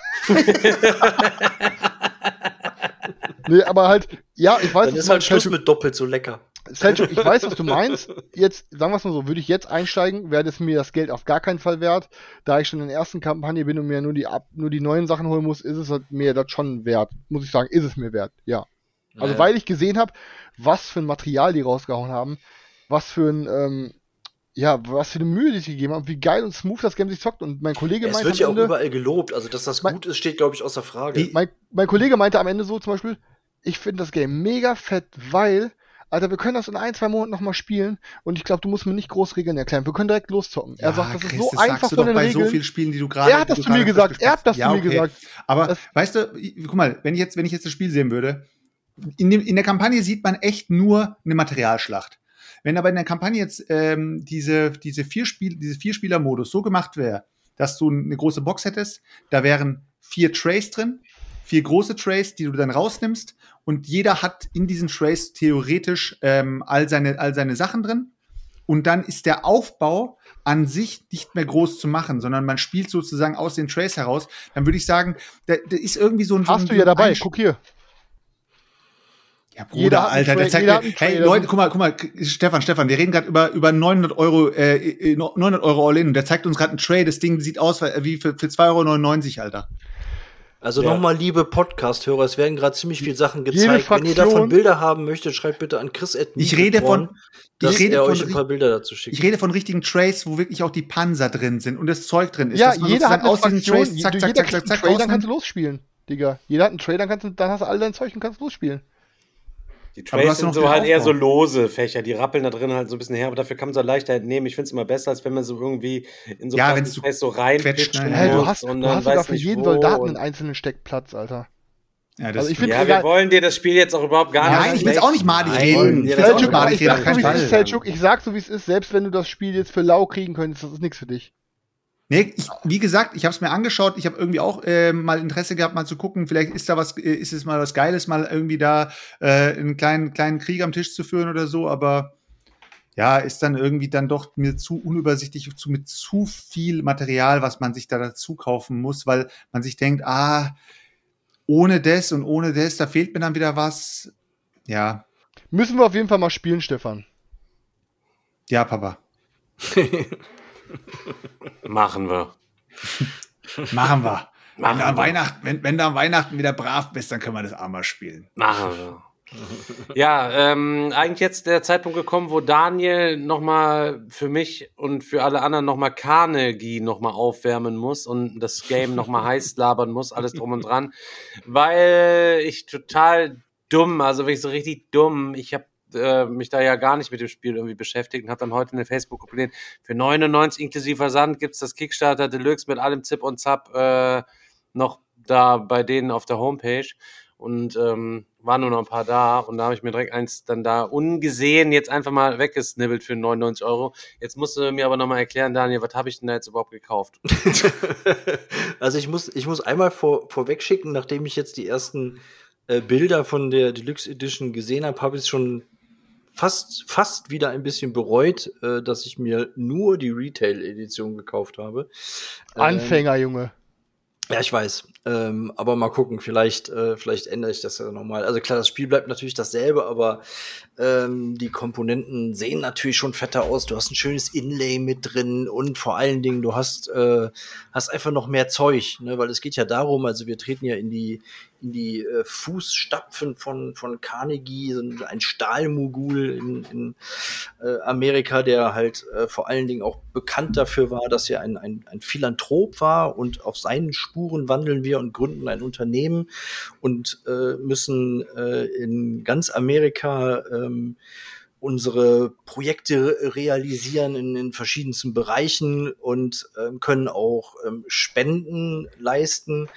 S7: Nee, aber halt, ja, ich weiß,
S5: Dann
S7: was
S5: ist
S7: du
S5: halt
S7: meinst,
S5: Schluss
S7: Selchuk.
S5: mit doppelt so lecker.
S7: Selchuk, ich weiß, was du meinst. Jetzt, sagen wir es mal so, würde ich jetzt einsteigen, wäre es mir das Geld auf gar keinen Fall wert. Da ich schon in der ersten Kampagne bin und mir nur die, ab, nur die neuen Sachen holen muss, ist es halt mir das schon wert. Muss ich sagen, ist es mir wert, ja. Also,
S5: Ja.
S7: weil ich gesehen habe, was für ein Material die rausgehauen haben, was für ein, ähm, ja, was für eine Mühe die sich gegeben haben, wie geil und smooth das Game sich zockt. Und mein Kollege
S5: Ja, es
S7: meinte
S5: wird ja
S7: am
S5: auch
S7: Ende,
S5: überall gelobt. Also, dass das
S7: Mein-
S5: gut ist, steht, glaube ich, außer Frage.
S6: Wie-
S7: mein, mein Kollege meinte am Ende so zum Beispiel, ich finde das Game mega fett, weil, Alter, wir können das in ein, zwei Monaten nochmal spielen und ich glaube, du musst mir nicht groß Regeln erklären. Wir können direkt loszocken. Er sagt, das
S6: Chris,
S7: ist so
S6: das
S7: einfach
S6: sagst du
S7: von
S6: doch
S7: den
S6: bei
S7: Regeln.
S6: so vielen Spielen, die du gerade
S7: Er hat das
S6: die
S7: zu
S6: du
S7: mir
S6: gerade
S7: gesagt,
S6: besprichst.
S7: er hat das
S6: ja,
S7: zu mir
S6: okay.
S7: gesagt.
S6: Aber
S7: Das-
S6: weißt du, ich- guck mal, wenn ich jetzt, wenn ich jetzt das Spiel sehen würde, in, dem, in der Kampagne sieht man echt nur eine Materialschlacht. Wenn aber in der Kampagne jetzt ähm, diese, diese vier Spiel, diese Vier-Spieler-Modus so gemacht wäre, dass du eine große Box hättest, da wären vier Trays drin, vier große Trays, die du dann rausnimmst und jeder hat in diesen Trays theoretisch ähm, all seine, all seine Sachen drin. Und dann ist der Aufbau an sich nicht mehr groß zu machen, sondern man spielt sozusagen aus den Trays heraus. Dann würde ich sagen, da, da ist irgendwie so ein. so
S7: Hast
S6: ein,
S7: du ja
S6: so ein
S7: dabei,
S6: Einsch-
S7: guck hier.
S6: Ja, Bruder,
S7: Jeder hat einen
S6: Alter, der
S7: Tray-
S6: zeigt
S7: jeder
S6: mir,
S7: hat einen
S6: hey
S7: Tray,
S6: Leute,
S7: das
S6: guck mal, guck mal, Stefan, Stefan, wir reden gerade über, über neunhundert Euro, äh, äh, neunhundert Euro All-In und der zeigt uns gerade einen Tray, das Ding sieht aus wie für, für zwei Euro neunundneunzig, Alter.
S5: Also
S4: Ja.
S5: nochmal, liebe Podcast-Hörer, es werden gerade ziemlich viele Sachen
S7: Jede
S5: gezeigt. Wenn ihr davon
S7: Fraktion-
S5: Bilder haben möchtet, schreibt bitte an Chris at
S6: Ich rede von-
S5: Nicoporn, dass
S6: ich rede
S5: er
S6: von
S5: euch ein paar
S6: ri-
S5: Bilder dazu schickt.
S6: Ich rede von richtigen Trays, wo wirklich auch die Panzer drin sind und das Zeug drin ist.
S7: Ja,
S6: dass man
S7: jeder hat
S6: sozusagen
S7: eine
S6: aus diesen
S7: Fraktion,
S6: Trays zack,
S7: du-
S6: zack,
S7: jeder
S6: zack,
S7: kriegt
S6: zack,
S7: einen
S6: zack,
S7: Tray, dann kannst
S6: rausnimmt.
S7: du losspielen, Digga. Jeder hat einen Tray, dann kannst du, dann hast du all dein Zeug und kannst losspielen.
S4: Die
S6: Aber du
S4: Trays
S6: hast
S4: sind
S6: noch
S4: so
S6: den
S4: halt eher so
S6: Aufbau.
S4: lose Fächer, die rappeln da drin halt so ein bisschen her, aber dafür kann man so leichter entnehmen. Ich finde es immer besser, als wenn man so irgendwie in so
S6: Ja,
S4: krassen
S6: wenn's so
S4: Trays so
S6: quetscht,
S4: reinpitchen
S6: ne?
S7: Hey, du
S4: muss
S7: hast,
S4: und
S7: du
S4: dann
S7: hast sogar
S4: weiß
S7: für
S4: nicht
S7: jeden
S4: wo
S7: Soldaten
S4: und-
S7: einen einzelnen Steckplatz, Alter.
S6: Ja, das
S7: Also ich
S6: ist-
S7: find-
S4: Ja,
S7: egal-
S4: wir wollen dir das Spiel jetzt auch überhaupt gar
S6: Nein,
S4: nicht
S6: ich will's auch nicht madig
S4: Nein,
S6: reden.
S4: dir
S6: Ich
S4: das
S6: will's
S4: auch
S6: auch nicht madig
S4: nicht
S6: reden, auf
S7: Ich
S6: keinen
S7: sag, so wie es
S6: Fall.
S7: ist, Selchuk, ich sag so wie es ist, selbst wenn du das Spiel jetzt für lau kriegen könntest, das ist nichts für dich.
S6: Nee, ich, wie gesagt, ich habe es mir angeschaut. Ich habe irgendwie auch äh, mal Interesse gehabt, mal zu gucken. Vielleicht ist da was, äh, ist es mal was Geiles, mal irgendwie da äh, einen kleinen, kleinen Krieg am Tisch zu führen oder so. Aber ja, ist dann irgendwie dann doch mir zu unübersichtlich, zu, mit zu viel Material, was man sich da dazu kaufen muss, weil man sich denkt, ah, ohne das und ohne das, da fehlt mir dann wieder was. Ja,
S7: Müssen wir auf jeden Fall mal spielen, Stefan.
S6: ja, Papa,
S4: Machen wir.
S6: machen wir. Wenn
S4: Machen
S6: du am
S4: wir.
S6: Weihnachten, wenn, wenn du am Weihnachten wieder brav bist, dann können wir das auch mal spielen.
S4: Machen wir. Ja, ähm, eigentlich jetzt der Zeitpunkt gekommen, wo Daniel nochmal für mich und für alle anderen nochmal Carnegie nochmal aufwärmen muss und das Game nochmal heiß labern muss, alles drum und dran, weil ich total dumm, also wirklich so richtig dumm, ich habe äh, mich da ja gar nicht mit dem Spiel irgendwie beschäftigt und habe dann heute in der Facebook-Gruppe gesehen, für neunundneunzig inklusive Versand gibt's das Kickstarter Deluxe mit allem Zip und Zap äh, noch da bei denen auf der Homepage. Und ähm, waren nur noch ein paar da und da habe ich mir direkt eins dann da ungesehen jetzt einfach mal weggesnibbelt für neunundneunzig Euro. Jetzt musst du mir aber nochmal erklären, Daniel, was habe ich denn da jetzt überhaupt gekauft?
S5: Also ich muss, ich muss einmal vor, vorweg schicken, nachdem ich jetzt die ersten äh, Bilder von der Deluxe Edition gesehen habe, habe ich es schon fast, fast wieder ein bisschen bereut, äh, dass ich mir nur die Retail-Edition gekauft habe. Ähm,
S7: Anfänger, Junge.
S5: Ja, ich weiß. Ähm, aber mal gucken, vielleicht, äh, vielleicht ändere ich das ja nochmal. Also klar, das Spiel bleibt natürlich dasselbe, aber ähm, die Komponenten sehen natürlich schon fetter aus. Du hast ein schönes Inlay mit drin und vor allen Dingen, du hast, äh, hast einfach noch mehr Zeug, ne? Weil es geht ja darum, also wir treten ja in die, in die äh, Fußstapfen von, von Carnegie, so ein Stahlmogul in, in äh, Amerika, der halt äh, vor allen Dingen auch bekannt dafür war, dass er ein, ein, ein Philanthrop war, und auf seinen Spuren wandeln wir und gründen ein Unternehmen und äh, müssen äh, in ganz Amerika ähm, unsere Projekte realisieren in den verschiedensten Bereichen und ähm, können auch ähm, Spenden leisten.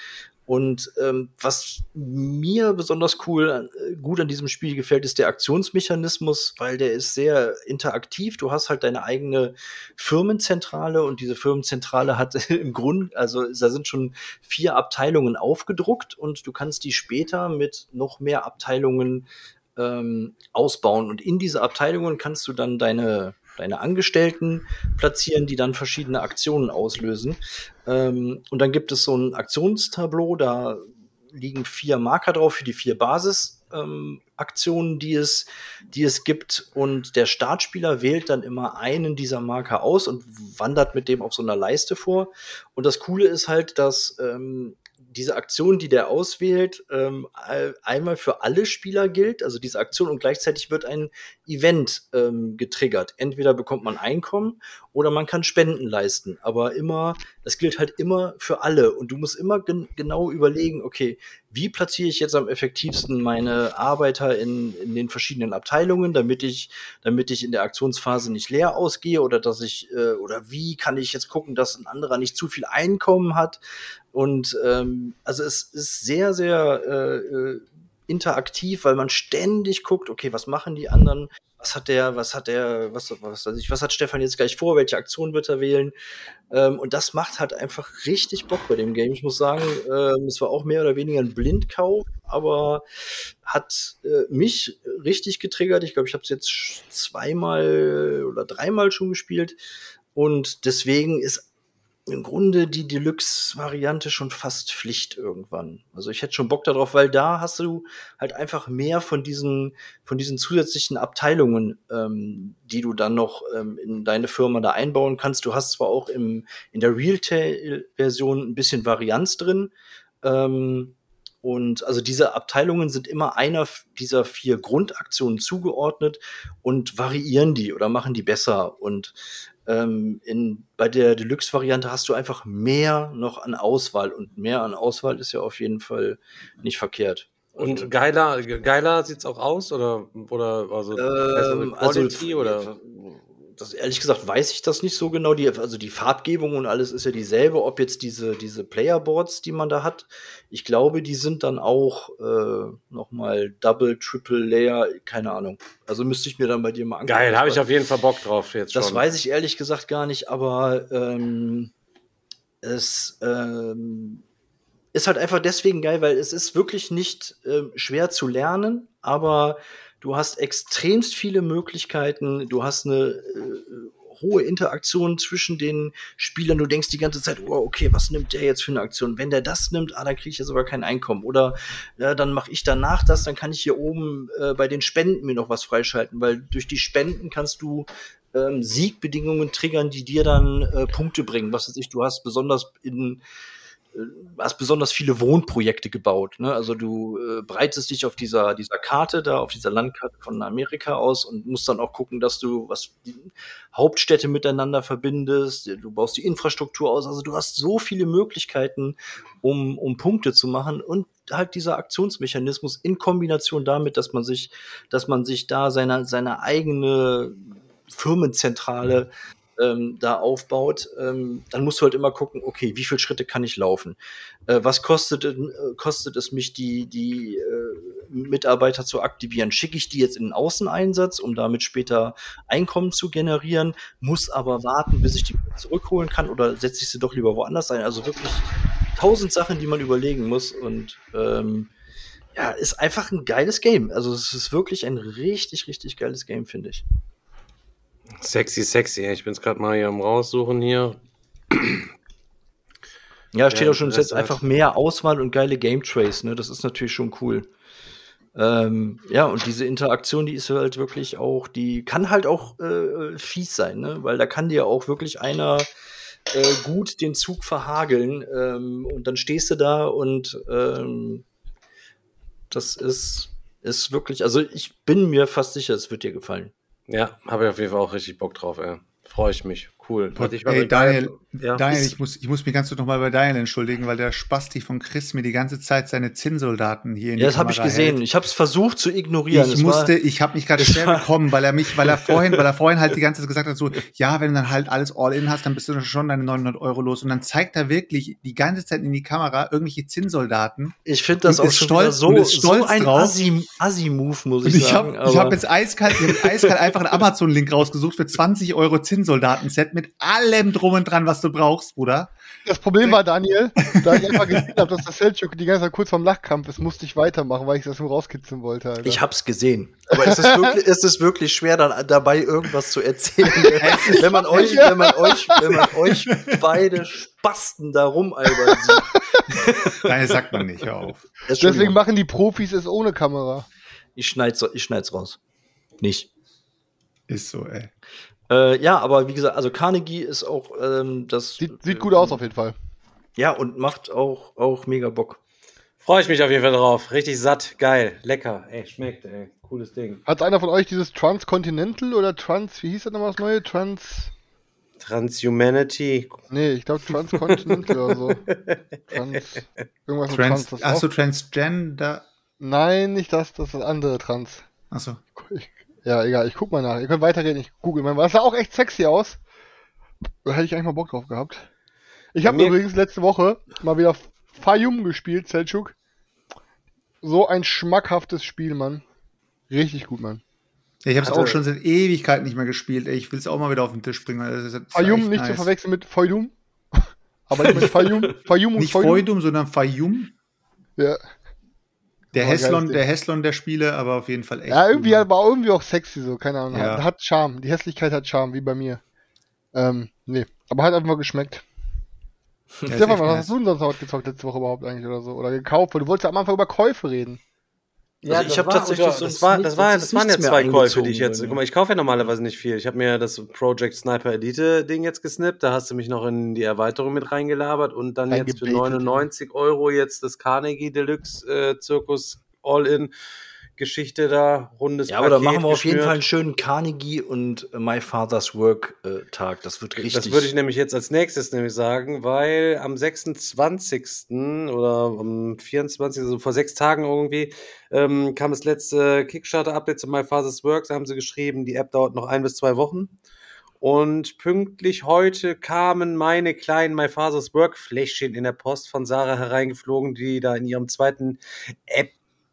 S5: Und ähm, was mir besonders cool, äh, gut an diesem Spiel gefällt, ist der Aktionsmechanismus, weil der ist sehr interaktiv. Du hast halt deine eigene Firmenzentrale und diese Firmenzentrale hat im Grund, also da sind schon vier Abteilungen aufgedruckt und du kannst die später mit noch mehr Abteilungen ähm, ausbauen. Und in diese Abteilungen kannst du dann deine deine Angestellten platzieren, die dann verschiedene Aktionen auslösen. Ähm, und dann gibt es so ein Aktionstableau, da liegen vier Marker drauf für die vier Basisaktionen, ähm, die es, die es gibt. Und der Startspieler wählt dann immer einen dieser Marker aus und wandert mit dem auf so einer Leiste vor. Und das Coole ist halt, dass ähm, diese Aktion, die der auswählt, ähm, einmal für alle Spieler gilt, also diese Aktion, und gleichzeitig wird ein Event ähm, getriggert. Entweder bekommt man Einkommen oder man kann Spenden leisten, aber immer, das gilt halt immer für alle und du musst immer gen- genau überlegen, okay, wie platziere ich jetzt am effektivsten meine Arbeiter in, in den verschiedenen Abteilungen, damit ich, damit ich in der Aktionsphase nicht leer ausgehe oder dass ich, äh, oder wie kann ich jetzt gucken, dass ein anderer nicht zu viel Einkommen hat. Und ähm, also es ist sehr, sehr äh, interaktiv, weil man ständig guckt, okay, was machen die anderen? Was hat der, was hat der, was, was weiß ich, was hat Stefan jetzt gleich vor? Welche Aktion wird er wählen? Ähm, und das macht halt einfach richtig Bock bei dem Game. Ich muss sagen, ähm, es war auch mehr oder weniger ein Blindkauf, aber hat äh, mich richtig getriggert. Ich glaube, ich habe es jetzt zweimal oder dreimal schon gespielt. Und deswegen ist im Grunde die Deluxe-Variante schon fast Pflicht irgendwann. Also ich hätte schon Bock darauf, weil da hast du halt einfach mehr von diesen, von diesen zusätzlichen Abteilungen, ähm, die du dann noch ähm, in deine Firma da einbauen kannst. Du hast zwar auch im, in der Retail-Version ein bisschen Varianz drin, ähm, und also diese Abteilungen sind immer einer dieser vier Grundaktionen zugeordnet und variieren die oder machen die besser. Und ähm, in, bei der Deluxe-Variante hast du einfach mehr noch an Auswahl. Und mehr an Auswahl ist ja auf jeden Fall nicht verkehrt.
S4: Und geiler, geiler sieht's auch aus? Oder, oder also,
S5: Ähm, also
S4: Quality, oder?
S5: Das, ehrlich gesagt weiß ich das nicht so genau. Die, also die Farbgebung und alles ist ja dieselbe. Ob jetzt diese, diese Playerboards, die man da hat, ich glaube, die sind dann auch äh, nochmal Double, Triple Layer, keine Ahnung. Also müsste ich mir dann bei dir mal angucken.
S4: Geil, habe ich auf jeden Fall Bock drauf jetzt schon.
S5: Das weiß ich ehrlich gesagt gar nicht, aber ähm, es ähm, ist halt einfach deswegen geil, weil es ist wirklich nicht ähm, schwer zu lernen, aber du hast extremst viele Möglichkeiten, du hast eine äh, hohe Interaktion zwischen den Spielern, du denkst die ganze Zeit, oh, okay, was nimmt der jetzt für eine Aktion? Wenn der das nimmt, ah, dann kriege ich ja sogar kein Einkommen. Oder ja, dann mache ich danach das, dann kann ich hier oben äh, bei den Spenden mir noch was freischalten, weil durch die Spenden kannst du ähm, Siegbedingungen triggern, die dir dann äh, Punkte bringen. Was weiß ich, du hast besonders in hast besonders viele Wohnprojekte gebaut, ne? Also du äh, breitest dich auf dieser dieser Karte da, auf dieser Landkarte von Amerika aus und musst dann auch gucken, dass du was die Hauptstädte miteinander verbindest. Du baust die Infrastruktur aus. Also du hast so viele Möglichkeiten, um um Punkte zu machen und halt dieser Aktionsmechanismus in Kombination damit, dass man sich, dass man sich da seine seine eigene Firmenzentrale Ähm, da aufbaut, ähm, dann musst du halt immer gucken, okay, wie viele Schritte kann ich laufen? Äh, was kostet, äh, kostet es mich, die, die äh, Mitarbeiter zu aktivieren? Schicke ich die jetzt in den Außeneinsatz, um damit später Einkommen zu generieren, muss aber warten, bis ich die zurückholen kann, oder setze ich sie doch lieber woanders ein? Also wirklich tausend Sachen, die man überlegen muss, und ähm, ja, ist einfach ein geiles Game. Also es ist wirklich ein richtig, richtig geiles Game, finde ich.
S4: Sexy, sexy. Ich bin es gerade mal hier am raussuchen hier.
S5: Ja, steht
S4: Ja,
S5: auch schon, es ist jetzt einfach mehr Auswahl und geile Game Trays, ne? Das ist natürlich schon cool. Ähm, ja, und diese Interaktion, die ist halt wirklich auch, die kann halt auch äh, fies sein, ne? Weil da kann dir auch wirklich einer äh, gut den Zug verhageln, ähm, und dann stehst du da und ähm, das ist, ist wirklich, also ich bin mir fast sicher, es wird dir gefallen.
S4: Ja, habe ich auf jeden Fall auch richtig Bock drauf, ey. Freue ich mich. cool.
S6: Boah,
S4: Ich war
S6: ey,
S4: total-
S6: Daniel,
S4: ja.
S6: Daniel ich, muss, ich muss mich ganz kurz nochmal bei Daniel entschuldigen, weil der Spasti von Chris mir die ganze Zeit seine Zinnsoldaten hier in
S5: Ja,
S6: die
S5: das habe ich
S6: Kamera
S5: gesehen.
S6: hält.
S5: Ich habe es versucht zu ignorieren.
S6: Ich
S5: Es
S6: musste,
S5: war,
S6: ich habe mich gerade
S5: es
S6: schwer
S5: war-
S6: bekommen, weil er mich, weil er vorhin, weil er vorhin halt die ganze Zeit gesagt hat, so, ja, wenn du dann halt alles all in hast, dann bist du schon deine neunhundert Euro los. Und dann zeigt er wirklich die ganze Zeit in die Kamera irgendwelche Zinnsoldaten.
S5: ich finde das
S6: und
S5: auch
S6: ist
S5: schon
S6: stolz-
S5: wieder
S6: und
S5: so,
S6: ist stolz
S5: so ein
S6: drauf.
S5: Assi- Assi-Move, muss
S6: Und
S5: ich
S6: ich
S5: sagen.
S6: habe ich hab
S5: aber-
S6: jetzt eiskalt, ich hab eiskalt einfach einen Amazon-Link rausgesucht für zwanzig Euro Zinnsoldaten-Set mit allem drum und dran, was du brauchst, Bruder.
S7: Das Problem war, Daniel, da ich einfach gesehen habe, dass der Selçuk die ganze Zeit kurz vorm Lachkampf ist, musste ich weitermachen, weil ich das nur rauskitzeln wollte. Alter.
S5: Ich hab's gesehen. Aber es ist wirklich, es ist wirklich schwer, dann dabei irgendwas zu erzählen. wenn man euch, wenn man euch, wenn man euch beide Spasten da rumalbern sieht.
S6: Nein, das sagt man nicht, hör auf.
S7: Deswegen machen die Profis es ohne Kamera.
S5: Ich schneid's, ich schneid's raus. Nicht.
S6: Ist so, ey.
S5: Äh, ja, aber wie gesagt, also Carnegie ist auch ähm, das.
S7: Sieht, sieht gut aus auf jeden Fall.
S5: Ja, und macht auch, auch mega Bock.
S4: Freue ich mich auf jeden Fall drauf. Richtig satt, geil, lecker. Ey, schmeckt, ey. Cooles Ding.
S7: Hat einer von euch dieses Transcontinental oder Trans, wie hieß das nochmal das neue? Trans.
S4: Transhumanity.
S7: Nee, ich glaube Transcontinental oder so. Trans. Irgendwas mit Trans.
S6: Trans,
S7: Das
S6: achso,
S7: auch.
S6: Transgender.
S7: Nein, nicht das, das ist das andere Trans.
S6: Achso.
S7: Ich, ja, egal, ich guck mal nach. Ihr könnt weiterreden, ich google mal. Das sah auch echt sexy aus. Da hätte ich eigentlich mal Bock drauf gehabt. Ich habe
S4: Bei mir-
S7: übrigens letzte Woche mal wieder Fayum gespielt, Selçuk. So ein schmackhaftes Spiel, Mann. Richtig gut, Mann.
S6: Ja, ich habe es
S4: Hatte-
S6: auch schon seit Ewigkeiten nicht mehr gespielt. Ey, ich will es auch mal wieder auf den Tisch bringen. weil Das ist, das ist
S7: Fayum
S6: echt
S7: nicht
S6: nice.
S7: zu verwechseln mit Feudum. Aber nicht mit Fayum. Fayum und
S6: Nicht
S7: Feudum.
S6: Feudum, sondern Fayum.
S7: Ja.
S6: Der
S7: Oh,
S6: Heslon,
S7: geiles
S6: der Heslon der Spiele, aber auf jeden Fall echt.
S7: Ja,
S6: gut,
S7: irgendwie
S6: Mann.
S7: war irgendwie auch sexy so, keine Ahnung.
S6: Ja.
S7: Hat, hat Charme. Die Hässlichkeit hat Charme, wie bei mir. Ähm, nee. Aber hat einfach geschmeckt.
S6: Ja, ist
S7: Stefan,
S6: echt
S7: was
S6: nice.
S7: hast du denn sonst heute gezockt letzte Woche überhaupt eigentlich oder so? Oder gekauft? Weil du wolltest ja am Anfang über Käufe reden.
S5: Ja, ich habe tatsächlich
S4: das,
S5: sonst
S4: war,
S5: nichts-
S4: das, war,
S5: sonst
S4: das waren ja
S5: nichts mehr
S4: zwei Käufe,
S5: eingezogen
S4: die ich jetzt.
S5: bei mir.
S4: Guck mal, ich kaufe ja normalerweise nicht viel. Ich habe mir das Project Sniper Elite Ding jetzt gesnippt. Da hast du mich noch in die Erweiterung mit reingelabert und dann jetzt für
S7: Reingebaitet.
S4: neunundneunzig Euro jetzt das Carnegie Deluxe äh, Zirkus All-In Geschichte da, rundes
S5: Ja, aber da
S4: Paket
S5: machen wir auf jeden
S4: geschnürt.
S5: Fall einen schönen Carnegie und My Father's Work äh, Tag. Das wird richtig.
S4: Das würde ich nämlich jetzt als nächstes nämlich sagen, weil am sechsundzwanzigsten oder am vierundzwanzigsten, also vor sechs Tagen irgendwie, ähm, kam das letzte Kickstarter-Update zu My Father's Work. Da haben sie geschrieben, die App dauert noch ein bis zwei Wochen. Und pünktlich heute kamen meine kleinen My Father's Work Fläschchen in der Post von Sarah hereingeflogen, die da in ihrem zweiten App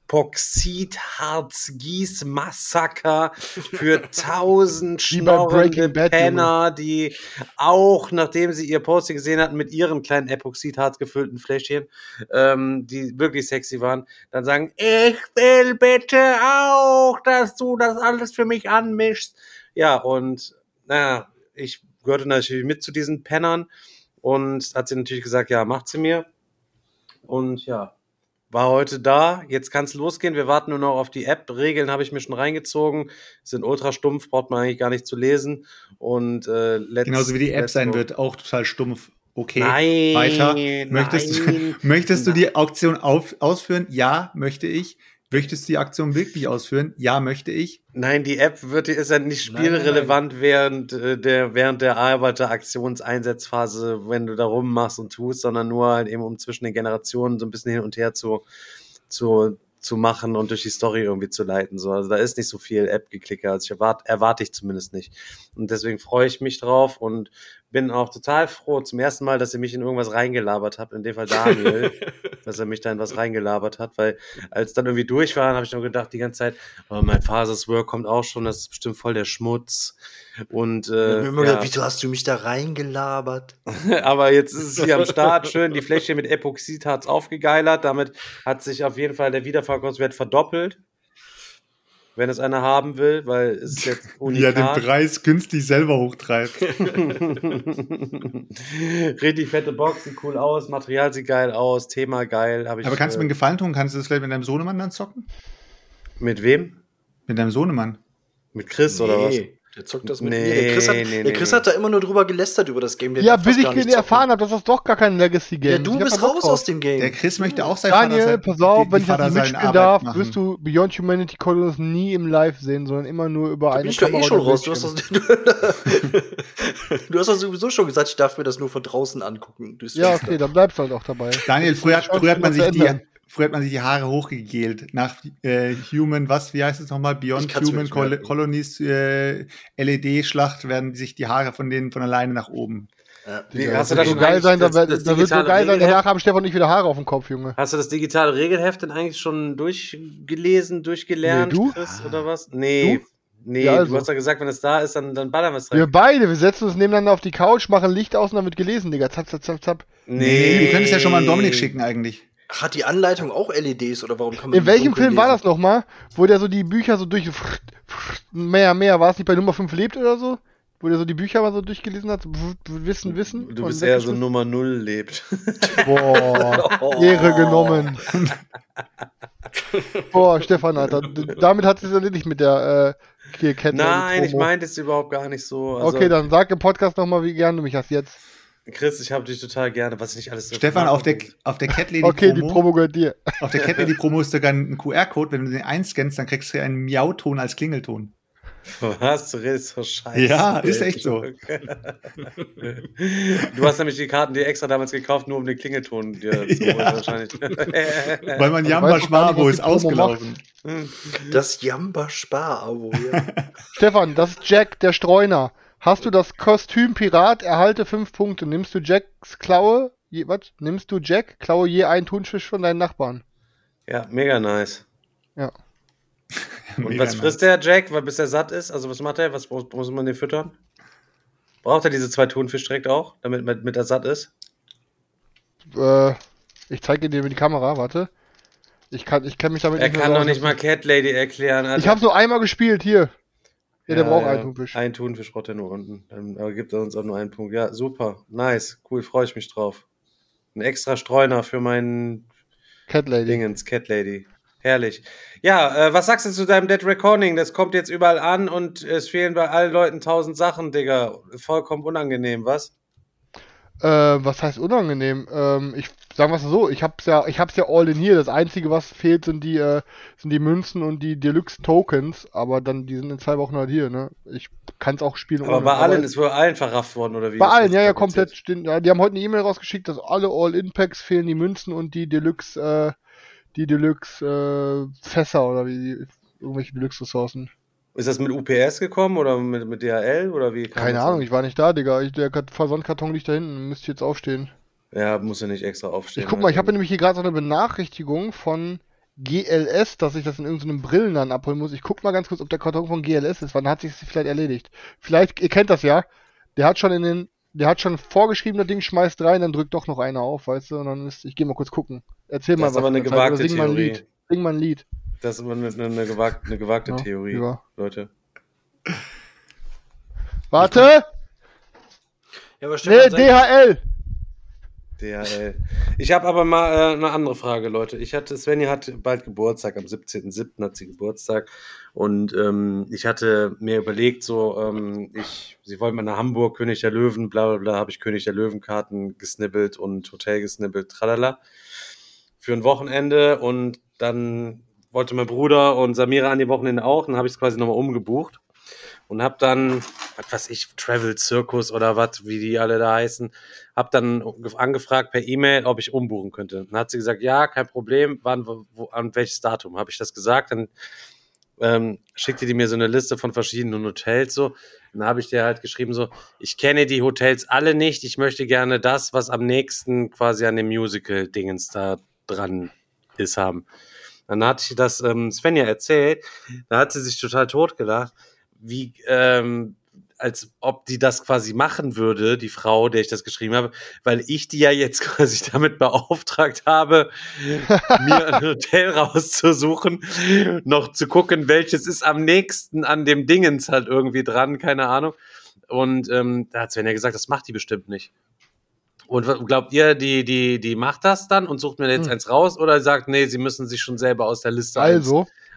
S4: Epoxidharz-Gieß-Massaker für tausend
S7: Wie bei Breaking
S4: schnorrende
S7: Bad,
S4: Penner, die auch, nachdem sie ihr Posting gesehen hatten, mit ihren kleinen Epoxidharz gefüllten Fläschchen, ähm, die wirklich sexy waren, dann sagen, ich will bitte auch, dass du das alles für mich anmischst. Ja, und naja, ich gehörte natürlich mit zu diesen Pennern und hat sie natürlich gesagt, ja, macht sie mir. Und ja, war heute da, jetzt kann es losgehen, wir warten nur noch auf die App, Regeln habe ich mir schon reingezogen, sind ultra stumpf, braucht man eigentlich gar nicht zu lesen und äh, let's,
S6: Genauso wie die App
S4: let's
S6: sein
S4: go.
S6: wird, auch total stumpf. Okay,
S4: Nein,
S6: weiter. Möchtest,
S4: nein,
S6: du, möchtest du
S4: nein.
S6: die Auktion auf, ausführen? Ja, möchte ich. Möchtest du die Aktion wirklich ausführen? Ja, möchte ich.
S4: Nein, die App wird, ist ja nicht
S5: Nein, nein,
S4: spielrelevant während äh, der während der Arbeiteraktionseinsatzphase, wenn du da rummachst und tust, sondern nur halt eben um zwischen den Generationen so ein bisschen hin und her zu zu zu machen und durch die Story irgendwie zu leiten. So, also da ist nicht so viel App-Geklicker, also ich erwarte erwarte ich zumindest nicht. Und deswegen freue ich mich drauf und bin auch total froh zum ersten Mal, dass ihr mich in irgendwas reingelabert habt, in dem Fall Daniel, dass er mich da in was reingelabert hat, weil als dann irgendwie durch war, habe ich noch gedacht die ganze Zeit, oh, mein Father's Work kommt auch schon, das ist bestimmt voll der Schmutz und
S5: Ich hab
S4: äh,
S5: mir immer
S4: ja.
S5: gedacht, wieso hast du mich da reingelabert?
S4: Aber jetzt ist es hier am Start, schön die Fläschchen mit Epoxidharz aufgegeilert, damit hat sich auf jeden Fall der Wiederverkaufswert verdoppelt, wenn es einer haben will, weil es ist jetzt
S6: Wie er den
S4: unikat.
S6: Preis künstlich selber hochtreibt.
S4: Richtig fette Box, sieht cool aus, Material sieht geil aus, Thema geil. Hab ich,
S6: Aber kannst du mir
S4: äh,
S6: einen Gefallen tun? Kannst du das vielleicht mit deinem Sohnemann dann zocken?
S4: mit wem?
S6: Mit deinem Sohnemann?
S4: Mit Chris oder was?
S5: Der zockt das mit
S4: Nee,
S5: mir. Der Chris, hat,
S4: nee,
S5: der Chris
S4: nee.
S5: hat da immer nur drüber gelästert über das Game. Der
S7: Ja,
S5: darf
S7: bis
S5: das
S7: ich
S5: gar nicht
S7: erfahren
S5: zocken.
S7: habe, dass das doch gar kein Legacy-Game
S5: Ja,
S7: ist.
S5: du
S7: Ich hab
S5: bist
S7: da Bock
S5: raus
S7: drauf.
S5: aus dem Game.
S6: Der Chris möchte auch sein
S7: Daniel,
S6: Vater,
S7: pass auf,
S6: die,
S7: wenn
S6: die
S7: ich das
S6: Vater
S7: mitspielen
S6: seine
S7: darf,
S6: Arbeit machen.
S7: wirst du Beyond Humanity Colonies nie im Live sehen, sondern immer nur über
S5: Da
S7: eine
S5: bin ich doch eh
S7: Kamera
S5: schon
S7: oder
S5: raus. Du hast,
S7: Bildschirm.
S5: das, du hast das sowieso schon gesagt, ich darf mir das nur von draußen angucken. durchs
S7: Ja,
S5: Fenster.
S7: okay, dann bleibst du halt auch dabei.
S6: Daniel, früher,
S7: Chance,
S6: früher, hat man
S7: das
S6: sich
S7: zu
S6: die,
S7: ändern.
S6: früher hat man sich die Haare hochgegelt. Nach äh, Human, was, wie heißt es nochmal?
S5: Ich
S6: Beyond
S5: kann's mir
S6: Human
S5: nicht
S6: Col
S5: merken.
S6: Colonies äh, L E D-Schlacht werden sich die Haare von denen von alleine nach oben.
S5: Ja.
S4: Wie,
S7: Ja,
S4: hast du
S7: das
S4: da
S7: wird
S4: schon
S7: so geil
S4: eigentlich
S7: sein, da,
S4: das-
S7: wird-
S4: das
S7: da wird so
S4: digitale
S7: geil sein,
S4: Regelheft-
S7: danach haben Stefan nicht wieder Haare auf dem Kopf, Junge.
S4: Hast du das digitale Regelheft denn eigentlich schon durchgelesen, durchgelernt,
S7: Nee, du?
S4: Chris, oder was? Nee.
S7: Du?
S4: Nee,
S7: Ja, also.
S4: du hast ja gesagt, wenn es da ist, dann, dann ballern wir es
S7: Wir
S4: rein.
S7: beide, wir setzen uns nebeneinander auf die Couch, machen Licht aus und dann wird gelesen, Digga. Zap, zap, zap, zap.
S6: Nee, wir können es ja schon mal an Dominik schicken eigentlich.
S5: Hat die Anleitung auch L E Ds oder warum kann man
S7: In
S5: die
S7: welchem
S5: dunkel
S7: Film war
S5: lesen?
S7: das nochmal, wo der so die Bücher so durch... Mehr, mehr, war es nicht bei Nummer fünf lebt oder so? Wo der so die Bücher mal so durchgelesen hat, so Wissen, Wissen.
S4: Du
S7: und
S4: bist eher so
S7: weggeschmissen?
S4: Nummer null lebt.
S7: Boah,
S5: Oh.
S7: Ehre genommen. Boah, Stefan, Alter, d- damit hat es erledigt mit der äh, hier Cat Lady
S4: Nein, ich
S7: Promo.
S4: meinte es überhaupt gar nicht so. Also,
S7: Okay, dann sag im Podcast nochmal, wie gern du mich hast jetzt.
S4: Chris, ich habe dich total gerne, was ich nicht alles so
S6: Stefan, auf der,
S4: mache.
S6: auf der Cat Lady
S7: Okay, die
S6: Promo,
S7: Promo gehört dir.
S6: auf der Cat Lady Promo ist sogar ein Q R-Code. Wenn du den einscannst, dann kriegst du einen Miauton als Klingelton.
S4: Was? Du redest so scheiße.
S6: Ja, ist echt so.
S4: Du hast nämlich die Karten dir extra damals gekauft, nur um den Klingelton dir zu holen,
S6: Ja.
S4: wahrscheinlich.
S6: Weil man
S7: Also
S6: Jamba
S7: weißt du gar nicht,
S6: Schwabo
S7: was
S6: ist
S7: die Promo
S6: ausgelaufen.
S5: Das Jamba-Spar-Abo. Ja.
S7: Stefan, das ist Jack, der Streuner. Hast du das Kostüm Pirat, erhalte fünf Punkte. Nimmst du Jacks Klaue, je, was? Nimmst du Jack, klaue je einen Thunfisch von deinen Nachbarn.
S4: Ja, mega nice.
S7: Ja.
S4: Und
S6: Mega
S4: was frisst der Jack, weil bis er satt ist? Also was macht er? Was muss, muss man den füttern? Braucht er diese zwei Thunfisch direkt auch, damit, damit, damit er satt ist?
S7: Äh, ich zeige dir die Kamera, warte. Ich kann, ich kenn mich damit
S4: Er
S7: nicht mehr
S4: kann
S7: so
S4: doch
S7: aus.
S4: nicht mal Cat Lady erklären. Alter.
S7: Ich habe so einmal gespielt, hier. Ja, der braucht einen Thunfisch.
S4: Ein Thunfisch braucht er nur unten. Dann aber gibt er uns auch nur einen Punkt. Ja, super. Nice. Cool, freue ich mich drauf. Ein extra Streuner für meinen
S7: Cat Lady.
S4: Dingens, Cat Lady. Herrlich. Ja, äh, was sagst du zu deinem Dead Reckoning? Das kommt jetzt überall an und es fehlen bei allen Leuten tausend Sachen, Digga. Vollkommen unangenehm, was?
S7: Äh, was heißt unangenehm? Ähm, ich sagen wir es so, ich hab's ja, ich hab's ja all in hier. Das Einzige, was fehlt, sind die, äh, sind die Münzen und die Deluxe Tokens, aber dann, die sind in zwei Wochen halt hier, ne? Ich kann's auch spielen.
S4: Aber
S7: ohne.
S4: bei allen ist wohl allen verrafft worden, oder wie?
S7: Bei
S4: ist
S7: allen,
S4: das
S7: ja, ja,
S4: kompliziert?
S7: komplett. Stehen, ja, die haben heute eine E-Mail rausgeschickt, dass alle All-In-Packs fehlen, die Münzen und die Deluxe, äh, die Deluxe, äh, Fässer oder wie, die, irgendwelche Deluxe-Ressourcen.
S4: Ist das mit U P S gekommen oder mit, mit D H L oder wie? kam
S7: Keine
S4: das
S7: Ahnung,
S4: an?
S7: ich war nicht da, Digga. Ich, der Kat- Versandkarton liegt da hinten, müsste jetzt aufstehen.
S4: Ja, muss ja nicht extra aufstehen.
S7: Ich guck mal, ich habe nämlich hier gerade so eine Benachrichtigung von G L S, dass ich das in irgendeinem Brillenladen abholen muss. Ich guck mal ganz kurz, ob der Karton von G L S ist, wann hat sich das vielleicht erledigt. Vielleicht, ihr kennt das ja, der hat schon in den, der hat schon vorgeschrieben, das Ding schmeißt rein, dann drückt doch noch einer auf, weißt du, und dann ist, ich gehe mal kurz gucken. Erzähl
S4: Das
S7: mal
S4: ist
S7: was.
S4: aber eine
S7: in der Zeit, oder
S4: gewagte
S7: sing mal ein
S4: Theorie.
S7: Lied. Sing mal ein Lied.
S4: Das ist immer eine, eine, gewagte, eine gewagte
S7: Ja,
S4: Theorie,
S7: ja.
S4: Leute.
S7: Warte!
S5: Ja, aber
S7: Nee,
S5: Stefan, sag-
S7: D H L!
S4: D H L. Ich habe aber mal äh, eine andere Frage, Leute. Ich hatte, Svenja hat bald Geburtstag, am siebzehnten siebten hat sie Geburtstag. Und ähm, ich hatte mir überlegt, so, ähm, ich, sie wollte mal nach Hamburg, König der Löwen, bla bla bla, habe ich König der Löwen-Karten gesnibbelt und Hotel gesnibbelt, tralala, für ein Wochenende. Und dann wollte mein Bruder und Samira an die Wochenende auch. Dann habe ich es quasi nochmal umgebucht. Und hab dann, was weiß ich, Travel Circus oder was, wie die alle da heißen, hab dann angefragt per E-Mail, ob ich umbuchen könnte. Dann hat sie gesagt, ja, kein Problem, wann, wo, an welches Datum? Habe ich das gesagt, dann ähm, schickte die mir so eine Liste von verschiedenen Hotels so. Dann habe ich dir halt geschrieben so, ich kenne die Hotels alle nicht, ich möchte gerne das, was am nächsten quasi an dem Musical-Dingens da dran ist, haben. Dann hatte ich das ähm, Svenja erzählt, da hat sie sich total totgelacht, wie, ähm, als ob die das quasi machen würde, die Frau, der ich das geschrieben habe, weil ich die ja jetzt quasi damit beauftragt habe, mir ein Hotel rauszusuchen, noch zu gucken, welches ist am nächsten an dem Dingens halt irgendwie dran, keine Ahnung. Und ähm, da hat Svenja gesagt, das macht die bestimmt nicht. Und glaubt ihr, die, die, die macht das dann und sucht mir jetzt
S7: Hm.
S4: eins raus oder sagt, nee, sie müssen sich schon selber aus der Liste
S7: Also,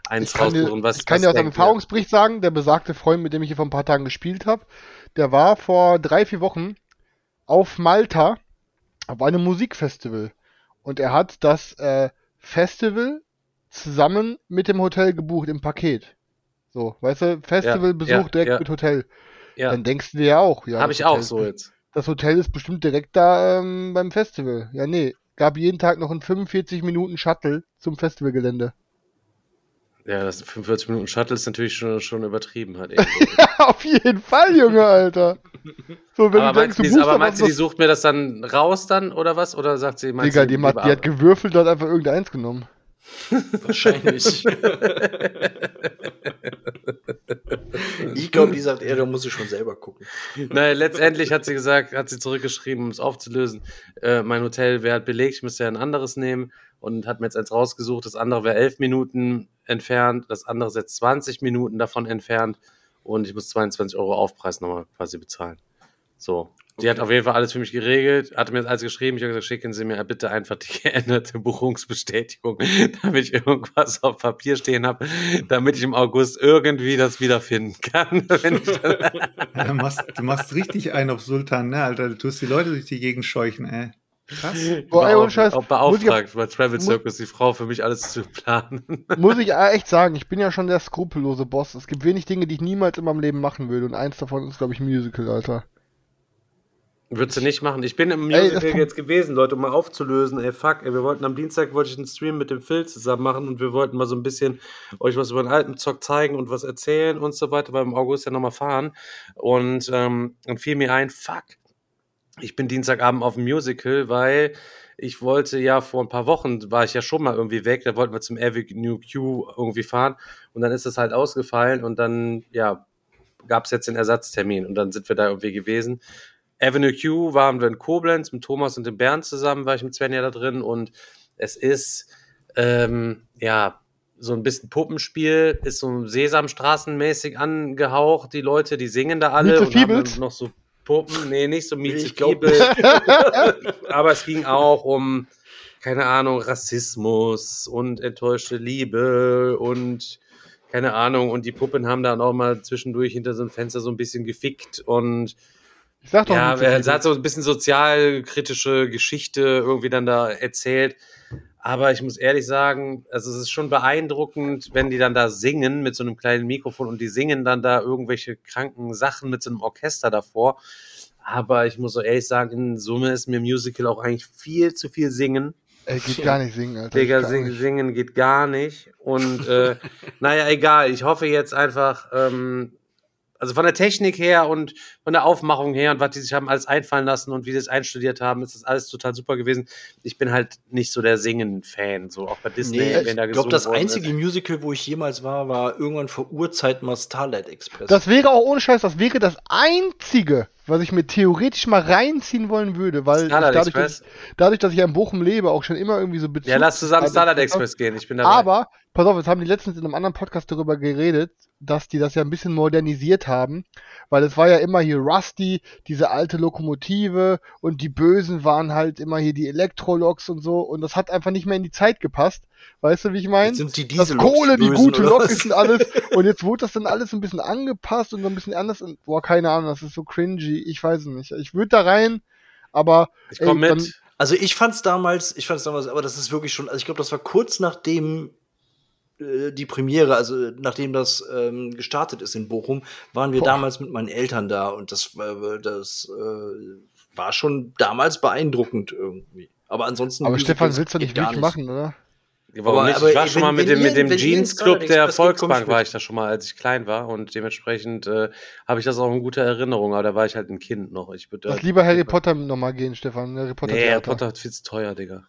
S4: eins
S7: Ich kann dir,
S4: raussuchen, was
S7: ich kann
S4: was
S7: dir aus einem
S4: denkt ihr?
S7: Erfahrungsbericht sagen, der besagte Freund, mit dem ich hier vor ein paar Tagen gespielt habe, der war vor drei, vier Wochen auf Malta auf einem Musikfestival. Und er hat das äh, Festival zusammen mit dem Hotel gebucht im Paket. So, weißt du, Festivalbesuch
S4: ja,
S7: direkt
S4: ja.
S7: mit Hotel.
S4: Ja,
S7: Dann denkst du dir ja auch, ja.
S4: habe
S7: das
S4: ich auch
S7: Hotel
S4: so
S7: ist,
S4: jetzt.
S7: Das Hotel ist bestimmt direkt da ähm, beim Festival. Ja, nee. Gab jeden Tag noch einen fünfundvierzig Minuten Shuttle zum Festivalgelände.
S4: Ja, das fünfundvierzig Minuten Shuttle ist natürlich schon, schon übertrieben halt. Irgendwie.
S7: Auf jeden Fall, Junge, Alter. So, wenn
S4: aber
S7: du
S4: meinst
S7: denkst,
S4: du,
S7: du
S4: die,
S7: buchst
S4: aber
S7: da
S4: meinst du,
S7: was,
S4: die sucht mir das dann raus dann oder was? Oder sagt sie, meinst
S7: Digga,
S4: du,
S7: die, hat, die hat
S4: lieber-
S7: gewürfelt und hat einfach irgendeins genommen.
S5: Wahrscheinlich. Ich glaube, die sagt, er, da muss ich schon selber gucken.
S4: Naja, letztendlich hat sie gesagt, hat sie zurückgeschrieben, um es aufzulösen, äh, mein Hotel wäre halt belegt, ich müsste ja ein anderes nehmen und hat mir jetzt eins rausgesucht, das andere wäre elf Minuten entfernt, das andere ist jetzt zwanzig Minuten davon entfernt und ich muss zweiundzwanzig Euro Aufpreis nochmal quasi bezahlen. So. Die
S5: Okay.
S4: hat auf jeden Fall alles für mich geregelt, hatte mir jetzt alles geschrieben, ich habe gesagt, schicken Sie mir bitte einfach die geänderte Buchungsbestätigung, damit ich irgendwas auf Papier stehen habe, damit ich im August irgendwie das wiederfinden kann. Wenn ich dann
S6: Ja, du, machst, du machst richtig einen auf Sultan, ne, Alter? Du tust die Leute durch die Gegend scheuchen, ey. Krass.
S7: Boah, ey, ohne
S4: Beauf-
S7: Scheiß,
S4: auch
S7: muss ich,
S4: beauftragt bei Travel
S7: muss-
S4: Circus, die Frau für mich alles zu planen.
S7: muss ich echt sagen, ich bin ja schon der skrupellose Boss. Es gibt wenig Dinge, die ich niemals in meinem Leben machen würde und eins davon ist, glaube ich, Musical, Alter.
S4: Würdest du nicht machen? Ich bin im
S7: Ey,
S4: Musical
S7: das-
S4: jetzt gewesen, Leute, um mal aufzulösen. Ey, fuck, ey, wir wollten am Dienstag, wollte ich einen Stream mit dem Phil zusammen machen und wir wollten mal so ein bisschen euch was über den alten Zock zeigen und was erzählen und so weiter, weil wir im August ja nochmal fahren. Und ähm, dann fiel mir ein, fuck, ich bin Dienstagabend auf dem Musical, weil ich wollte ja vor ein paar Wochen, war ich ja schon mal irgendwie weg, da wollten wir zum Avenue Q irgendwie fahren und dann ist das halt ausgefallen und dann, ja, gab es jetzt den Ersatztermin und dann sind wir da irgendwie gewesen. Avenue Q waren wir in Koblenz mit Thomas und dem Bernd zusammen, war ich mit Sven ja da drin und es ist, ähm, ja, so ein bisschen Puppenspiel, ist so Sesamstraßenmäßig angehaucht, die Leute, die singen da alle
S7: Meet the
S4: und haben
S7: Feebles?
S4: dann noch so Puppen, nee, nicht so Meet the
S5: Ich glaub
S4: Feebles, aber es ging auch um, keine Ahnung, Rassismus und enttäuschte Liebe und keine Ahnung, und die Puppen haben dann auch mal zwischendurch hinter so einem Fenster so ein bisschen gefickt und
S7: Ich sag doch
S4: ja,
S7: nicht so
S4: er
S7: viel.
S4: hat so ein bisschen sozialkritische Geschichte irgendwie dann da erzählt. Aber ich muss ehrlich sagen, also es ist schon beeindruckend, wenn die dann da singen mit so einem kleinen Mikrofon und die singen dann da irgendwelche kranken Sachen mit so einem Orchester davor. Aber ich muss so ehrlich sagen, in Summe ist mir Musical auch eigentlich viel zu viel Singen.
S7: Ey, geht gar nicht singen, Alter.
S4: Digga,
S7: Geht gar
S4: sing,
S7: nicht.
S4: singen geht gar nicht. Und äh, naja, egal. Ich hoffe jetzt einfach, ähm, also von der Technik her und von der Aufmachung her und was die sich haben alles einfallen lassen und wie sie es einstudiert haben, ist das alles total super gewesen. Ich bin halt nicht so der Singen-Fan, so auch bei Disney,
S5: Nee,
S4: wenn da
S5: ich
S4: gesungen
S5: glaube, das
S4: worden
S5: einzige
S4: ist.
S5: Musical, wo ich jemals war, war irgendwann vor Urzeiten mal Starlight Express.
S7: Das wäre auch ohne Scheiß, das wäre das einzige, was ich mir theoretisch mal reinziehen wollen würde, weil ich
S4: Starlight
S7: dadurch, dass
S4: Express?
S7: ich, dadurch, dass ich ja in Bochum lebe, auch schon immer irgendwie so Bezug
S4: Ja, lass zusammen
S7: zu
S4: Starlight
S7: Express.
S4: Express gehen. Ich bin dabei.
S7: Aber, pass auf, jetzt haben die letztens in einem anderen Podcast darüber geredet, dass die das ja ein bisschen modernisiert haben, weil es war ja immer hier Rusty, diese alte Lokomotive und die Bösen waren halt immer hier die Elektroloks und so und das hat einfach nicht mehr in die Zeit gepasst. Weißt du, wie ich meine?
S5: Jetzt sind die
S7: Das
S5: Dieselloks
S7: Kohle, die
S5: Bösen,
S7: gute
S5: oder
S7: Lok
S5: was?
S7: ist und alles. Und jetzt wurde das dann alles ein bisschen angepasst und so ein bisschen anders. Und, boah, keine Ahnung, das ist so cringy. Ich weiß es nicht. Ich würde da rein, aber
S4: Ich komme
S7: ey,
S4: mit.
S7: dann-
S5: Also ich fand's damals, ich fand's damals, aber das ist wirklich schon, also ich glaube, das war kurz nachdem äh, die Premiere, also nachdem das ähm, gestartet ist in Bochum, waren wir
S7: Boah.
S5: damals mit meinen Eltern da und das, war- das äh, war schon damals beeindruckend irgendwie. Aber ansonsten.
S7: aber
S5: Musicals
S7: Stefan, willst du
S5: geht
S7: nicht
S5: gar
S7: wirklich machen, oder?
S4: Warum
S5: Aber-
S4: nicht?
S5: aber
S4: Ich war
S5: ey,
S4: schon
S5: wenn-
S4: mal mit
S5: wenn
S4: dem,
S5: ihr-
S4: mit dem
S5: wenn ihr ins
S4: Jeans Club
S5: Starlight
S4: der
S5: Express geht, komm ich
S4: Volksbank war
S5: mit.
S4: ich da schon mal, als ich klein war und dementsprechend äh, habe ich das auch in guter Erinnerung, aber da war ich halt ein Kind noch. Ich würde
S7: Lass lieber Harry Potter nochmal gehen, Stefan. Harry Potter
S4: Nee, Harry
S7: Theater.
S4: Potter ist viel zu teuer, Digga.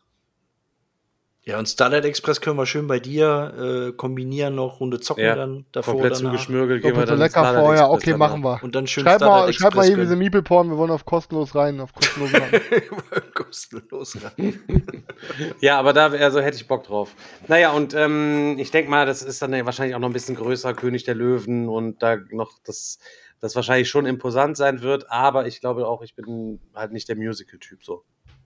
S5: Ja, und Starlight Express können wir schön bei dir äh, kombinieren noch, Runde zocken
S4: Ja,
S5: dann davor.
S4: Komplett
S5: danach.
S4: zugeschmürgelt gehen wir
S7: Doppelt so
S4: dann
S7: lecker
S4: Starlight
S7: vorher,
S4: Express
S7: okay,
S4: danach.
S7: machen wir.
S5: Und dann schön
S7: Schreib mal,
S5: Starlight
S7: schreib mal hier
S5: Express
S7: diese Meeple-Porn, wir wollen auf kostenlos rein, auf kostenlos rein.
S5: kostenlos rein.
S4: Ja, aber da also hätte ich Bock drauf. Naja, und ähm, ich denke mal, das ist dann ja wahrscheinlich auch noch ein bisschen größer, König der Löwen und da noch das, das wahrscheinlich schon imposant sein wird, aber ich glaube auch, ich bin halt nicht der Musical-Typ so.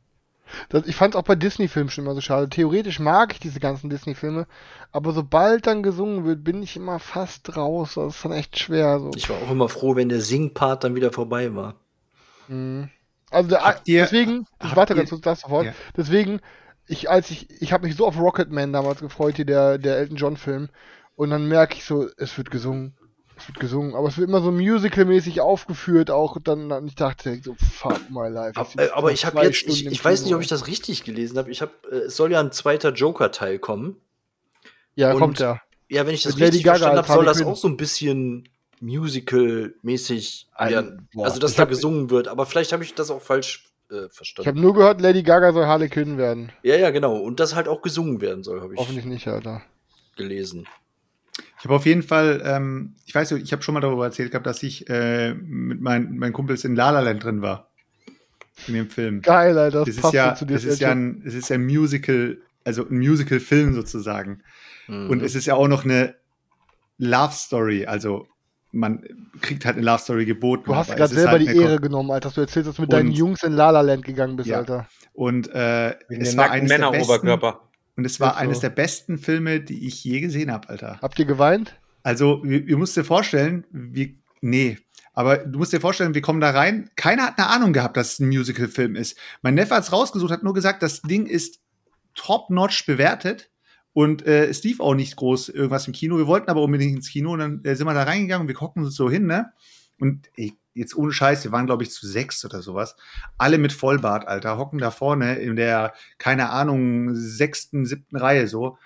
S7: Das, ich fand es auch bei Disney-Filmen schon immer so schade. Theoretisch mag ich diese ganzen Disney-Filme, aber sobald dann gesungen wird, bin ich immer fast raus. Das ist dann echt schwer. So.
S5: Ich war auch immer froh, wenn der Sing-Part dann wieder vorbei war.
S7: Mhm. Also der,
S6: Habt ihr-
S7: deswegen, ich
S6: habt
S7: warte
S6: ihr-
S7: ganz kurz, das sofort.
S6: Ja.
S7: Deswegen, ich als ich, ich habe mich so auf Rocketman damals gefreut, hier der der Elton John Film, und dann merke ich so, es wird gesungen, es wird gesungen, aber es wird immer so musical-mäßig aufgeführt, auch dann, dann ich dachte so, fuck my life.
S5: Ab,
S7: jetzt
S5: äh,
S7: sind
S5: aber
S7: noch
S5: ich habe
S7: zwei
S5: jetzt,
S7: Stunden
S5: ich,
S7: im
S5: ich weiß nicht,
S7: Kino.
S5: ob ich das richtig gelesen habe. Ich habe, äh, es soll ja ein zweiter Joker-Teil kommen.
S7: Ja,
S5: und-
S7: kommt ja.
S5: Ja, wenn ich das
S7: Mit Lady
S5: richtig
S7: Gaga
S5: verstanden
S7: als
S5: habe, soll
S7: Harley
S5: das
S7: Quinn.
S5: auch so ein bisschen Musical-mäßig
S7: Ein-
S5: werden.
S7: boah,
S5: Also, dass
S7: ich
S5: da
S7: hab-
S5: gesungen wird. Aber vielleicht habe ich das auch falsch äh,
S7: Ich habe
S5: verstanden.
S7: nur gehört, Lady Gaga soll Harley Quinn werden.
S5: Ja, ja, genau. Und das halt auch gesungen werden soll, habe ich
S7: Hoffentlich nicht, Alter.
S5: gelesen.
S6: Ich habe auf jeden Fall, ähm, ich weiß, ich habe schon mal darüber erzählt gehabt, dass ich äh, mit meinen, meinen Kumpels in La La Land drin war. In dem Film.
S7: Geil, Alter, das,
S6: Das ist
S7: passt
S6: ja,
S7: so zu dir.
S6: das ist ja ein, es ist ja ein Musical, also ein Musical-Film sozusagen.
S5: Mhm.
S6: Und es ist ja auch noch eine Love Story, also man kriegt halt eine Love Story geboten.
S7: Du hast
S6: aber
S7: gerade
S6: es ist
S7: selber
S6: halt
S7: die
S6: eine
S7: Ehre
S6: Ko-
S7: genommen, Alter, dass du erzählst, dass du mit
S6: Und-
S7: deinen Jungs in La La Land gegangen bist,
S6: Ja.
S7: Alter.
S6: Und äh,
S4: Wegen
S6: es
S4: den
S6: war
S4: nackten
S6: eines der besten,
S4: Männeroberkörper.
S6: und es war
S7: Ist so.
S6: eines der besten Filme, die ich je gesehen habe, Alter.
S7: Habt ihr geweint?
S6: Also, wir- ihr müsst dir vorstellen, wir, nee, aber du musst dir vorstellen, wir kommen da rein. Keiner hat eine Ahnung gehabt, dass es ein Musical-Film ist. Mein Neffe hat es rausgesucht, hat nur gesagt, das Ding ist top-notch bewertet. Und äh, es lief auch nicht groß irgendwas im Kino. Wir wollten aber unbedingt ins Kino und dann äh, sind wir da reingegangen und wir gucken uns so hin, ne? Und ey, jetzt ohne Scheiß, wir waren, glaube ich, zu sechs oder sowas. Alle mit Vollbart, Alter, hocken da vorne in der, keine Ahnung, sechsten, siebten Reihe so.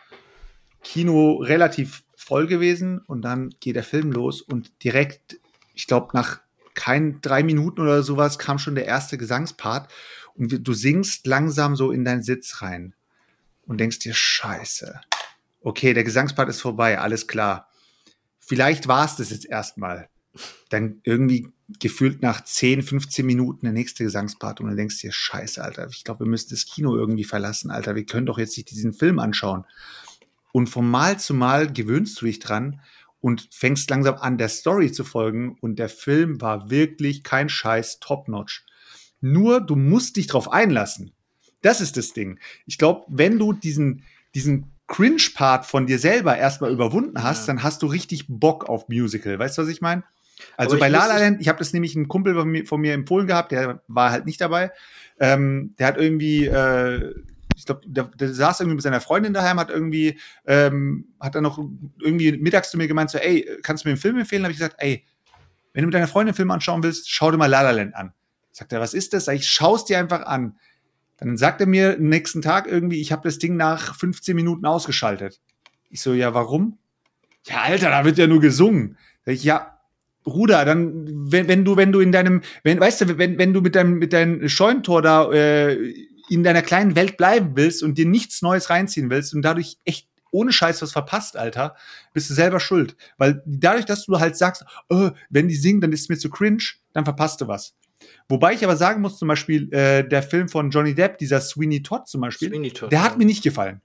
S6: Kino relativ voll gewesen und dann geht der Film los und direkt, ich glaube, nach kein drei Minuten oder sowas kam schon der erste Gesangspart und wir- du singst langsam so in deinen Sitz rein und denkst dir, scheiße. Okay, der Gesangspart ist vorbei, alles klar. Vielleicht war es das jetzt erstmal. Dann irgendwie gefühlt nach zehn, fünfzehn Minuten der nächste Gesangspart und dann denkst du dir, scheiße, Alter, ich glaube, wir müssen das Kino irgendwie verlassen, Alter. Wir können doch jetzt nicht diesen Film anschauen. Und von Mal zu Mal gewöhnst du dich dran und fängst langsam an, der Story zu folgen. Und der Film war wirklich kein Scheiß top-notch. Nur, du musst dich drauf einlassen. Das ist das Ding. Ich glaube, wenn du diesen, diesen Cringe-Part von dir selber erstmal überwunden hast,
S5: Ja.
S6: dann hast du richtig Bock auf Musical. Weißt du, was ich meine? Also
S5: Aber
S6: bei
S5: ich
S6: La
S5: muss-
S6: La Land, ich habe das nämlich einen Kumpel von mir, von mir empfohlen gehabt, der war halt nicht dabei. Ähm, der hat irgendwie, äh, ich glaube, der, der saß irgendwie mit seiner Freundin daheim, hat irgendwie, ähm, hat dann noch irgendwie mittags zu mir gemeint, so, ey, kannst du mir einen Film empfehlen? Habe ich gesagt, ey, wenn du mit deiner Freundin einen Film anschauen willst, schau dir mal La La Land an. Sagt er, was ist das? Sag ich, schau's dir einfach an. Dann sagt er mir am nächsten Tag irgendwie, ich habe das Ding nach fünfzehn Minuten ausgeschaltet. Ich so, ja, warum? Ja, Alter, da wird ja nur gesungen. Sag ich, ja, Bruder, dann, wenn, wenn du, wenn du in deinem, wenn, weißt du, wenn, wenn du mit deinem, mit deinem Scheunentor da äh, in deiner kleinen Welt bleiben willst und dir nichts Neues reinziehen willst und dadurch echt ohne Scheiß was verpasst, Alter, bist du selber schuld. Weil dadurch, dass du halt sagst, oh, wenn die singen, dann ist es mir zu cringe, dann verpasst du was. Wobei ich aber sagen muss, zum Beispiel, äh, der Film von Johnny Depp, dieser Sweeney Todd zum Beispiel,
S5: Sweeney Todd,
S6: der
S5: ja.
S6: hat mir nicht gefallen.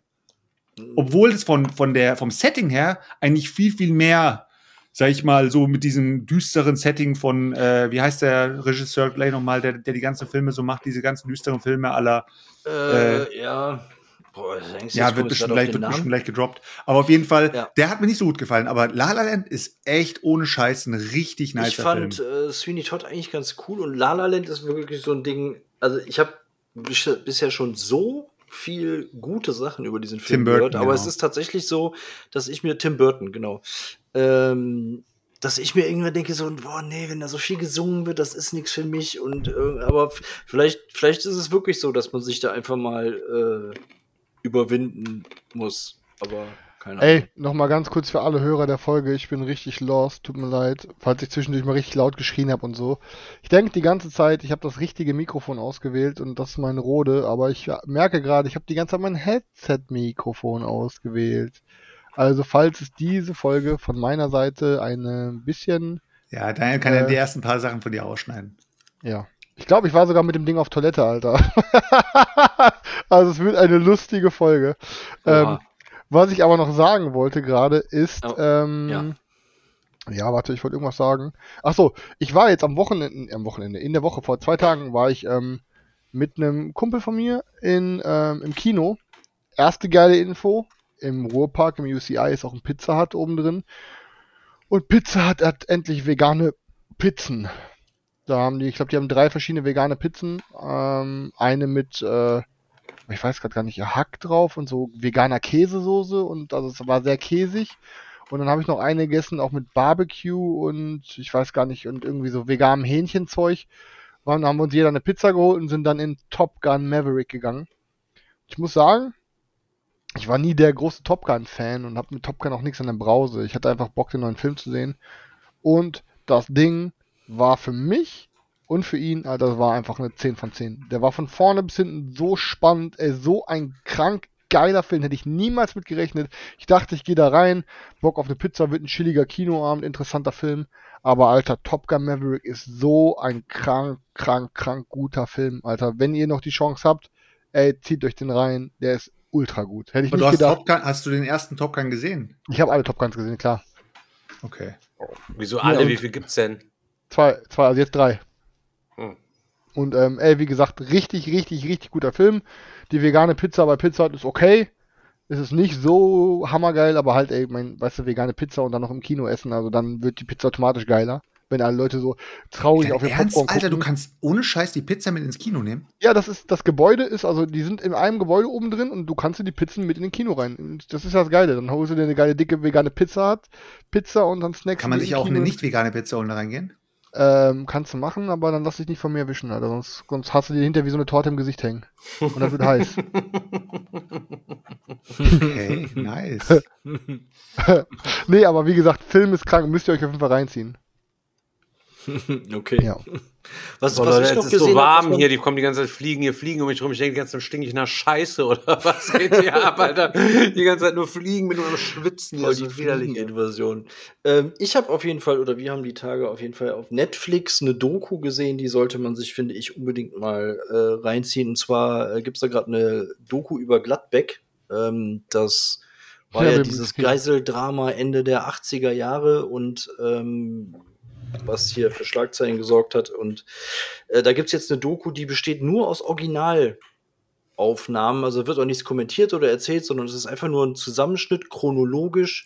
S6: Obwohl es von, von der, vom Setting her eigentlich viel, viel mehr, sag ich mal, so mit diesem düsteren Setting von, äh, wie heißt der Regisseur gleich nochmal, der, der die ganzen Filme so macht, diese ganzen düsteren Filme aller,
S5: Äh, ja. Boah, das ist eigentlich-
S6: ja,
S5: jetzt
S6: wird
S5: komm ich
S6: bestimmt
S5: grad auf
S6: gleich,
S5: den
S6: wird
S5: Namen.
S6: bestimmt gleich gedroppt. Aber auf jeden Fall,
S5: Ja.
S6: der hat mir nicht so gut gefallen. Aber La La Land ist echt ohne Scheiß ein richtig nicer
S5: Ich fand
S6: Film.
S5: äh, Sweeney Todd eigentlich ganz cool und La La Land ist wirklich so ein Ding. Also ich habe bis- bisher schon so viel gute Sachen über diesen Film
S6: Tim Burton,
S5: gehört, aber
S6: genau.
S5: es ist tatsächlich so, dass ich mir Tim Burton genau, ähm, dass ich mir irgendwann denke so, boah nee, wenn da so viel gesungen wird, das ist nichts für mich und äh, aber f- vielleicht vielleicht ist es wirklich so, dass man sich da einfach mal äh, überwinden muss, aber keine Ahnung.
S7: Ey, nochmal ganz kurz für alle Hörer der Folge, ich bin richtig lost, tut mir leid, falls ich zwischendurch mal richtig laut geschrien habe und so. Ich denke die ganze Zeit, ich habe das richtige Mikrofon ausgewählt und das ist mein Rode, aber ich merke gerade, ich habe die ganze Zeit mein Headset-Mikrofon ausgewählt. Also falls es diese Folge von meiner Seite eine bisschen,
S6: Ja, Daniel kann ja
S7: äh,
S6: die ersten paar Sachen von dir ausschneiden.
S7: ja. Ich glaube, ich war sogar mit dem Ding auf Toilette, Alter. Also es wird eine lustige Folge. Ähm,
S5: Oha.
S7: was ich aber noch sagen wollte gerade ist,
S5: Oh,
S7: ähm,
S5: ja.
S7: ja, warte, ich wollte irgendwas sagen. Ach so, ich war jetzt am Wochenende, am Wochenende, in der Woche vor zwei Tagen war ich ähm, mit einem Kumpel von mir in, ähm, im Kino. Erste geile Info, im Ruhrpark, im U C I ist auch ein Pizza Hut oben drin. Und Pizza Hut hat endlich vegane Pizzen. Da haben die, ich glaube, die haben drei verschiedene vegane Pizzen. Ähm, eine mit, äh, ich weiß gerade gar nicht, Hack drauf und so veganer Käsesoße und also es war sehr käsig. Und dann habe ich noch eine gegessen, auch mit Barbecue und ich weiß gar nicht, und irgendwie so veganem Hähnchenzeug. Dann haben wir uns jeder eine Pizza geholt und sind dann in Top Gun Maverick gegangen. Ich muss sagen, ich war nie der große Top Gun-Fan und habe mit Top Gun auch nichts an der Brause. Ich hatte einfach Bock, den neuen Film zu sehen. Und das Ding war für mich und für ihn, Alter, das war einfach eine zehn von zehn. Der war von vorne bis hinten so spannend, ey, so ein krank geiler Film, hätte ich niemals mit gerechnet. Ich dachte, ich gehe da rein, Bock auf eine Pizza, wird ein chilliger Kinoabend, interessanter Film. Aber, Alter, Top Gun Maverick ist so ein krank, krank, krank guter Film, Alter. Wenn ihr noch die Chance habt, ey, zieht euch den rein, der ist ultra gut. Hätte ich
S6: Aber
S7: nicht
S6: du hast,
S7: gedacht.
S6: Top Gun, hast du den ersten Top Gun gesehen?
S7: Ich habe alle Top Guns gesehen, klar.
S6: Okay.
S4: Wieso alle?
S7: Ja,
S4: Wie viel gibt's denn?
S7: Zwei, zwei, also jetzt drei.
S4: Hm.
S7: Und ähm, ey, wie gesagt, richtig, richtig, richtig guter Film. Die vegane Pizza bei Pizza Hut ist okay. Es ist nicht so hammergeil, aber halt, ey, mein, weißt du, vegane Pizza und dann noch im Kino essen, also dann wird die Pizza automatisch geiler. Wenn alle Leute so traurig
S6: Dein
S7: auf ihr
S6: Ernst,
S7: Popcorn
S6: Alter,
S7: gucken.
S6: du kannst ohne Scheiß die Pizza mit ins Kino nehmen?
S7: Ja, das ist, das Gebäude ist, also die sind in einem Gebäude oben drin und du kannst dir die Pizzen mit in den Kino rein. Und das ist ja das Geile. Dann holst du dir eine geile, dicke, vegane Pizza hat, Pizza und dann Snacks.
S6: Kann man
S7: die
S6: sich
S7: im
S6: auch
S7: Kino.
S6: eine nicht vegane Pizza holen da reingehen?
S7: Ähm, kannst du machen, aber dann lass dich nicht von mir erwischen, Alter. Sonst, sonst hast du dir hinter wie so eine Torte im Gesicht hängen. Und das wird heiß.
S6: Okay, nice.
S7: Nee, aber wie gesagt, Film ist krank, müsst ihr euch auf jeden Fall reinziehen.
S5: Okay.
S7: Ja.
S5: Was,
S4: So,
S5: was
S4: Leute,
S5: ich noch
S4: es ist so
S5: gesehen
S4: warm
S5: habe,
S4: hier, die kommen die ganze Zeit fliegen, hier fliegen um mich rum. Ich denke, die ganze Zeit stinke ich nach Scheiße oder was geht hier ab, Alter? Die ganze Zeit nur fliegen mit nur Schwitzen.
S5: voll
S4: Hier,
S5: die
S4: so widerlich.
S5: Fliegen-Invasion. Ähm, ich habe auf jeden Fall, oder wir haben die Tage auf jeden Fall auf Netflix eine Doku gesehen, die sollte man sich, finde ich, unbedingt mal äh, reinziehen. Und zwar äh, gibt es da gerade eine Doku über Gladbeck. Ähm, das war
S7: Ja,
S5: ja,
S7: wir-
S5: dieses Geiseldrama Ende der achtziger Jahre und ähm, was hier für Schlagzeilen gesorgt hat. Und äh, da gibt's jetzt eine Doku, die besteht nur aus Originalaufnahmen. Also wird auch nichts kommentiert oder erzählt, sondern es ist einfach nur ein Zusammenschnitt chronologisch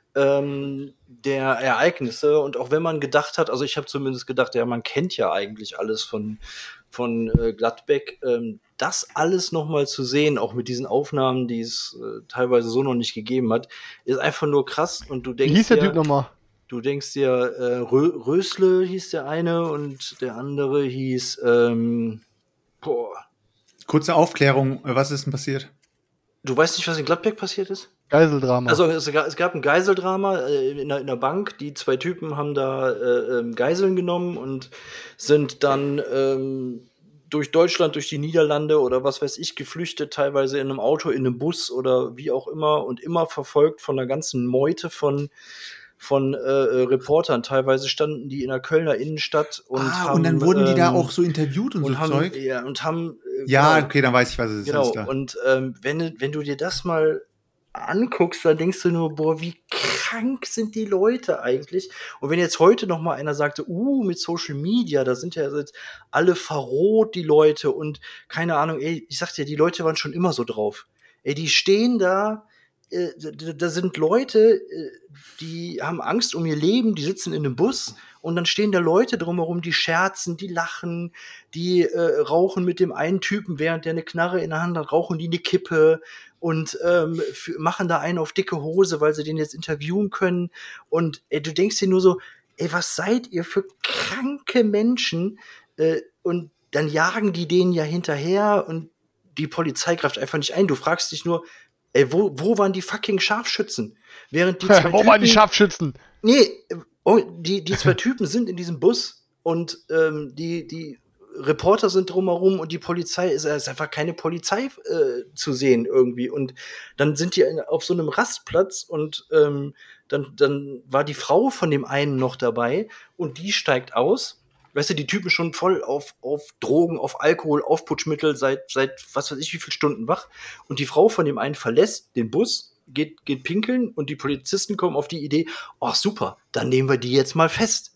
S5: ähm, der Ereignisse. Und auch wenn man gedacht hat, also ich habe zumindest gedacht, ja, man kennt ja eigentlich alles von, von äh, Gladbeck, ähm, das alles noch mal zu sehen, auch mit diesen Aufnahmen, die es äh, teilweise so noch nicht gegeben hat, ist einfach nur krass. Und du
S7: Wie
S5: denkst
S7: hieß der
S5: dir,
S7: Typ nochmal?
S5: Du denkst dir, äh, Rö Rösle hieß der eine und der andere hieß, ähm, boah.
S6: Kurze Aufklärung, was ist denn passiert?
S5: Du weißt nicht, was in Gladbeck passiert ist?
S7: Geiseldrama.
S5: Also es, ga- es gab ein Geiseldrama äh, in, der, in der Bank. Die zwei Typen haben da äh, ähm, Geiseln genommen und sind dann ähm, durch Deutschland, durch die Niederlande oder was weiß ich geflüchtet, teilweise in einem Auto, in einem Bus oder wie auch immer und immer verfolgt von einer ganzen Meute von von äh, Reportern. Teilweise standen die in der Kölner Innenstadt und
S6: ah,
S5: haben,
S6: und dann wurden die da
S5: ähm,
S6: auch so interviewt und,
S5: und
S6: so
S5: haben,
S6: Zeug?
S5: ja, und haben äh,
S6: Ja,
S5: genau,
S6: okay, dann weiß ich, was es ist.
S5: genau.
S6: Alles klar.
S5: Und ähm, wenn, du- wenn du dir das mal anguckst, dann denkst du nur, boah, wie krank sind die Leute eigentlich? Und wenn jetzt heute noch mal einer sagte, uh, mit Social Media, da sind ja jetzt alle verroht, die Leute und keine Ahnung, ey, ich sag dir, die Leute waren schon immer so drauf. Ey, die stehen da, äh, da, da sind Leute, äh, die haben Angst um ihr Leben, die sitzen in einem Bus und dann stehen da Leute drumherum, die scherzen, die lachen, die äh, rauchen mit dem einen Typen, während der eine Knarre in der Hand hat, rauchen die eine Kippe und ähm, f- machen da einen auf dicke Hose, weil sie den jetzt interviewen können. Und ey, du denkst dir nur so, ey, was seid ihr für kranke Menschen? Äh, und dann jagen die denen ja hinterher und die Polizei greift einfach nicht ein. Du fragst dich nur, ey, wo, wo waren die fucking Scharfschützen? Während die zwei
S7: Wo waren die
S5: Typen-
S7: Scharfschützen?
S5: Nee, äh, oh, die, die zwei Typen sind in diesem Bus und ähm, die, die Reporter sind drumherum und die Polizei ist, ist einfach keine Polizei äh, zu sehen irgendwie. Und dann sind die in, auf so einem Rastplatz und ähm, dann, dann war die Frau von dem einen noch dabei und die steigt aus. Weißt du, die Typen schon voll auf, auf Drogen, auf Alkohol, auf Putschmittel seit, seit was weiß ich wie viel Stunden wach. Und die Frau von dem einen verlässt den Bus, geht, geht pinkeln und die Polizisten kommen auf die Idee, oh super, dann nehmen wir die jetzt mal fest.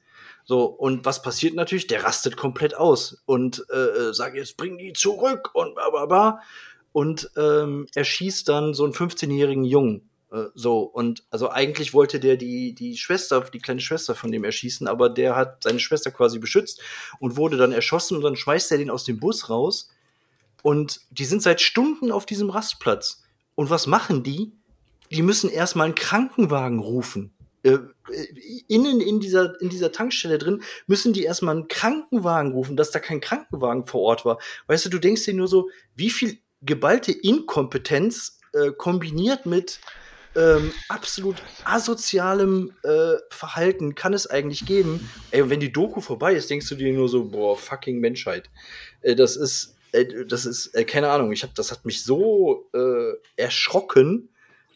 S5: So, und was passiert natürlich? Der rastet komplett aus und äh, sagt, jetzt bring die zurück und bla bla bla. Und ähm, er schießt dann so einen fünfzehnjährigen Jungen. Äh, so, und also eigentlich wollte der die, die Schwester, die kleine Schwester von dem erschießen, aber der hat seine Schwester quasi beschützt und wurde dann erschossen und dann schmeißt er den aus dem Bus raus. Und die sind seit Stunden auf diesem Rastplatz. Und was machen die? Die müssen erstmal einen Krankenwagen rufen. Äh, innen in dieser, in dieser Tankstelle drin müssen die erstmal einen Krankenwagen rufen, dass da kein Krankenwagen vor Ort war. Weißt du, du denkst dir nur so, wie viel geballte Inkompetenz äh, kombiniert mit ähm, absolut asozialem äh, Verhalten kann es eigentlich geben. Ey, und wenn die Doku vorbei ist, denkst du dir nur so, boah, fucking Menschheit. Äh, das ist, äh, das ist, äh, keine Ahnung, ich hab, das hat mich so äh, erschrocken.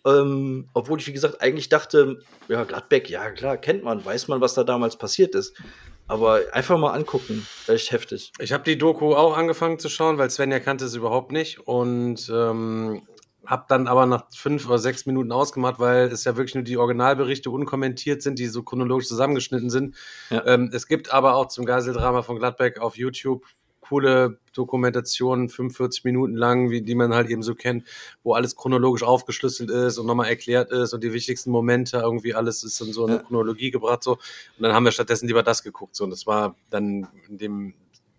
S5: Ähm, obwohl ich, wie gesagt, eigentlich dachte, ja, Gladbeck, ja klar, kennt man, weiß man, was da damals passiert ist. Aber einfach mal angucken, echt heftig.
S4: Ich habe die Doku auch angefangen zu schauen, weil Svenja kannte es überhaupt nicht und ähm, habe dann aber nach fünf oder sechs Minuten ausgemacht, weil es ja wirklich nur die Originalberichte unkommentiert sind, die so chronologisch zusammengeschnitten sind. Ja. Ähm, es gibt aber auch zum Geiseldrama von Gladbeck auf YouTube coole Dokumentationen, fünfundvierzig Minuten lang, wie die man halt eben so kennt, wo alles chronologisch aufgeschlüsselt ist und nochmal erklärt ist und die wichtigsten Momente, irgendwie alles ist in so eine ja. Chronologie gebracht. So. Und dann haben wir stattdessen lieber das geguckt. So. Und das war dann in dem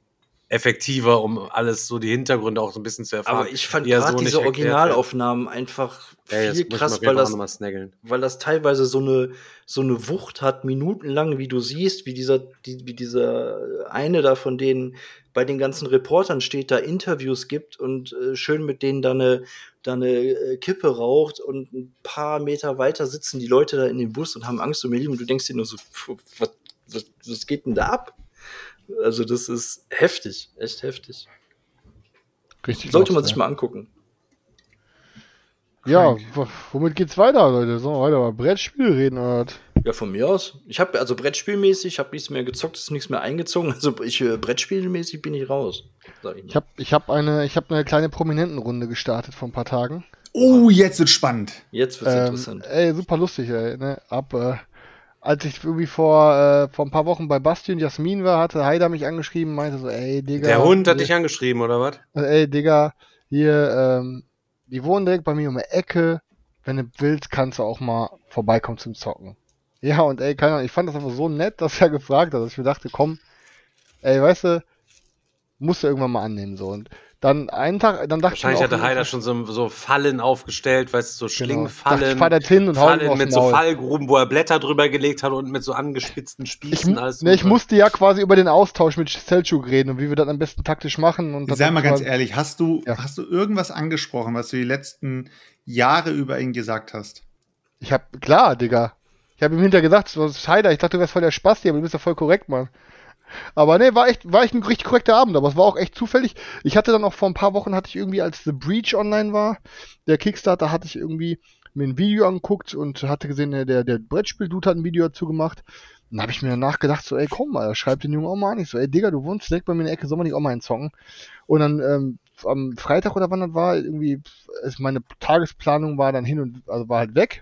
S4: effektiver, um alles so die Hintergründe auch so ein bisschen zu erfahren.
S5: Aber ich fand gerade so diese Originalaufnahmen einfach
S4: ja,
S5: viel krass, weil das, weil das teilweise so eine, so eine Wucht hat, minutenlang, wie du siehst, wie dieser, die, wie dieser eine da von denen bei den ganzen Reportern steht, da Interviews gibt und äh, schön mit denen da eine, da eine äh, Kippe raucht und ein paar Meter weiter sitzen die Leute da in dem Bus und haben Angst um ihr Leben und du denkst dir nur so, was, was, was geht denn da ab? Also das ist heftig, echt heftig.
S7: Richtig.
S5: Sollte man
S7: was,
S5: sich
S7: ja.
S5: mal angucken.
S7: Ja, w- womit geht's weiter, Leute? Sollen wir weiter über Brettspiele reden oder was?
S5: Ja, von mir aus. Ich habe also Brettspielmäßig, habe nichts mehr gezockt, ist nichts mehr eingezogen. Also ich äh, Brettspielmäßig bin ich raus. Sag ich
S7: Ich habe ich hab eine, ich hab eine kleine Prominentenrunde gestartet vor ein paar Tagen.
S6: Oh, jetzt wird spannend.
S5: Jetzt wird's
S7: Ähm,
S5: interessant.
S7: ey, super lustig, ey. Ne? Ab, äh, als ich irgendwie vor, äh, vor ein paar Wochen bei Basti und Jasmin war, hatte Heider mich angeschrieben, meinte so, ey, Digga.
S4: Der Hund hat
S7: hier,
S4: dich angeschrieben, oder was?
S7: Ey, Digga, hier, ähm, die wohnen direkt bei mir um die Ecke. Wenn du willst, kannst du auch mal vorbeikommen zum Zocken. Ja, und ey, keine Ahnung, ich fand das einfach so nett, dass er gefragt hat, dass ich mir dachte, komm, ey, weißt du, musst du irgendwann mal annehmen, so. Und dann einen Tag, dann dachte
S4: Wahrscheinlich
S7: ich mir
S4: hatte Heider schon so, so Fallen aufgestellt, weißt du, so Schlingfallen.
S7: Dachte, ich fahr da hin und hau ihm
S4: Fallen
S7: aufs
S4: mit so
S7: Maul.
S4: Fallgruben, wo er Blätter drüber gelegt hat und mit so angespitzten
S7: Ich,
S4: Spießen.
S7: mu-
S4: alles
S7: ne, ich
S4: drüber.
S7: musste ja quasi über den Austausch mit Selçuk reden und wie wir das am besten taktisch machen. Und das
S6: Sei mal
S7: war-
S6: ganz ehrlich, hast du,
S7: Ja.
S6: hast du irgendwas angesprochen, was du die letzten Jahre über ihn gesagt hast?
S7: Ich hab, klar, Digga. Ich habe ihm hinterher gesagt, was ist Heider? Ich dachte, du wärst voll der Spasti, aber du bist ja voll korrekt, Mann. Aber nee, war echt, war echt ein richtig korrekter Abend, aber es war auch echt zufällig. Ich hatte dann auch vor ein paar Wochen, hatte ich irgendwie, als The Breach online war, der Kickstarter, hatte ich irgendwie mir ein Video angeguckt und hatte gesehen, der, der, der Brettspiel-Dude hat ein Video dazu gemacht. Dann habe ich mir danach gedacht, so, ey, komm mal, schreib den Jungen auch mal an. Ich so, ey, Digga, du wohnst direkt bei mir in der Ecke, soll man nicht auch mal einen zocken? Und dann, ähm, am Freitag oder wann das war, irgendwie, ist meine Tagesplanung war dann hin und, also war halt weg.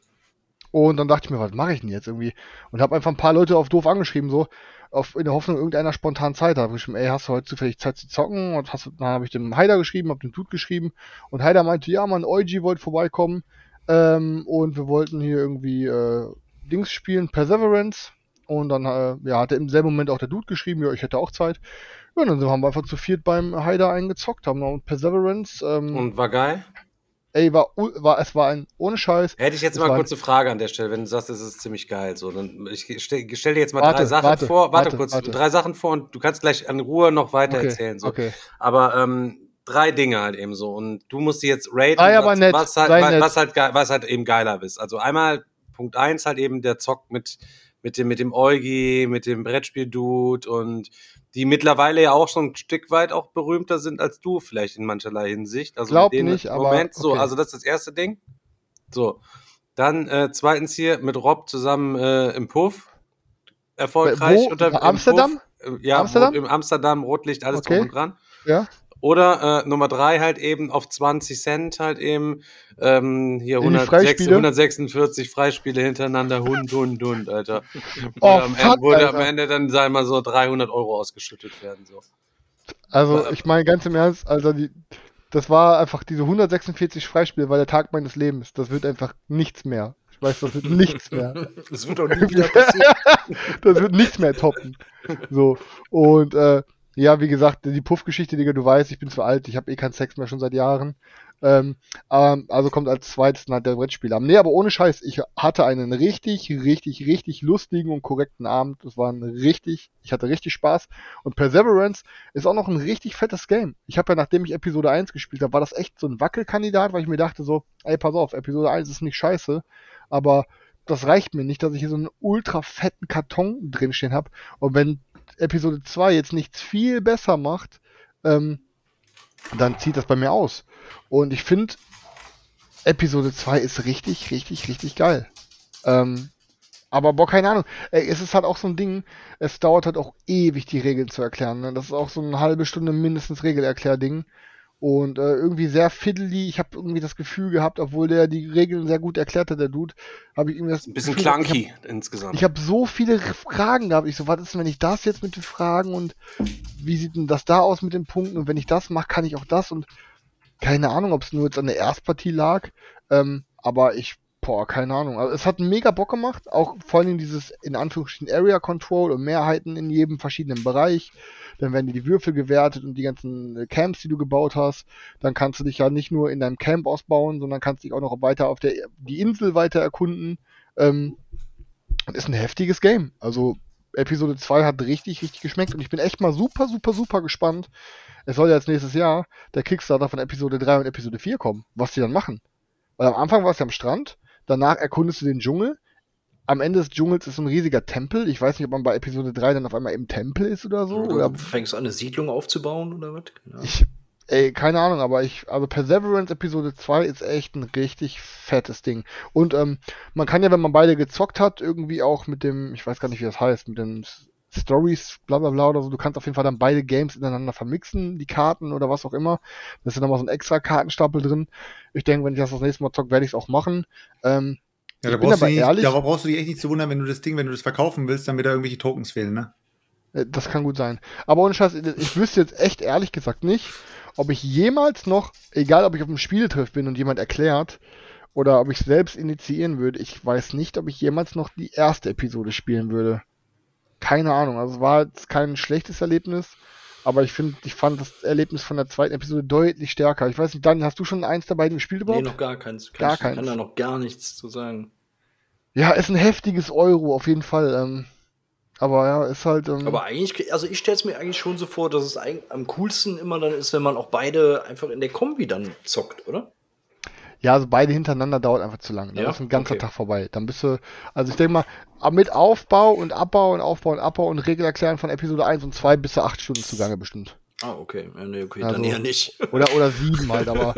S7: Und dann dachte ich mir, was mache ich denn jetzt irgendwie? Und habe einfach ein paar Leute auf doof angeschrieben, so, auf, in der Hoffnung, irgendeiner spontan Zeit hat. Ich geschrieben, ey, hast du heute zufällig Zeit zu zocken? Und hast, du- dann habe ich dem Heider geschrieben, hab dem Dude geschrieben. Und Heider meinte, ja, man, Eugi wollte vorbeikommen. Ähm, und wir wollten hier irgendwie äh, Dings spielen, Perseverance. Und dann äh, ja, hatte im selben Moment auch der Dude geschrieben, ja, ich hätte auch Zeit. Ja, und dann haben wir einfach zu viert beim Heider eingezockt, haben noch Perseverance. Ähm,
S4: Und war geil?
S7: ey, war, u- war, es war ein, ohne Scheiß.
S4: Hätte ich jetzt
S7: es
S4: mal
S7: war
S4: kurz eine Frage an der Stelle, wenn du sagst, es ist ziemlich geil. So, dann ich stell, stell dir jetzt mal
S7: Warte,
S4: drei Sachen
S7: warte,
S4: vor. Warte,
S7: warte,
S4: kurz,
S7: warte.
S4: drei Sachen vor und du kannst gleich in Ruhe noch weiter
S7: Okay,
S4: erzählen. So.
S7: okay.
S4: Aber ähm, drei Dinge halt eben so. Und du musst die jetzt raten,
S7: Sei aber
S4: was,
S7: nett,
S4: was, halt,
S7: sei
S4: was,
S7: nett.
S4: was, halt, ge- was halt eben geiler ist. Also einmal Punkt eins halt eben der Zock mit, mit dem, mit dem Eugi, mit dem Brettspiel-Dude und die mittlerweile ja auch schon ein Stück weit auch berühmter sind als du, vielleicht in mancherlei Hinsicht. Also
S7: Glaub
S4: mit denen-
S7: nicht, aber
S4: Moment, so,
S7: okay.
S4: also das ist das erste Ding. So. Dann äh, zweitens hier mit Rob zusammen äh, im Puff. Erfolgreich
S7: Wo?
S4: unter im
S7: Amsterdam?
S4: Puff. Äh, Ja,
S7: Amsterdam?
S4: Rot, im Amsterdam, Rotlicht, alles
S7: Okay.
S4: drum und dran.
S7: Ja?
S4: Oder äh, Nummer drei halt eben auf zwanzig Cent halt eben ähm, hier
S7: In die
S4: hundertsechs,
S7: Freispiele?
S4: hundertsechsundvierzig Freispiele hintereinander, Hund, Hund, Hund, Alter.
S7: Oh,
S4: Und am
S7: fuck,
S4: Ende, wurde
S7: Alter.
S4: am Ende dann, sagen wir mal so, dreihundert Euro ausgeschüttet werden. So.
S7: Also, ich meine ganz im Ernst, also die, das war einfach diese hundertsechsundvierzig Freispiele, war der Tag meines Lebens. Das wird einfach nichts mehr. Ich weiß, das wird nichts mehr.
S5: Das wird doch nie wieder passieren.
S7: Das wird nichts mehr toppen. So. Und äh, ja, wie gesagt, die Puff-Geschichte, Digga, du weißt, ich bin zu alt, ich habe eh keinen Sex mehr schon seit Jahren. Ähm, ähm, also kommt als zweites halt der Brettspieler. Nee, aber ohne Scheiß, ich hatte einen richtig, richtig, richtig lustigen und korrekten Abend. Das war ein richtig, ich hatte richtig Spaß. Und Perseverance ist auch noch ein richtig fettes Game. Ich habe ja, nachdem ich Episode eins gespielt habe, war das echt so ein Wackelkandidat, weil ich mir dachte so, ey, pass auf, Episode eins ist nicht scheiße, aber das reicht mir nicht, dass ich hier so einen ultra fetten Karton drinstehen habe. Und wenn Episode zwei jetzt nichts viel besser macht, ähm, dann zieht das bei mir aus. Und ich finde, Episode zwei ist richtig, richtig, richtig geil. Ähm, aber boah, keine Ahnung. Ey, es ist halt auch so ein Ding, es dauert halt auch ewig, die Regeln zu erklären. Ne? Das ist auch so eine halbe Stunde mindestens Regelerklär-Ding. Und äh, irgendwie sehr fiddly. Ich habe irgendwie das Gefühl gehabt, obwohl der die Regeln sehr gut erklärt hat, der Dude, habe ich irgendwie das
S4: Ein bisschen
S7: Gefühl gehabt,
S4: clunky
S7: ich hab,
S4: insgesamt.
S7: Ich habe so viele Fragen gehabt. Ich so, was ist denn, wenn ich das jetzt mit den Fragen und wie sieht denn das da aus mit den Punkten? Und wenn ich das mache, kann ich auch das und keine Ahnung, ob es nur jetzt an der Erstpartie lag. Ähm, aber ich, boah, keine Ahnung. Also es hat mega Bock gemacht. Auch vor allem dieses, in Anführungsstrichen, Area Control und Mehrheiten in jedem verschiedenen Bereich. Dann werden dir die Würfel gewertet und die ganzen Camps, die du gebaut hast. Dann kannst du dich ja nicht nur in deinem Camp ausbauen, sondern kannst dich auch noch weiter auf der die Insel weiter erkunden. Ähm, ist ein heftiges Game. Also Episode zwei hat richtig, richtig geschmeckt und ich bin echt mal super, super, super gespannt. Es soll ja jetzt nächstes Jahr der Kickstarter von Episode drei und Episode vier kommen, was die dann machen. Weil am Anfang war es ja am Strand, danach erkundest du den Dschungel. Am Ende des Dschungels ist so ein riesiger Tempel. Ich weiß nicht, ob man bei Episode drei dann auf einmal im Tempel ist oder so.
S5: Oder
S7: Oder
S5: du fängst an, eine Siedlung aufzubauen oder was? Ja.
S7: ich, ey, keine Ahnung, aber ich, also Perseverance Episode zwei ist echt ein richtig fettes Ding. Und ähm, man kann ja, wenn man beide gezockt hat, irgendwie auch mit dem, ich weiß gar nicht, wie das heißt, mit den Stories, bla bla bla oder so, du kannst auf jeden Fall dann beide Games ineinander vermixen, die Karten oder was auch immer. Da ist ja nochmal so ein extra Kartenstapel drin. Ich denke, wenn ich das das nächste Mal zocke, werde ich es auch machen. Ähm,
S6: Ja, da
S7: ich bin
S6: brauchst, du
S7: aber
S6: nicht,
S7: ehrlich,
S6: da brauchst du dich echt nicht zu wundern, wenn du das Ding, wenn du das verkaufen willst, dann wieder irgendwelche Tokens fehlen, ne?
S7: Äh, Das kann gut sein. Aber ohne Scheiß, ich wüsste jetzt echt ehrlich gesagt nicht, ob ich jemals noch, egal ob ich auf einem Spieletreff bin und jemand erklärt, oder ob ich selbst initiieren würde, ich weiß nicht, ob ich jemals noch die erste Episode spielen würde. Keine Ahnung. Also es war jetzt kein schlechtes Erlebnis, aber ich finde, ich fand das Erlebnis von der zweiten Episode deutlich stärker. Ich weiß nicht, Daniel, hast du schon eins dabei gespielt
S5: Nee,
S7: überhaupt?
S5: noch gar keins. Kann
S7: Gar
S5: ich,
S7: keins.
S5: kann da noch gar nichts zu sagen.
S7: Ja, ist ein heftiges Euro, auf jeden Fall. Ähm, aber ja, ist halt. Ähm,
S5: Aber eigentlich, also ich stelle es mir eigentlich schon so vor, dass es eigentlich am coolsten immer dann ist, wenn man auch beide einfach in der Kombi dann zockt, oder?
S7: Ja, also beide hintereinander dauert einfach zu lang. Dann
S5: Ja?
S7: ist ein ganzer
S5: Okay.
S7: Tag vorbei. Dann bist du, also ich denke mal, mit Aufbau und Abbau und Aufbau und Abbau und Regelerklären von Episode eins und zwei bis zu acht Stunden zugange bestimmt.
S5: Ah, okay. Ja, nee, okay,
S7: Also-
S5: dann eher nicht.
S7: Oder, oder sieben halt, aber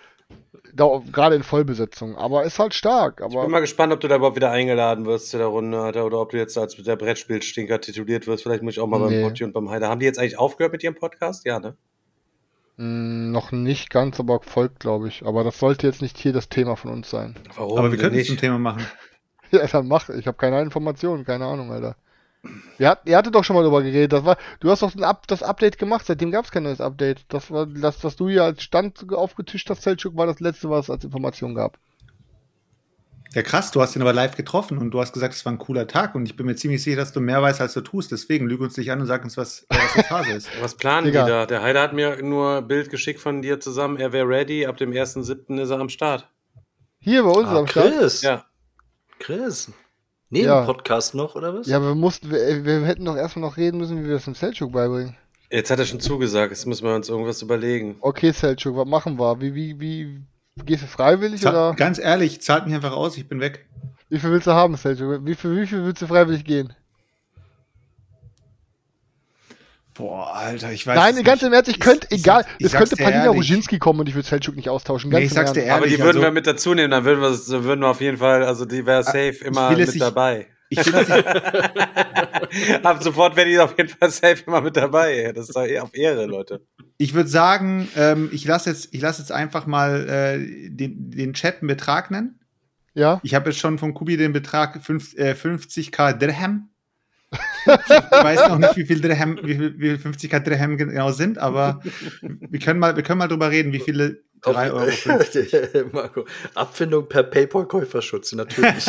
S7: dau- gerade in Vollbesetzung. Aber ist halt stark.
S4: Ich bin
S7: Aber
S4: mal gespannt, ob du da überhaupt wieder eingeladen wirst zu der Runde, Alter, oder ob du jetzt als der Brettspielstinker tituliert wirst. Vielleicht muss ich auch mal
S7: Nee.
S4: beim Potti und beim Heider. Haben die jetzt eigentlich aufgehört mit ihrem Podcast? Ja, ne?
S7: mh, noch nicht ganz, aber folgt, glaube ich. Aber das sollte jetzt nicht hier das Thema von uns sein.
S4: Warum
S6: Aber wir
S4: denn
S6: können es zum
S4: nicht?
S6: Thema machen.
S7: Ja, dann mach. Ich habe keine Informationen, keine Ahnung, Alter. Ihr, hat, ihr hattet doch schon mal drüber geredet. Das war, du hast doch ein Up, das Update gemacht, seitdem gab es kein neues Update. Das war, das, was du hier als Stand aufgetischt hast, Selchuk, war das letzte, was es als Information gab.
S6: Ja, krass, du hast ihn aber live getroffen und du hast gesagt, es war ein cooler Tag und ich bin mir ziemlich sicher, dass du mehr weißt, als du tust. Deswegen lüg uns nicht an und sag uns, was, was die Phase ist.
S4: Was planen
S7: Digga.
S4: die da? Der Heider hat mir nur ein Bild geschickt von dir zusammen. Er wäre ready. Ab dem ersten siebten ist er am Start.
S7: Hier bei uns
S5: Ah,
S7: am Start.
S5: Chris.
S4: Ja.
S5: Chris. Neben
S7: Ja.
S5: Podcast noch, oder was?
S7: Ja, aber wir mussten, wir, wir hätten doch erstmal noch reden müssen, wie wir das dem Selchuk beibringen.
S4: Jetzt hat er schon zugesagt. Jetzt müssen wir uns irgendwas überlegen.
S7: Okay, Selchuk, was machen wir? Wie, wie, wie, gehst du freiwillig
S6: Zahl,
S7: oder?
S6: ganz ehrlich, zahlt mich einfach aus, ich bin weg.
S7: Wie viel willst du haben, Selchuk? Wie viel, wie viel willst du freiwillig gehen?
S6: Boah, Alter, ich weiß
S7: Nein,
S6: es
S7: ganz
S6: nicht.
S7: im Ernst, ich
S6: Ich-
S7: könnte,
S6: ich
S7: egal,
S6: sag's- ich
S7: es
S6: sag's
S7: könnte
S6: dir
S7: Palina
S6: ehrlich.
S7: Roginski kommen und ich würde Selchuk nicht austauschen. Ganz
S6: Nee, ich
S7: im
S6: sag's dir
S7: Ernst.
S6: ehrlich.
S4: Aber die würden
S6: also,
S4: wir mit dazu nehmen. Dann würden wir, dann würden wir auf jeden Fall, also die wäre safe immer
S6: will es
S4: mit
S6: nicht-
S4: dabei.
S6: Ich finde, dass ich,
S4: Ab sofort werde ich auf jeden Fall safe mal mit dabei. Das ist doch eh auf Ehre, Leute.
S6: ich würde sagen, ähm, ich lasse jetzt, ich lasse jetzt einfach mal äh, den, den Chat einen Betrag nennen.
S7: Ja?
S6: Ich habe jetzt schon von Kubi den Betrag fünf, äh, fünfzigtausend Dirham. Ich weiß noch nicht, wie viel Dirham, wie viel, wie viel fünfzigtausend Dirham genau sind, aber wir können mal, wir können mal drüber reden, wie viele drei Euro fünfzig.
S5: Marco, Abfindung per PayPal-Käuferschutz, natürlich.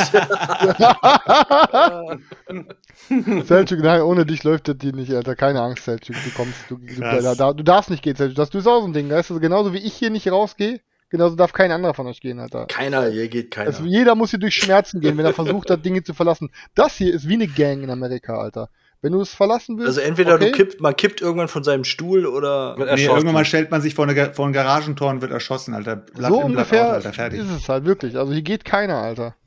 S7: Selçuk, nein, ohne dich läuft das die nicht, Alter. Keine Angst, Selçuk. Du kommst, du, du,
S6: Krass.
S7: da, du darfst nicht gehen, Selçuk. Das du ist auch so ein Ding, weißt du? Genauso wie ich hier nicht rausgehe, genauso darf kein anderer von euch gehen, Alter.
S5: Keiner, hier geht keiner.
S7: Also jeder muss hier durch Schmerzen gehen, wenn er versucht hat, Dinge zu verlassen. Das hier ist wie eine Gang in Amerika, Alter. Wenn du es verlassen willst.
S5: Also entweder
S7: okay.
S5: du kippt, man kippt irgendwann von seinem Stuhl oder.
S4: Wird
S6: Nee,
S4: erschossen.
S6: irgendwann mal stellt man sich vor, eine, Ga- vor ein Garagentor und wird erschossen, Alter. Blatt
S7: So
S6: in, Blatt
S7: ungefähr
S6: out, Alter, fertig.
S7: ist es halt, wirklich. Also hier geht keiner, Alter.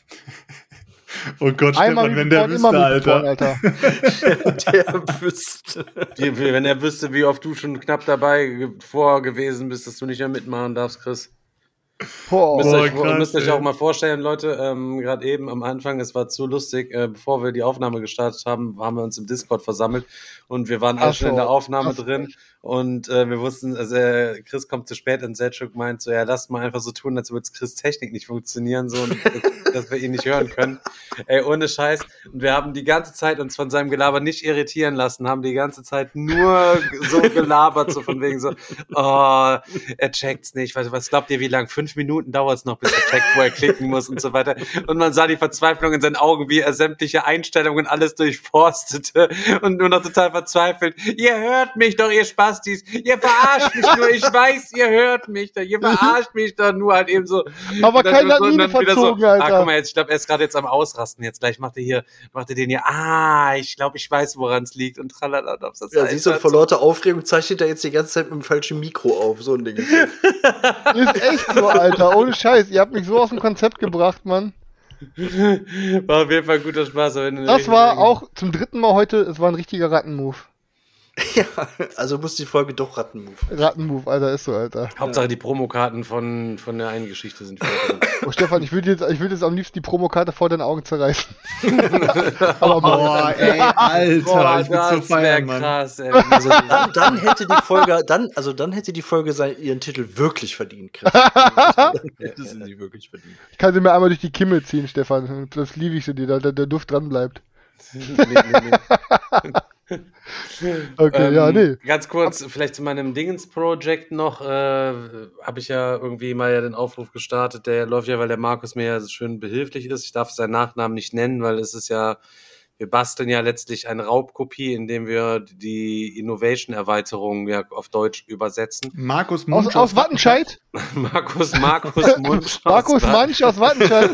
S6: Oh Gott,
S7: Einmal
S6: Stefan, wenn der
S7: Reborn, immer
S6: wüsste,
S7: Reborn,
S6: Alter.
S7: Alter.
S5: Der wüsste.
S4: Wie- wie- Wenn er wüsste, wie oft du schon knapp dabei ge- vor gewesen bist, dass du nicht mehr mitmachen darfst, Chris.
S7: Boah.
S4: Müsst,
S6: Boah,
S4: euch,
S6: krass,
S4: müsst euch
S6: ey.
S4: auch mal vorstellen, Leute, ähm, gerade eben am Anfang, es war zu lustig, äh, bevor wir die Aufnahme gestartet haben, haben wir uns im Discord versammelt und wir waren alle
S7: Ach
S4: schon in
S7: so,
S4: der Aufnahme
S7: krass,
S4: drin und äh, wir wussten, also äh, Chris kommt zu spät und Selçuk meint so, ja, lasst mal einfach so tun, als würde Chris Technik nicht funktionieren, so, und, dass wir ihn nicht hören können. Ey, ohne Scheiß. Und wir haben die ganze Zeit uns von seinem Gelaber nicht irritieren lassen, haben die ganze Zeit nur so gelabert, so von wegen so, oh, er checkt's nicht. Was, was glaubt ihr, wie lang? Fünf Minuten dauert's noch, bis er checkt, wo er klicken muss und so weiter. Und man sah die Verzweiflung in seinen Augen, wie er sämtliche Einstellungen alles durchforstete und nur noch total verzweifelt. Ihr hört mich doch, ihr Spastis. Ihr verarscht mich nur. Ich weiß, ihr hört mich doch. Ihr verarscht mich doch nur halt eben so.
S7: Aber
S4: Und dann
S7: keiner hat
S4: so- und
S7: Miene
S4: dann wieder
S7: verzogen,
S4: so,
S7: Alter.
S4: Ah, guck mal, jetzt, ich glaube, er ist gerade jetzt am Ausrasten. Jetzt gleich macht er hier, macht er den hier, ah, ich glaube, ich weiß, woran es liegt. Und tralala, ob das
S5: Ja, siehst du, vor lauter Aufregung zeichnet er jetzt die ganze Zeit mit dem falschen Mikro auf. So ein Ding.
S7: Ist echt so, Alter. Ohne Scheiß. Ihr habt mich so aus dem Konzept gebracht, Mann.
S4: War auf jeden Fall ein guter Spaß. aber wenn du-
S7: Das war auch zum dritten Mal heute, es war ein richtiger Rattenmove.
S5: Ja, also muss die Folge doch Rattenmove.
S7: Rattenmove, Alter, ist so, Alter.
S4: Hauptsache die Promokarten von, von der einen Geschichte sind fertig.
S7: Oh, Stefan, ich würde jetzt, ich würde jetzt am liebsten die Promokarte vor deinen Augen zerreißen. Aber
S6: Boah, ey, Alter,
S4: Boah,
S6: ich bin so
S4: das wär
S6: feiern, Mann.
S4: krass, ey.
S5: Also dann, dann hätte die Folge, dann, also dann hätte die Folge sein, ihren Titel wirklich verdient, Chris. Dann hätte sie sie wirklich verdient.
S7: ich kann sie mir einmal durch die Kimme ziehen, Stefan. Das liebe ich so dir, da der, der Duft dran bleibt.
S4: nee, nee, nee.
S7: Okay,
S4: Ähm,
S7: ja, nee.
S4: Ganz kurz, vielleicht zu meinem Dingens-Project noch, äh, habe ich ja irgendwie mal ja den Aufruf gestartet, der läuft ja, weil der Markus mir ja so schön behilflich ist. Ich darf seinen Nachnamen nicht nennen, weil es ist ja, wir basteln ja letztlich eine Raubkopie, indem wir die Innovation-Erweiterung ja auf Deutsch übersetzen.
S6: Markus Munch
S7: Aus, aus Wattenscheid?
S4: Markus, Markus Munch.
S7: Markus Mansch aus Wattenscheid.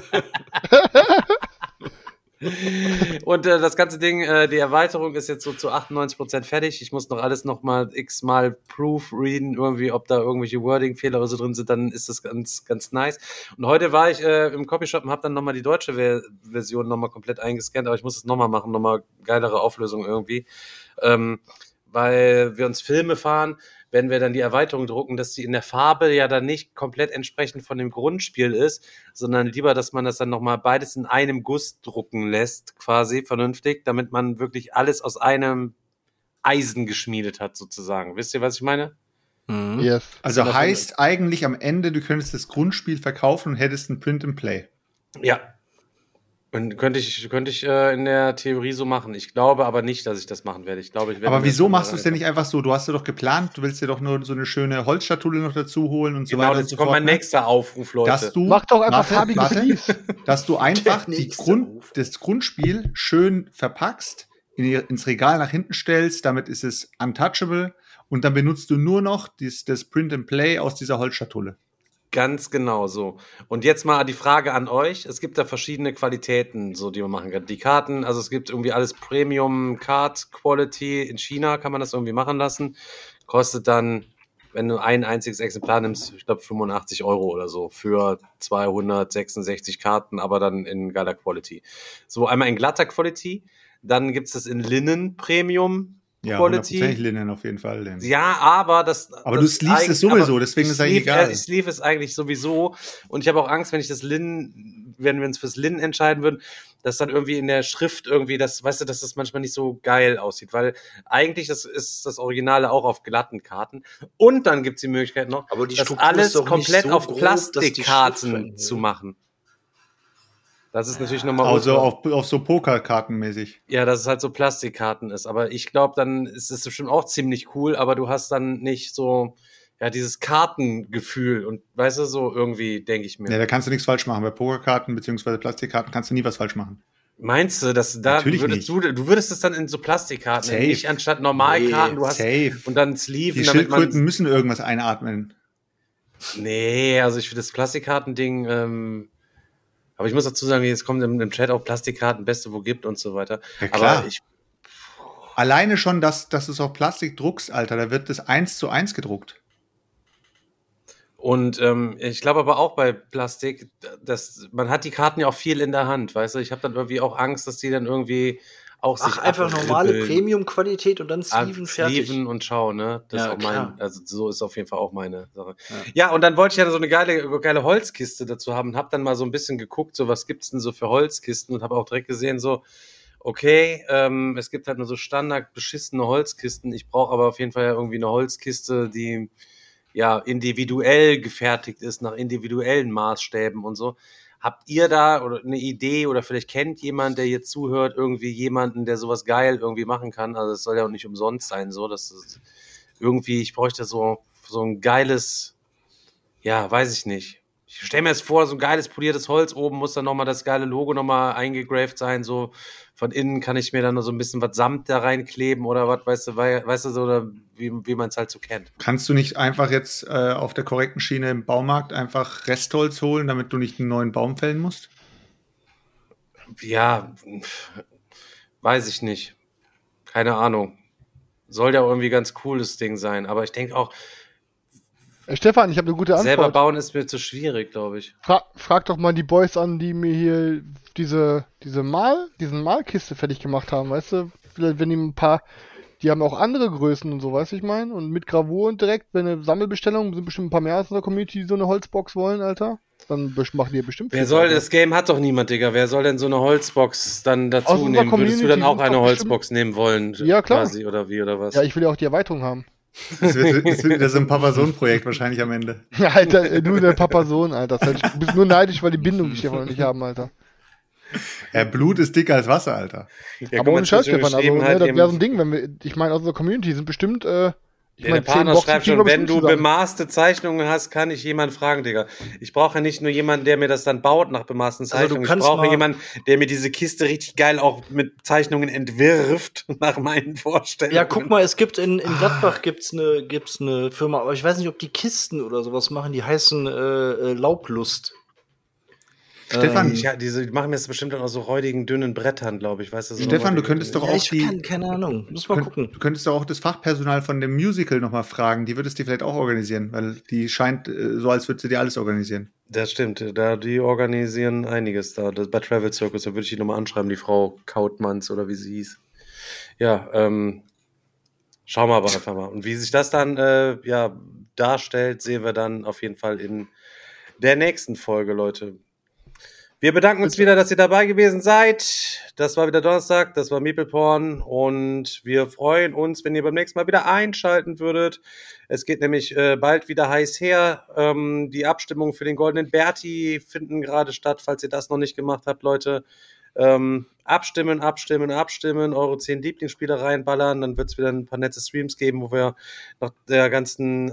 S4: Und äh, das ganze Ding, äh, die Erweiterung ist jetzt so zu achtundneunzig Prozent fertig. Ich muss noch alles noch mal x-mal proofreaden, irgendwie, ob da irgendwelche Wording-Fehler oder so drin sind, dann ist das ganz, ganz nice. Und heute war ich äh, im Copyshop und habe dann noch mal die deutsche Ver- Version noch mal komplett eingescannt, aber ich muss es noch mal machen, noch mal geilere Auflösung irgendwie. Ähm, weil wir uns Filme fahren, wenn wir dann die Erweiterung drucken, dass die in der Farbe ja dann nicht komplett entsprechend von dem Grundspiel ist, sondern lieber, dass man das dann nochmal beides in einem Guss drucken lässt, quasi vernünftig, damit man wirklich alles aus einem Eisen geschmiedet hat, sozusagen. Wisst ihr, was ich meine?
S7: Yes.
S6: Also
S4: Das
S6: heißt eigentlich am Ende, du könntest das Grundspiel verkaufen und hättest ein Print and Play.
S4: Ja. Und könnte ich, könnte ich äh, in der Theorie so machen. Ich glaube aber nicht, dass ich das machen werde. Ich glaube, ich werde
S6: Aber
S4: mir
S6: wieso
S4: das
S6: machst du
S4: mal-
S6: es denn nicht einfach so? Du hast ja doch geplant, du willst dir doch nur so eine schöne Holzschatulle noch dazu holen und so
S4: Genau,
S6: weiter und
S4: das
S6: so
S4: kommt
S6: fort.
S4: mein
S6: ne?
S4: nächster Aufruf, Leute.
S6: Dass du,
S7: Mach doch einfach
S6: warte,
S7: farbige
S6: warte,
S7: Sleeves.
S6: dass du einfach
S5: Der
S6: die
S5: nächste
S6: Grund,
S5: Ruf.
S6: das Grundspiel schön verpackst, in die, ins Regal nach hinten stellst, damit ist es untouchable und dann benutzt du nur noch dies, das Print and Play aus dieser Holzschatulle.
S4: Ganz genau so. Und jetzt mal die Frage an euch. Es gibt da verschiedene Qualitäten, so die man machen kann. Die Karten, also es gibt irgendwie alles Premium Card Quality. In China kann man das irgendwie machen lassen. Kostet dann, wenn du ein einziges Exemplar nimmst, ich glaube fünfundachtzig Euro oder so für zweihundertsechsundsechzig Karten, aber dann in geiler Quality. So, einmal in glatter Quality. Dann gibt es das in Linnen Premium
S6: Ja,
S4: Quality.
S6: hundertprozentig Linnen auf jeden Fall. Denn.
S4: Ja, aber das.
S6: Aber
S4: das
S6: du sleevest
S4: eig-
S6: es sowieso,
S4: aber
S6: deswegen
S4: ich
S6: ist eigentlich
S4: sleeve-
S6: egal.
S4: äh, Ich sleeve es eigentlich sowieso. Und ich habe auch Angst, wenn ich das Linnen wenn wir uns fürs Lin entscheiden würden, dass dann irgendwie in der Schrift irgendwie das, weißt du, dass das manchmal nicht so geil aussieht, weil eigentlich das ist das Originale auch auf glatten Karten. Und dann gibt's die Möglichkeit noch,
S5: Aber die
S4: das
S5: Struktur
S4: alles
S5: ist doch nicht
S4: komplett
S5: so
S4: auf
S5: grob, dass die Schrift
S4: Plastikkarten
S5: verändert.
S4: zu machen. Das ist natürlich nochmal
S6: Also
S4: ultra-
S6: auf, auf so Pokerkartenmäßig.
S4: Ja, dass es halt so Plastikkarten ist. Aber ich glaube, dann ist es bestimmt auch ziemlich cool, aber du hast dann nicht so, ja, dieses Kartengefühl. Und weißt du, so irgendwie, denke ich mir.
S6: Ja, da kannst du nichts falsch machen. Bei Pokerkarten beziehungsweise Plastikkarten kannst du nie was falsch machen.
S4: Meinst du, dass da
S6: Natürlich
S4: würdest
S6: nicht.
S4: du, du würdest es dann in so Plastikkarten,
S6: Safe.
S4: nicht anstatt Normalkarten,
S5: Nee,
S4: du hast
S6: safe.
S4: und dann Sleeve,
S6: Die
S4: damit man.
S6: Schildkröten müssen irgendwas einatmen.
S4: Nee, also ich finde das Plastikkartending, ähm, aber ich muss dazu sagen, jetzt kommt im, im Chat auch Plastikkarten, beste wo gibt und so weiter.
S6: Ja, klar.
S4: Aber ich,
S6: Alleine schon, dass, dass du es auf Plastik druckst, Alter, da wird das eins zu eins gedruckt.
S4: und ähm, ich glaube aber auch bei Plastik, dass man hat die Karten ja auch viel in der Hand, weißt du? Ich habe dann irgendwie auch Angst, dass die dann irgendwie auch sich
S5: Ach, einfach normale
S4: abribbeln.
S5: Premium-Qualität und dann
S4: Ah,
S5: Sleeven fertig.
S4: Sleeven und schau, ne? Das
S5: Ja,
S4: ist auch
S5: klar.
S4: mein, also so ist auf jeden Fall auch meine Sache.
S5: Ja.
S4: Ja, und dann wollte ich ja so eine geile, geile Holzkiste dazu haben und hab dann mal so ein bisschen geguckt, so was gibt's denn so für Holzkisten und habe auch direkt gesehen, so, okay, ähm, es gibt halt nur so standard beschissene Holzkisten. Ich brauche aber auf jeden Fall ja irgendwie eine Holzkiste, die ja individuell gefertigt ist, nach individuellen Maßstäben und so. Habt ihr da oder eine Idee oder vielleicht kennt jemand, der jetzt zuhört, irgendwie jemanden, der sowas geil irgendwie machen kann? Also es soll ja auch nicht umsonst sein, so, dass es irgendwie, ich bräuchte so, so ein geiles, ja, weiß ich nicht. Ich stelle mir jetzt vor, so ein geiles poliertes Holz, oben muss dann nochmal das geile Logo nochmal eingegravt sein, so von innen kann ich mir dann noch so ein bisschen was Samt da reinkleben oder was, weißt du, wei- weißt du, so, oder wie, wie man es halt so kennt.
S6: Kannst du nicht einfach jetzt äh, auf der korrekten Schiene im Baumarkt einfach Restholz holen, damit du nicht einen neuen Baum fällen musst?
S4: Ja, pf, weiß ich nicht. Keine Ahnung. Soll ja irgendwie ganz cooles Ding sein, aber ich denke auch,
S7: Äh, Stefan, ich habe eine gute Antwort.
S4: selber bauen ist mir zu schwierig, glaube ich.
S7: Fra frag doch mal die Boys an, die mir hier diese, diese Mal, diesen Malkiste fertig gemacht haben, weißt du? Vielleicht, wenn die ein paar, die haben auch andere Größen und so, weißt du, ich meine? Und mit Gravur und direkt, wenn eine Sammelbestellung, sind bestimmt ein paar mehr aus der Community, die so eine Holzbox wollen, Alter. Dann bes- machen die bestimmt
S4: Wer
S7: viel,
S4: soll,
S7: Alter.
S4: das Game hat doch niemand, Digga. Wer soll denn so eine Holzbox dann
S7: Aus
S4: dazu
S7: unserer
S4: nehmen? Würdest du
S7: Community
S4: dann auch
S7: sind
S4: eine
S7: doch
S4: Holzbox nehmen wollen?
S7: Ja, klar.
S4: Quasi, oder wie, oder was?
S7: Ja, ich will ja auch die Erweiterung haben.
S6: Das wird, das wird wieder so ein Papa-Sohn-Projekt wahrscheinlich am Ende.
S7: Alter, äh, nur der Papa-Sohn, Alter. Das heißt, du bist nur neidisch, weil die Bindung die Stefan und ich haben, Alter.
S6: Ja, Blut ist dicker als Wasser, Alter.
S4: Ja,
S7: Aber
S4: guck mal,
S7: ohne Scheiß,
S4: zwischen
S7: Stefan, also,
S4: geschrieben
S7: ne,
S4: halt
S7: das
S4: eben-
S7: wäre so ein Ding, wenn wir, ich meine, aus unserer Community sind bestimmt, äh, ich
S4: Ja,
S7: meine,
S4: der
S7: zehn
S4: Partner
S7: Boxen
S4: schreibt
S7: kriegen
S4: schon,
S7: wir
S4: wenn
S7: bestimmt
S4: du
S7: zusammen.
S4: bemaßte Zeichnungen hast, kann ich jemanden fragen, Digga. Ich brauche ja nicht nur jemanden, der mir das dann baut nach bemaßten
S5: Also du
S4: Zeichnungen. ich
S5: kannst
S4: brauche
S5: mal-
S4: jemanden, der mir diese Kiste richtig geil auch mit Zeichnungen entwirft, nach meinen Vorstellungen.
S5: Ja, guck mal, es gibt in, in Gladbach gibt's eine gibt's eine Firma, aber ich weiß nicht, ob die Kisten oder sowas machen, die heißen äh, äh, Laublust.
S6: Stefan,
S4: Ich, ja, diese, die machen mir das bestimmt dann aus so räudigen, dünnen Brettern, glaube ich. Weißt du, so
S6: Stefan,
S4: nochmal
S6: du könntest doch
S5: Ja,
S6: auch
S5: ich
S6: die,
S5: kann, keine Ahnung. Muss mal
S6: könnt,
S5: gucken.
S6: du könntest doch auch das Fachpersonal von dem Musical nochmal fragen. Die würdest du vielleicht auch organisieren, weil die scheint äh, so, als würde sie dir alles organisieren.
S4: Das stimmt, da, die organisieren einiges da. Das, bei Travel Circus, da würde ich die nochmal anschreiben, die Frau Kautmanns oder wie sie hieß. Ja, ähm, schauen wir aber einfach mal. Und wie sich das dann äh, ja, darstellt, sehen wir dann auf jeden Fall in der nächsten Folge, Leute. Wir bedanken uns wieder, dass ihr dabei gewesen seid. Das war wieder Donnerstag, das war Meeple Porn und wir freuen uns, wenn ihr beim nächsten Mal wieder einschalten würdet. Es geht nämlich äh, bald wieder heiß her. Ähm, die Abstimmungen für den Goldenen Berti finden gerade statt, falls ihr das noch nicht gemacht habt, Leute. Ähm, abstimmen, abstimmen, abstimmen, eure zehn Lieblingsspiele reinballern, dann wird es wieder ein paar nette Streams geben, wo wir nach der ganzen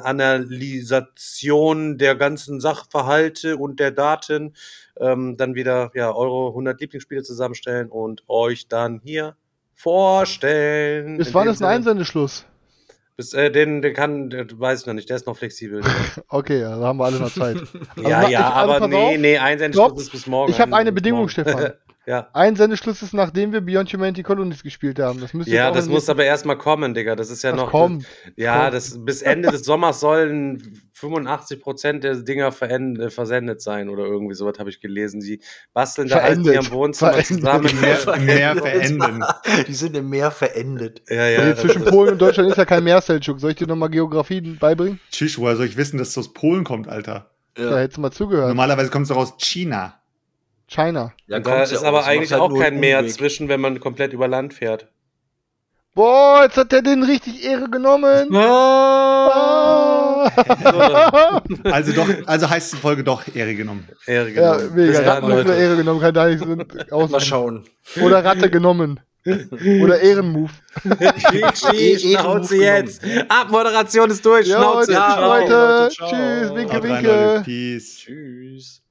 S4: Analysation der ganzen Sachverhalte und der Daten ähm, dann wieder ja eure hundert Lieblingsspiele zusammenstellen und euch dann hier vorstellen.
S7: Bis
S4: In
S7: wann
S4: dem
S7: ist ein
S4: Sinne-
S7: Einsendeschluss?
S4: Bis, äh, den, den kann, der, weiß ich noch nicht, der ist noch flexibel.
S7: Okay, ja, da haben wir alle noch Zeit. Also,
S4: ja,
S7: ma-
S4: ja,
S7: ich- also
S4: aber
S7: pass
S4: nee,
S7: auf.
S4: nee, Einsendeschluss
S7: Stopp.
S4: ist bis morgen.
S7: Ich habe eine
S4: Bis
S7: Bedingung,
S4: morgen.
S7: Stefan.
S4: Ja.
S7: Einsendeschluss ist, nachdem wir Beyond Humanity Colonies gespielt haben. Das müsste
S4: Ja,
S7: jetzt auch
S4: das
S7: in
S4: muss
S7: den-
S4: aber erstmal kommen, Digga. Das ist ja
S7: Ach,
S4: noch.
S7: komm.
S4: Ja,
S7: komm.
S4: das bis Ende des Sommers sollen fünfundachtzig Prozent der Dinger verend, äh, versendet sein oder irgendwie sowas habe ich gelesen. Die basteln da halt in
S7: Verendet.
S4: ihrem Wohnzimmer
S7: Verendet.
S4: zusammen.
S6: Mehr, mehr verenden.
S5: Die sind im Meer verendet.
S4: Ja,
S7: Ja,
S4: ja.
S7: zwischen Polen und Deutschland ist ja kein Meerseltschuk. Soll ich dir nochmal Geografie beibringen?
S6: Tschüss, woher soll ich wissen, dass es aus Polen kommt, Alter?
S7: Ja, hättest du mal zugehört.
S6: Normalerweise kommt es doch aus China.
S7: China.
S5: Ja,
S4: Da
S5: kommt's
S4: ist
S5: ja
S4: aber
S5: aus.
S4: eigentlich
S5: Macht halt
S4: auch
S5: nur
S4: kein
S5: einen
S4: Meer
S5: Umweg.
S4: zwischen, wenn man komplett über Land fährt.
S7: Boah, jetzt hat der den richtig Ehre genommen.
S4: Ah!
S7: Ah.
S6: Also doch, also heißt die Folge doch Ehre genommen.
S4: Ehre
S7: Ja,
S4: genommen.
S7: mega.
S4: Bis dann,
S7: Ratten müssen wir
S4: Leute.
S7: Ehre genommen, kann da nicht aus.
S5: Mal schauen.
S7: Oder Ratte genommen. Oder Ehrenmove.
S4: Tschüss, Schnauze jetzt. Abmoderation ist durch.
S7: Ja,
S4: Schnauze.
S7: tschüss,
S5: Ciao,
S7: Leute.
S5: Leute, ciao.
S7: Tschüss, winke,
S6: Haut rein,
S7: winke.
S6: Leute. Peace.
S5: Tschüss.